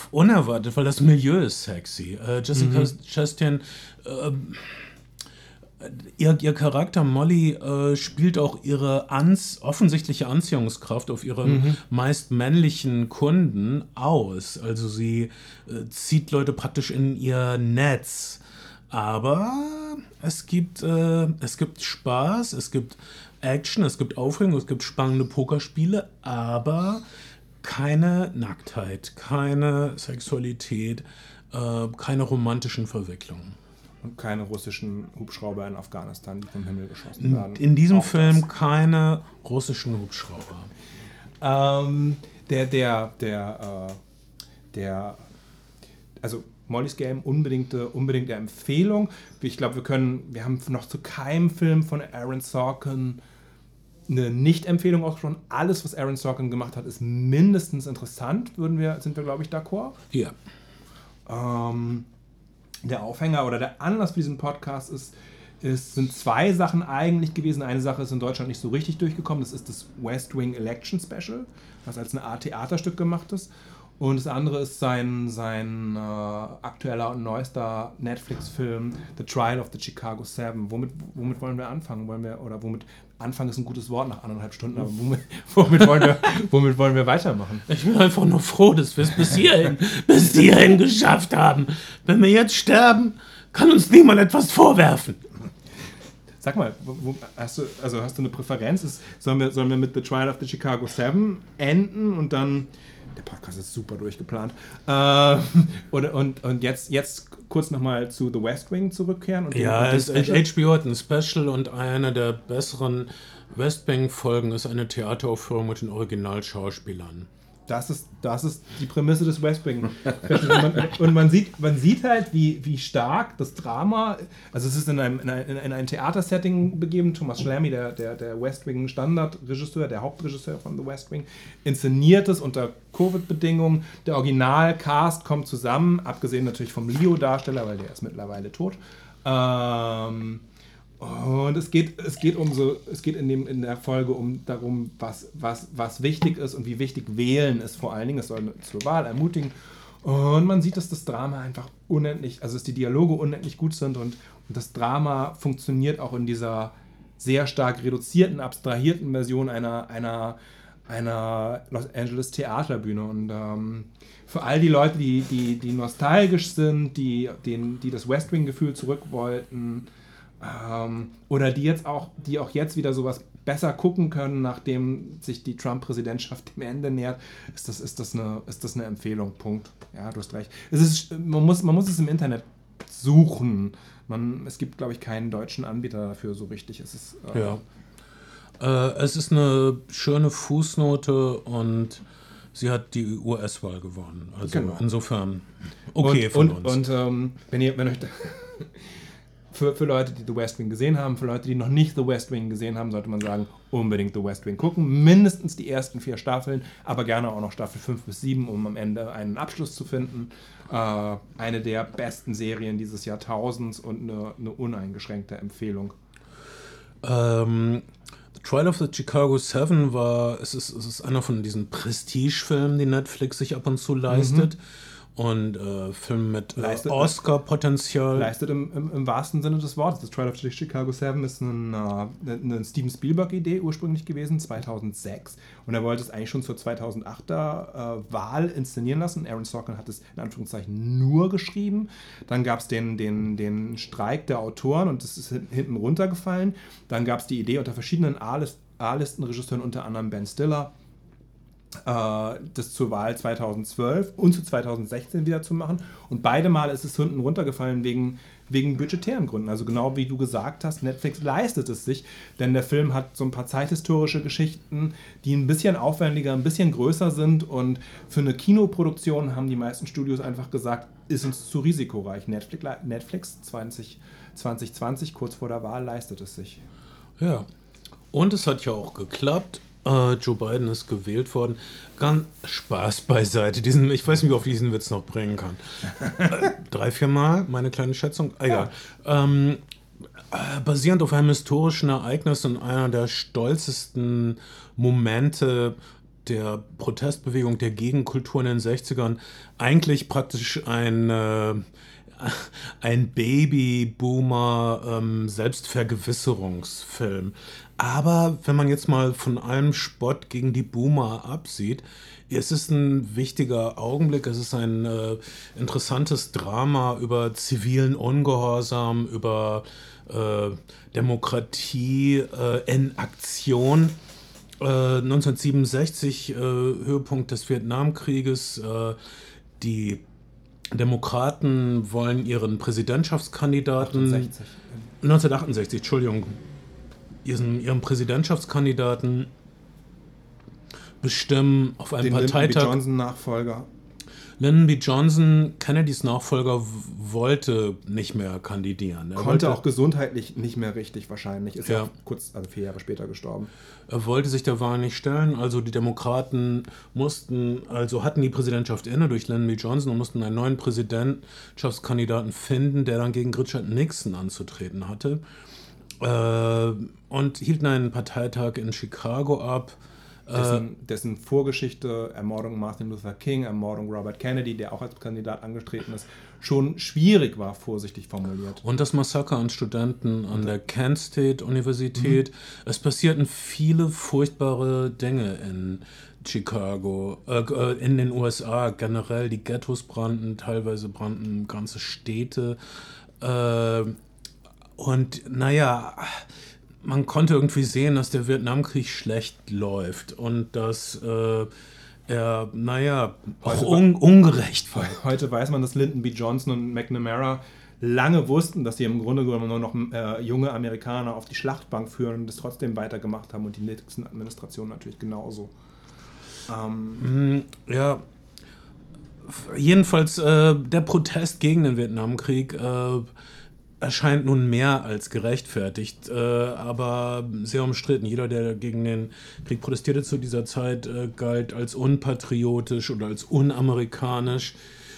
unerwartet, weil das Milieu ist sexy. Äh, Jessica mhm. Chastain äh, Ihr, ihr Charakter Molly äh, spielt auch ihre ans, offensichtliche Anziehungskraft auf ihre mhm. meist männlichen Kunden aus. Also sie äh, zieht Leute praktisch in ihr Netz. Aber es gibt, äh, es gibt Spaß, es gibt Action, es gibt Aufregung, es gibt spannende Pokerspiele, aber keine Nacktheit, keine Sexualität, äh, keine romantischen Verwicklungen. Und keine russischen Hubschrauber in Afghanistan, die vom Himmel geschossen werden. In diesem Auch Film das. keine russischen Hubschrauber. Ähm, der, der, der, äh, der, also Molly's Game, unbedingte, unbedingte Empfehlung. Ich glaube, wir können, wir haben noch zu keinem Film von Aaron Sorkin eine Nicht-Empfehlung ausgesprochen. Alles, was Aaron Sorkin gemacht hat, ist mindestens interessant, würden wir, sind wir, glaube ich, d'accord. Ja. Ähm, der Aufhänger oder der Anlass für diesen Podcast ist, ist, sind zwei Sachen eigentlich gewesen. Eine Sache ist in Deutschland nicht so richtig durchgekommen. Das ist das West Wing Election Special, was als eine Art Theaterstück gemacht ist. Und das andere ist sein, sein äh, aktueller und neuester Netflix-Film The Trial of the Chicago Seven. Womit, womit wollen wir anfangen? Wollen wir, oder womit Anfang ist ein gutes Wort nach anderthalb Stunden, aber womit, womit, wollen, wir, womit wollen wir weitermachen? Ich bin einfach nur froh, dass wir es bis hierhin, bis hierhin geschafft haben. Wenn wir jetzt sterben, kann uns niemand etwas vorwerfen. Sag mal, wo, hast, du, also hast du eine Präferenz? Ist, sollen, wir, sollen wir mit The Trial of the Chicago Seven enden und dann... Der Podcast ist super durchgeplant. Äh, und, und, und jetzt, jetzt kurz nochmal zu The West Wing zurückkehren. Und ja, es, H B O hat ein Special und eine der besseren West Wing-Folgen ist eine Theateraufführung mit den Originalschauspielern. Das ist, das ist die Prämisse des West Wing. Und man sieht, man sieht halt, wie, wie stark das Drama, also es ist in einem, in einem, in einem Theatersetting begeben. Thomas Schlammy, der, der, der West Wing Standardregisseur, der Hauptregisseur von The West Wing, inszeniert es unter Covid-Bedingungen. Der Originalcast kommt zusammen, abgesehen natürlich vom Leo-Darsteller, weil der ist mittlerweile tot. Ähm... Und es geht, es geht um so, es geht in, dem, in der Folge um darum, was, was, was wichtig ist und wie wichtig Wählen ist vor allen Dingen. Es soll zur Wahl ermutigen. Und man sieht, dass das Drama einfach unendlich, also dass die Dialoge unendlich gut sind und, und das Drama funktioniert auch in dieser sehr stark reduzierten, abstrahierten Version einer, einer, einer Los Angeles Theaterbühne. Und ähm, für all die Leute, die, die, die nostalgisch sind, die, die, die das West Wing-Gefühl zurück wollten, Ähm, oder die jetzt auch, die auch jetzt wieder sowas besser gucken können, nachdem sich die Trump-Präsidentschaft dem Ende nähert, ist das, ist das, eine, ist das eine Empfehlung. Punkt. Ja, du hast recht. Es ist, man, muss, man muss es im Internet suchen. Man, es gibt, glaube ich, keinen deutschen Anbieter dafür so richtig. Es ist, äh, ja. Äh, es ist eine schöne Fußnote und sie hat die U S-Wahl gewonnen. Also genau. Insofern okay und, von und, uns. Und ähm, wenn ihr, wenn euch da Für, für Leute, die The West Wing gesehen haben, für Leute, die noch nicht The West Wing gesehen haben, sollte man sagen, unbedingt The West Wing gucken. Mindestens die ersten vier Staffeln, aber gerne auch noch Staffel fünf bis sieben, um am Ende einen Abschluss zu finden. Äh, eine der besten Serien dieses Jahrtausends und eine, eine uneingeschränkte Empfehlung. Ähm, The Trial of the Chicago Seven war, es ist, es ist einer von diesen Prestige-Filmen, die Netflix sich ab und zu leistet. Mhm. Und äh, Film mit äh, Oscar-Potenzial. Leistet im, im, im wahrsten Sinne des Wortes. Das Trial of the Chicago Seven ist ein, uh, eine Steven Spielberg-Idee ursprünglich gewesen, zweitausendsechs. Und er wollte es eigentlich schon zur zweitausendachter äh, Wahl inszenieren lassen. Aaron Sorkin hat es in Anführungszeichen nur geschrieben. Dann gab es den, den, den Streik der Autoren und das ist hinten runtergefallen. Dann gab es die Idee unter verschiedenen A-Listen-Regisseuren, unter anderem Ben Stiller, das zur Wahl zweitausendzwölf und zu zweitausendsechzehn wieder zu machen. Und beide Mal ist es hinten runtergefallen wegen, wegen budgetären Gründen. Also genau wie du gesagt hast, Netflix leistet es sich, denn der Film hat so ein paar zeithistorische Geschichten, die ein bisschen aufwendiger, ein bisschen größer sind und für eine Kinoproduktion haben die meisten Studios einfach gesagt, ist uns zu risikoreich. Netflix, Netflix zwanzig zwanzig, kurz vor der Wahl, leistet es sich. Ja, und es hat ja auch geklappt. Uh, Joe Biden ist gewählt worden. Ganz Spaß beiseite. Diesen, ich weiß nicht, wie oft ich diesen Witz noch bringen kann. äh, drei, vier Mal, meine kleine Schätzung. Egal. Ja. Ähm, äh, basierend auf einem historischen Ereignis und einer der stolzesten Momente der Protestbewegung, der Gegenkultur in den sechzigern, eigentlich praktisch ein, äh, ein Baby-Boomer-Selbstvergewisserungsfilm. Aber wenn man jetzt mal von allem Spott gegen die Boomer absieht, es ist ein wichtiger Augenblick, es ist ein äh, interessantes Drama über zivilen Ungehorsam, über äh, Demokratie äh, in Aktion. Äh, neunzehnhundertsiebenundsechzig, äh, Höhepunkt des Vietnamkrieges, äh, die Demokraten wollen ihren Präsidentschaftskandidaten... achtundsechzig. neunzehnhundertachtundsechzig, Entschuldigung. Ihren, ihren Präsidentschaftskandidaten bestimmen auf einem Den Parteitag. Lyndon B. Johnson-Nachfolger. Lyndon B. Johnson, Kennedys Nachfolger, w- wollte nicht mehr kandidieren. Er Konnte wollte, auch gesundheitlich nicht mehr richtig wahrscheinlich. Ist ja, Ja. kurz, also vier Jahre später gestorben. Er wollte sich der Wahl nicht stellen, also die Demokraten mussten, also hatten die Präsidentschaft inne durch Lyndon B. Johnson und mussten einen neuen Präsidentschaftskandidaten finden, der dann gegen Richard Nixon anzutreten hatte. Äh, und hielten einen Parteitag in Chicago ab. Dessen, dessen Vorgeschichte, Ermordung Martin Luther King, Ermordung Robert Kennedy, der auch als Kandidat angetreten ist, schon schwierig war, vorsichtig formuliert. Und das Massaker an Studenten an der Kent State Universität. Mhm. Es passierten viele furchtbare Dinge in Chicago, äh, in den U S A generell. Die Ghettos brannten, teilweise brannten ganze Städte. Äh, und naja, man konnte irgendwie sehen, dass der Vietnamkrieg schlecht läuft und dass äh, er, naja, auch un- ungerecht war. Heute weiß man, dass Lyndon B. Johnson und McNamara lange wussten, dass sie im Grunde genommen nur noch äh, junge Amerikaner auf die Schlachtbank führen und das trotzdem weitergemacht haben und die Nixon-Administration natürlich genauso. Ähm, ja, jedenfalls äh, der Protest gegen den Vietnamkrieg äh, erscheint nun mehr als gerechtfertigt, äh, aber sehr umstritten. Jeder, der gegen den Krieg protestierte zu dieser Zeit, äh, galt als unpatriotisch oder als unamerikanisch.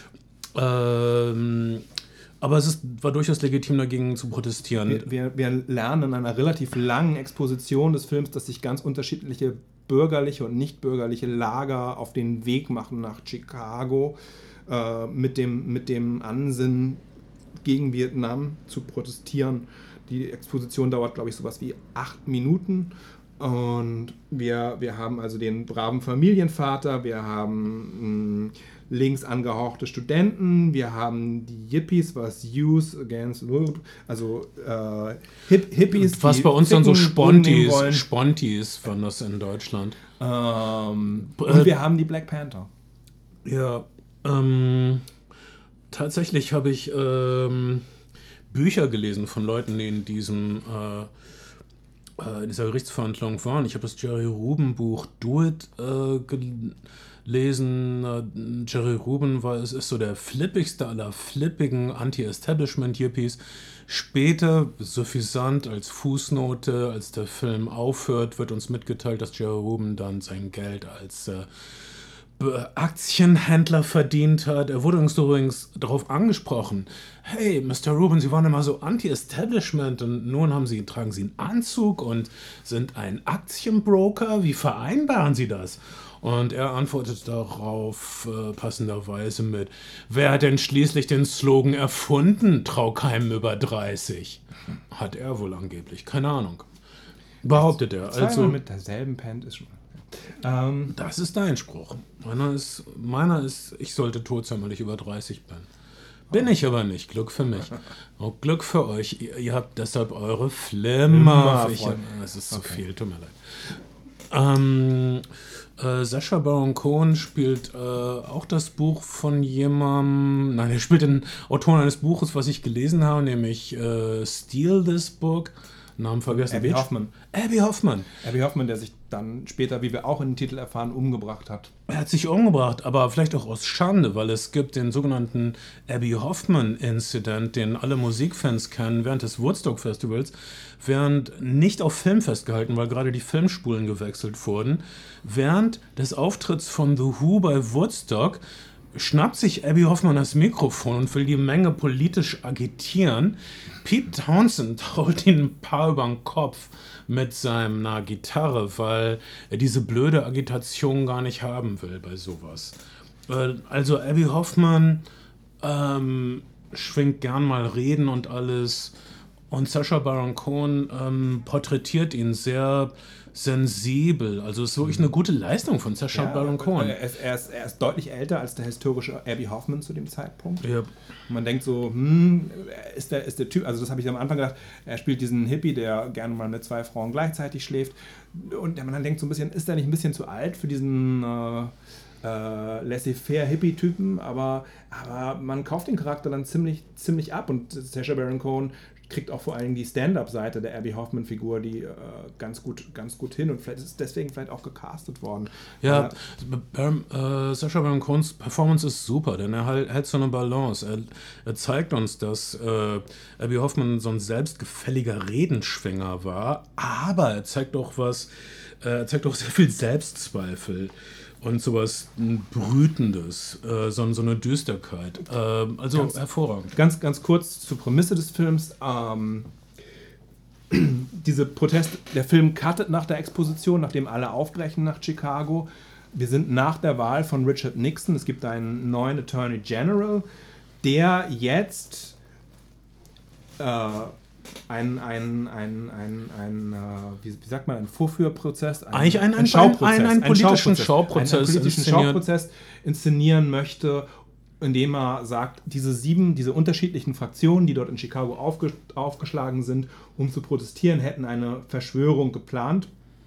Ähm, aber es ist, war durchaus legitim, dagegen zu protestieren. Wir, wir, wir lernen in einer relativ langen Exposition des Films, dass sich ganz unterschiedliche bürgerliche und nicht bürgerliche Lager auf den Weg machen nach Chicago äh, mit dem, mit dem Ansinnen, gegen Vietnam zu protestieren. Die Exposition dauert, glaube ich, sowas wie acht Minuten. Und wir, wir haben also den braven Familienvater, wir haben mh, links angehauchte Studenten, wir haben die Yippies, was Youth Against, also äh, Hip, Hippies, was die bei uns dann so ficken, Brunnen nehmen Spontis, wollen. Spontis waren das in Deutschland. Ähm, Äh, und wir haben die Black Panther. Ja, ähm, tatsächlich habe ich ähm, Bücher gelesen von Leuten, die in diesem äh, äh, in dieser Gerichtsverhandlung waren. Ich habe das Jerry Rubin Buch Do It äh, gelesen. Äh, Jerry Rubin war, es ist so der flippigste aller flippigen Anti-Establishment-Hippies. Später, suffisant als Fußnote, als der Film aufhört, wird uns mitgeteilt, dass Jerry Rubin dann sein Geld als äh, Aktienhändler verdient hat. Er wurde uns übrigens darauf angesprochen, hey, Mister Rubin, Sie waren immer so Anti-Establishment und nun haben Sie, tragen Sie einen Anzug und sind ein Aktienbroker. Wie vereinbaren Sie das? Und er antwortet darauf äh, passenderweise mit, wer hat denn schließlich den Slogan erfunden, trau keinem über dreißig? Hat er wohl angeblich, keine Ahnung. Behauptet er. Also mit derselben Pant ist schon... Ähm, das ist dein Spruch. Meiner ist, meiner ist, ich sollte tot sein, weil ich über dreißig bin. Bin ich aber nicht. Glück für mich. Oh, Glück für euch. Ihr, ihr habt deshalb eure Flimmer. Ich, es ist zu okay. viel, tut mir leid. Ähm, äh, Sacha Baron Cohen spielt äh, auch das Buch von jemandem, nein, er spielt den Autor eines Buches, was ich gelesen habe, nämlich äh, Steal This Book. Namen vergessen. Abby Hoffman. Abby Hoffman. Abby Hoffman, der sich dann später, wie wir auch in den Titel erfahren, umgebracht hat. Er hat sich umgebracht, aber vielleicht auch aus Schande, weil es gibt den sogenannten Abby Hoffman-Incident, den alle Musikfans kennen, während des Woodstock-Festivals, während nicht auf Film festgehalten, weil gerade die Filmspulen gewechselt wurden, während des Auftritts von The Who bei Woodstock schnappt sich Abby Hoffman das Mikrofon und will die Menge politisch agitieren. Pete Townsend haut ihn ein paar über den Kopf mit seiner Gitarre, weil er diese blöde Agitation gar nicht haben will bei sowas. Also Abby Hoffman ähm, schwingt gern mal Reden und alles. Und Sacha Baron Cohen ähm, porträtiert ihn sehr sensibel. Also es ist wirklich eine gute Leistung von Sacha Ja, Baron Cohen. Er ist, er, ist, er ist deutlich älter als der historische Abbie Hoffman zu dem Zeitpunkt. Ja. Man denkt so, hm, ist der, ist der Typ, also das habe ich am Anfang gedacht, er spielt diesen Hippie, der gerne mal mit zwei Frauen gleichzeitig schläft. Und man dann denkt so ein bisschen, ist der nicht ein bisschen zu alt für diesen äh, äh, laissez-faire-Hippie-Typen? Aber, aber man kauft den Charakter dann ziemlich, ziemlich ab. Und Sacha Baron Cohen kriegt auch vor allem die Stand-up-Seite der Abbie Hoffman-Figur, die äh, ganz gut, ganz gut hin und vielleicht ist deswegen vielleicht auch gecastet worden. Ja, ähm, äh, Sacha Baron Cohens Performance ist super, denn er halt, hält so eine Balance. Er, er zeigt uns, dass äh, Abbie Hoffman so ein selbstgefälliger Redenschwinger war, aber er zeigt auch was, äh, er zeigt auch sehr viel Selbstzweifel und sowas Brütendes, äh, so, so eine Düsterkeit. Äh, also ganz, hervorragend. Ganz, ganz kurz zur Prämisse des Films. Ähm, diese Protest, der Film cuttet nach der Exposition, nachdem alle aufbrechen nach Chicago. Wir sind nach der Wahl von Richard Nixon. Es gibt einen neuen Attorney General, der jetzt äh, ein, ein, ein, ein, ein, wie, wie sagt man, ein Vorführprozess, ein, Eigentlich ein, ein, ein Schauprozess, ein, ein politischen Schauprozess, Schauprozess, einen politischen inszeniert. Schauprozess inszenieren möchte, indem er sagt, diese sieben, diese unterschiedlichen Fraktionen, die dort in Chicago aufge, aufgeschlagen sind, um zu protestieren, hätten eine Verschwörung geplant.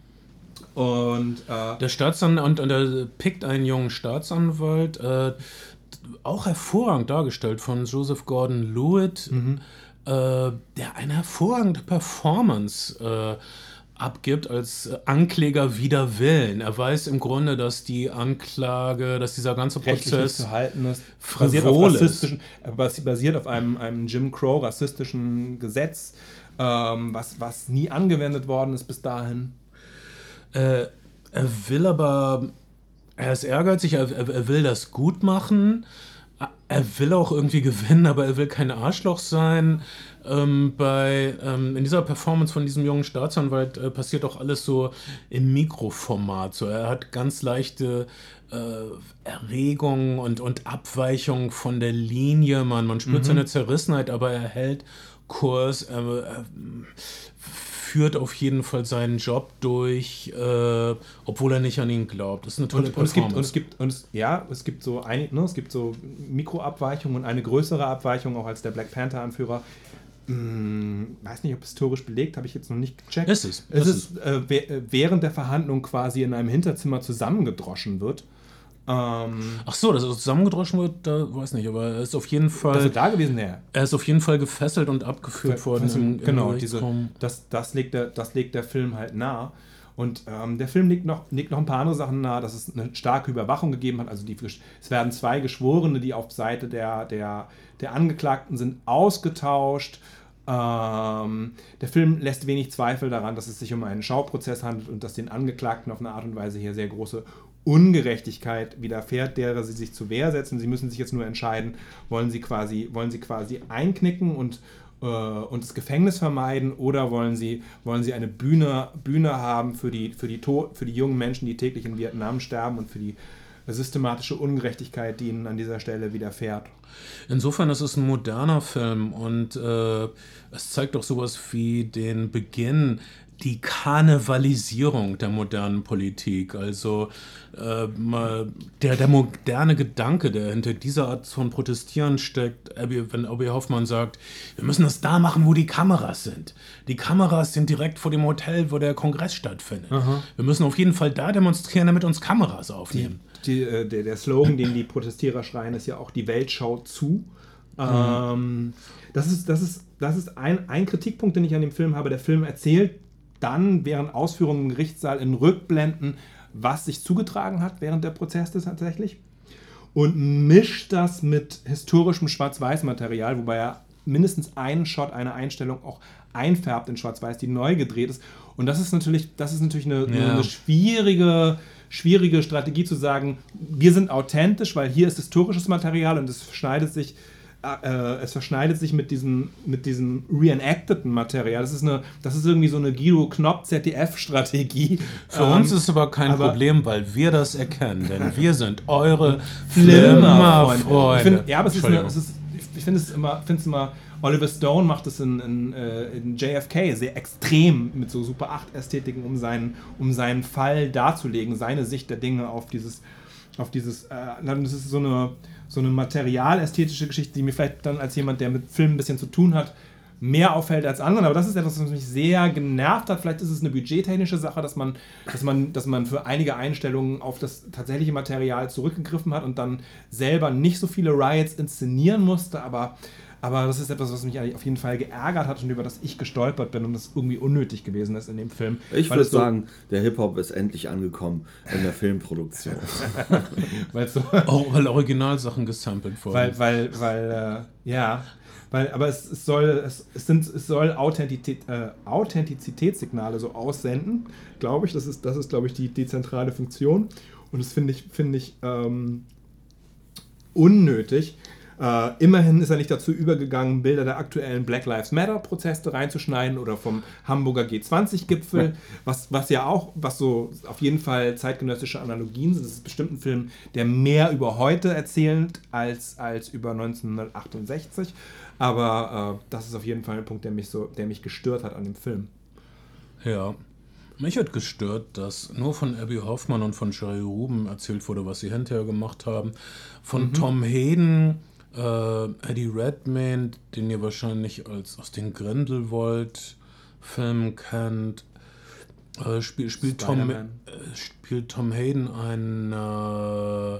Und äh, der Staatsanwalt, und, und er pickt einen jungen Staatsanwalt, äh, auch hervorragend dargestellt von Joseph Gordon-Levitt, mhm. äh, der eine hervorragende Performance äh, abgibt als Ankläger wider Willen. Er weiß im Grunde, dass die Anklage, dass dieser ganze Prozess zu halten ist, basiert auf, rassistischen, basiert auf einem, einem Jim Crow rassistischen Gesetz, ähm, was, was nie angewendet worden ist bis dahin. Äh, er will aber, er ist ehrgeizig, er, er will das gut machen, er will auch irgendwie gewinnen, aber er will kein Arschloch sein. Ähm, bei, ähm, in dieser Performance von diesem jungen Staatsanwalt äh, passiert auch alles so im Mikroformat. So, er hat ganz leichte äh, Erregungen und, und Abweichungen von der Linie. Man, man spürt mhm. seine Zerrissenheit, aber er hält Kurs. Er, er führt auf jeden Fall seinen Job durch, äh, obwohl er nicht an ihn glaubt. Das ist eine tolle und, und Performance. Es gibt, und es gibt, und es, ja, es gibt so ein, ne, es gibt so Mikroabweichungen und eine größere Abweichung auch als der Black Panther-Anführer. Hm, weiß nicht, ob historisch belegt, habe ich jetzt noch nicht gecheckt. Ist es. Es ist, äh, während der Verhandlung quasi in einem Hinterzimmer zusammengedroschen wird. Ähm, Ach so, dass er zusammengedroschen wird, da weiß nicht, aber er ist auf jeden Fall. Also da gewesen, ja. Er ist auf jeden Fall gefesselt und abgeführt Ver, worden. Im, genau, im diese, das, das, legt der, das legt der Film halt nahe. Und ähm, der Film legt noch, legt noch ein paar andere Sachen nahe, dass es eine starke Überwachung gegeben hat. Also die, es werden zwei Geschworene, die auf Seite der, der, der Angeklagten sind, ausgetauscht. Ähm, der Film lässt wenig Zweifel daran, dass es sich um einen Schauprozess handelt und dass den Angeklagten auf eine Art und Weise hier sehr große Ungerechtigkeit widerfährt, derer sie sich zur Wehr setzen. Sie müssen sich jetzt nur entscheiden, wollen sie quasi, wollen sie quasi einknicken und und das Gefängnis vermeiden oder wollen sie, wollen sie eine Bühne, Bühne haben für die, für, die to- für die jungen Menschen, die täglich in Vietnam sterben und für die systematische Ungerechtigkeit, die ihnen an dieser Stelle widerfährt. Insofern ist es ein moderner Film und äh, es zeigt auch sowas wie den Beginn, die Karnevalisierung der modernen Politik. Also äh, mal der, der moderne Gedanke, der hinter dieser Art von Protestieren steckt, Abbie, wenn Abbie Hoffman sagt, wir müssen das da machen, wo die Kameras sind. Die Kameras sind direkt vor dem Hotel, wo der Kongress stattfindet. Aha. Wir müssen auf jeden Fall da demonstrieren, damit uns Kameras aufnehmen. Die, die, äh, der, der Slogan, den die Protestierer schreien, ist ja auch, die Welt schaut zu. Mhm. Ähm, das ist, das ist, das ist ein, ein Kritikpunkt, den ich an dem Film habe. Der Film erzählt dann während Ausführungen im Gerichtssaal in Rückblenden, was sich zugetragen hat während der Prozesse tatsächlich und mischt das mit historischem Schwarz-Weiß-Material, wobei er mindestens einen Shot, eine Einstellung auch einfärbt in Schwarz-Weiß, die neu gedreht ist. Und das ist natürlich, das ist natürlich eine, ja. eine schwierige, schwierige Strategie zu sagen, wir sind authentisch, weil hier ist historisches Material und es verschneidet sich Äh, es verschneidet sich mit diesem, mit diesem reenacteden Material. Das ist, eine, das ist irgendwie so eine Guido Knopp-Z D F-Strategie. Für ähm, uns ist es aber kein aber Problem, weil wir das erkennen, denn wir sind eure Flimmerfreunde. Ja, aber es ist, eine, es ist ich finde es immer, finde es immer, Oliver Stone macht es in, in, in J F K sehr extrem mit so Super acht Ästhetiken, um seinen, um seinen Fall darzulegen, seine Sicht der Dinge auf dieses, auf dieses, äh, das ist so eine, so eine materialästhetische Geschichte, die mir vielleicht dann als jemand, der mit Filmen ein bisschen zu tun hat, mehr auffällt als anderen, aber das ist etwas, was mich sehr genervt hat. Vielleicht ist es eine budgettechnische Sache, dass man, dass man, dass man für einige Einstellungen auf das tatsächliche Material zurückgegriffen hat und dann selber nicht so viele Riots inszenieren musste, aber, aber das ist etwas, was mich auf jeden Fall geärgert hat und über das ich gestolpert bin und das irgendwie unnötig gewesen ist in dem Film. Ich würde so sagen, der Hip-Hop ist endlich angekommen in der Filmproduktion. weil so Auch weil Originalsachen gesampelt wurden. Weil, weil, weil, äh, ja... Weil, aber es, es, soll, es, es, sind, es soll Authentizität, äh, Authentizitätssignale so aussenden, glaube ich. Das ist, das ist, glaube ich, die, die zentrale Funktion. Und das finde ich, find ich ähm, unnötig. Äh, immerhin ist er nicht dazu übergegangen, Bilder der aktuellen Black Lives Matter-Proteste reinzuschneiden oder vom Hamburger G zwanzig Gipfel, ja. was, was ja auch, was so auf jeden Fall zeitgenössische Analogien sind. Das ist bestimmt ein Film, der mehr über heute erzählt als, als über neunzehnhundertachtundsechzig. Aber äh, das ist auf jeden Fall ein Punkt, der mich so, der mich gestört hat an dem Film. Ja. Mich hat gestört, dass nur von Abbie Hoffmann und von Jerry Rubin erzählt wurde, was sie hinterher gemacht haben. Von mhm. Tom Hayden, äh, Eddie Redmayne, den ihr wahrscheinlich als aus den Grindelwald-Filmen kennt, äh, spiel, spielt, Tom, äh, spielt Tom Hayden einen äh,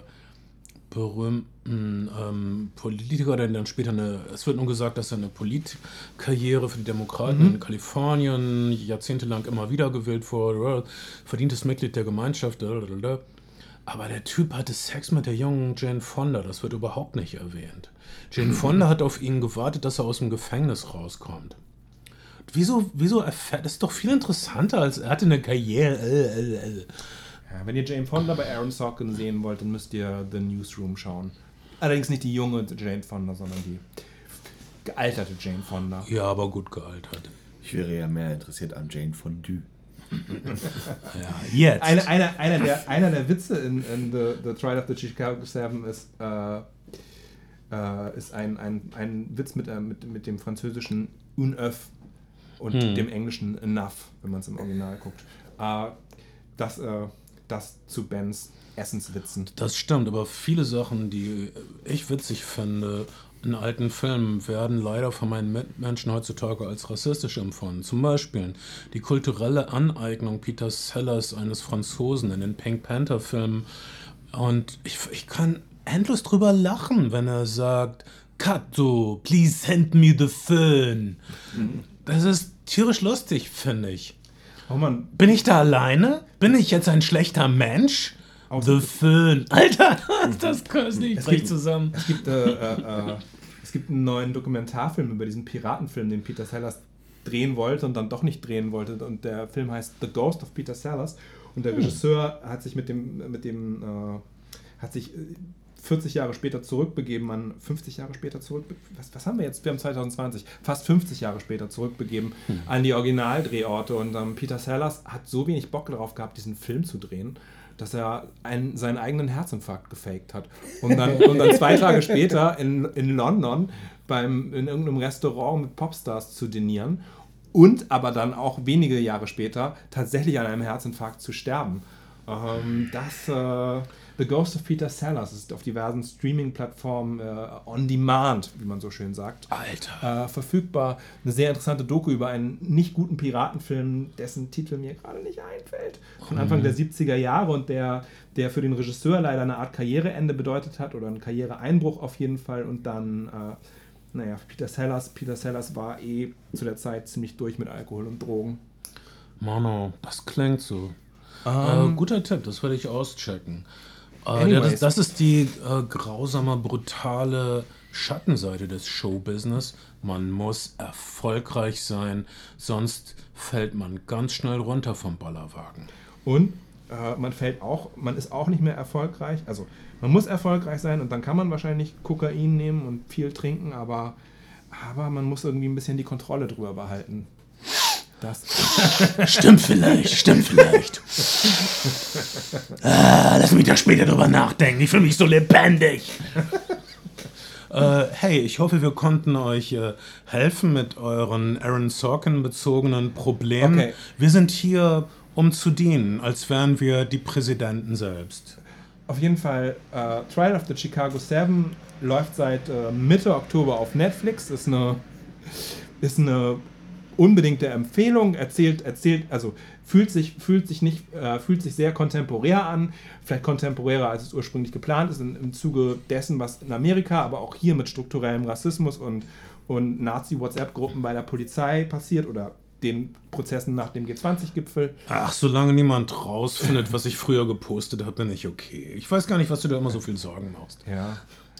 berühmten ähm, Politiker, der dann später eine, es wird nun gesagt, dass er eine Politkarriere für die Demokraten mhm. in Kalifornien jahrzehntelang immer wieder gewählt wurde, verdientes Mitglied der Gemeinschaft, aber der Typ hatte Sex mit der jungen Jane Fonda, das wird überhaupt nicht erwähnt. Jane Fonda hat auf ihn gewartet, dass er aus dem Gefängnis rauskommt. Wieso, wieso erfährt, das ist doch viel interessanter, als er hatte eine Karriere. Äh, äh, äh. Ja, wenn ihr Jane Fonda bei Aaron Sorkin sehen wollt, dann müsst ihr The Newsroom schauen. Allerdings nicht die junge Jane Fonda, sondern die gealterte Jane Fonda. Ja, aber gut gealtert. Ich wäre ja mehr interessiert an Jane Fondue. Ja, jetzt. Eine, eine, einer, der, einer der Witze in, in the, the Trial of the Chicago Seven ist, äh, äh, ist ein, ein, ein Witz mit, äh, mit, mit dem französischen un oeuf und hm. dem englischen enough, wenn man es im Original guckt. Äh, das, äh, das zu Bens Essenswitzen. Das stimmt, aber viele Sachen, die ich witzig finde, in alten Filmen werden leider von meinen Mitmenschen heutzutage als rassistisch empfunden. Zum Beispiel die kulturelle Aneignung Peter Sellers, eines Franzosen, in den Pink Panther-Filmen. Und ich, ich kann endlos drüber lachen, wenn er sagt, Kato, please send me the phone. Das ist tierisch lustig, finde ich. Oh Mann. Bin ich da alleine? Bin ich jetzt ein schlechter Mensch? Aus The Phone. Alter, ist das köstlich. Es gibt, zusammen. Es gibt, äh, äh, äh, es gibt einen neuen Dokumentarfilm über diesen Piratenfilm, den Peter Sellers drehen wollte und dann doch nicht drehen wollte. Und der Film heißt The Ghost of Peter Sellers. Und der Regisseur hat sich mit dem, mit dem äh, hat sich vierzig Jahre später zurückbegeben, an fünfzig Jahre später zurück, was, was haben wir jetzt? Wir haben zwanzig zwanzig, fast fünfzig Jahre später zurückbegeben hm. an die Originaldrehorte und ähm, Peter Sellers hat so wenig Bock darauf gehabt, diesen Film zu drehen, dass er einen, seinen eigenen Herzinfarkt gefaked hat. Und dann, und dann zwei Tage später in, in London beim, in irgendeinem Restaurant mit Popstars zu dinieren und aber dann auch wenige Jahre später tatsächlich an einem Herzinfarkt zu sterben. Ähm, das äh, The Ghost of Peter Sellers ist auf diversen Streaming-Plattformen äh, on demand, wie man so schön sagt. Alter. Äh, verfügbar. Eine sehr interessante Doku über einen nicht guten Piratenfilm, dessen Titel mir gerade nicht einfällt. Von Anfang mhm. der siebziger Jahre und der, der für den Regisseur leider eine Art Karriereende bedeutet hat oder einen Karriereeinbruch auf jeden Fall. Und dann, äh, naja, Peter Sellers, Peter Sellers war eh zu der Zeit ziemlich durch mit Alkohol und Drogen. Mano, das klingt so. Um, äh, guter Tipp, das werde ich auschecken. Äh, ja, das, das ist die äh, grausame, brutale Schattenseite des Showbusiness. Man muss erfolgreich sein, sonst fällt man ganz schnell runter vom Bollerwagen. Und äh, man fällt auch, man ist auch nicht mehr erfolgreich. Also man muss erfolgreich sein und dann kann man wahrscheinlich Kokain nehmen und viel trinken, aber, aber man muss irgendwie ein bisschen die Kontrolle drüber behalten. Das. Stimmt vielleicht, stimmt vielleicht. ah, lass mich da später drüber nachdenken. Ich fühle mich so lebendig. Äh, hey, ich hoffe, wir konnten euch äh, helfen mit euren Aaron Sorkin-bezogenen Problemen. Okay. Wir sind hier, um zu dienen, als wären wir die Präsidenten selbst. Auf jeden Fall, äh, Trial of the Chicago Seven läuft seit äh, Mitte Oktober auf Netflix. Ist eine, ist eine unbedingte Empfehlung. Erzählt, erzählt, also fühlt sich, fühlt sich nicht, äh, fühlt sich sehr kontemporär an. Vielleicht kontemporärer, als es ursprünglich geplant ist, in, im Zuge dessen, was in Amerika, aber auch hier mit strukturellem Rassismus und, und Nazi-WhatsApp-Gruppen bei der Polizei passiert oder den Prozessen nach dem G zwanzig-Gipfel. Ach, solange niemand rausfindet, was ich früher gepostet habe, bin ich okay. Ich weiß gar nicht, was du da immer so viel Sorgen machst. Ja.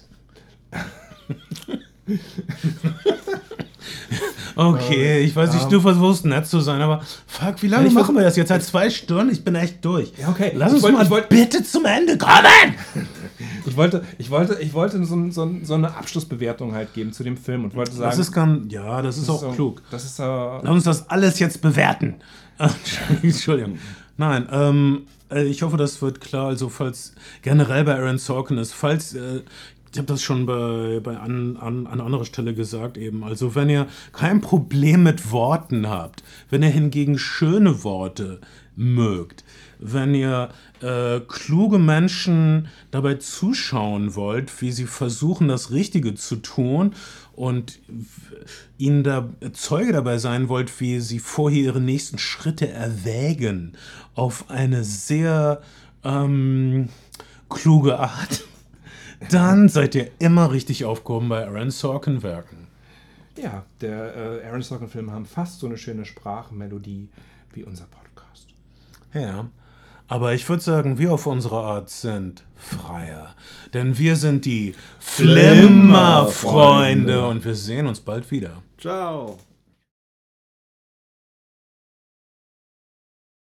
Okay, ich weiß nicht, du versuchst nett zu sein, aber fuck, wie lange Ich machen versuch- wir das jetzt? Seit zwei Stunden? Ich bin echt durch. Ja, okay. Lass Ich uns wollt- mal ich wollt- bitte zum Ende kommen! Ich wollte, ich wollte, ich wollte so, so, so eine Abschlussbewertung halt geben zu dem Film und wollte sagen, Das ist ganz, ja, das ist das auch so- klug. Das ist äh, Lass uns das alles jetzt bewerten. Entschuldigung. Nein, ähm, äh, ich hoffe, das wird klar. Also, falls generell bei Aaron Sorkin ist, falls, äh, ich habe das schon bei, bei an, an, an anderer Stelle gesagt eben, also wenn ihr kein Problem mit Worten habt, wenn ihr hingegen schöne Worte mögt, wenn ihr äh, kluge Menschen dabei zuschauen wollt, wie sie versuchen, das Richtige zu tun und ihnen da Zeuge dabei sein wollt, wie sie vorher ihre nächsten Schritte erwägen, auf eine sehr ähm, kluge Art, dann seid ihr immer richtig aufgehoben bei Aaron Sorkin-Werken. ja, der äh, Aaron Sorkin-Filme haben fast so eine schöne Sprachmelodie wie unser Podcast. Ja, aber ich würde sagen, wir auf unsere Art sind freier. Denn wir sind die Flimmerfreunde und wir sehen uns bald wieder. Ciao.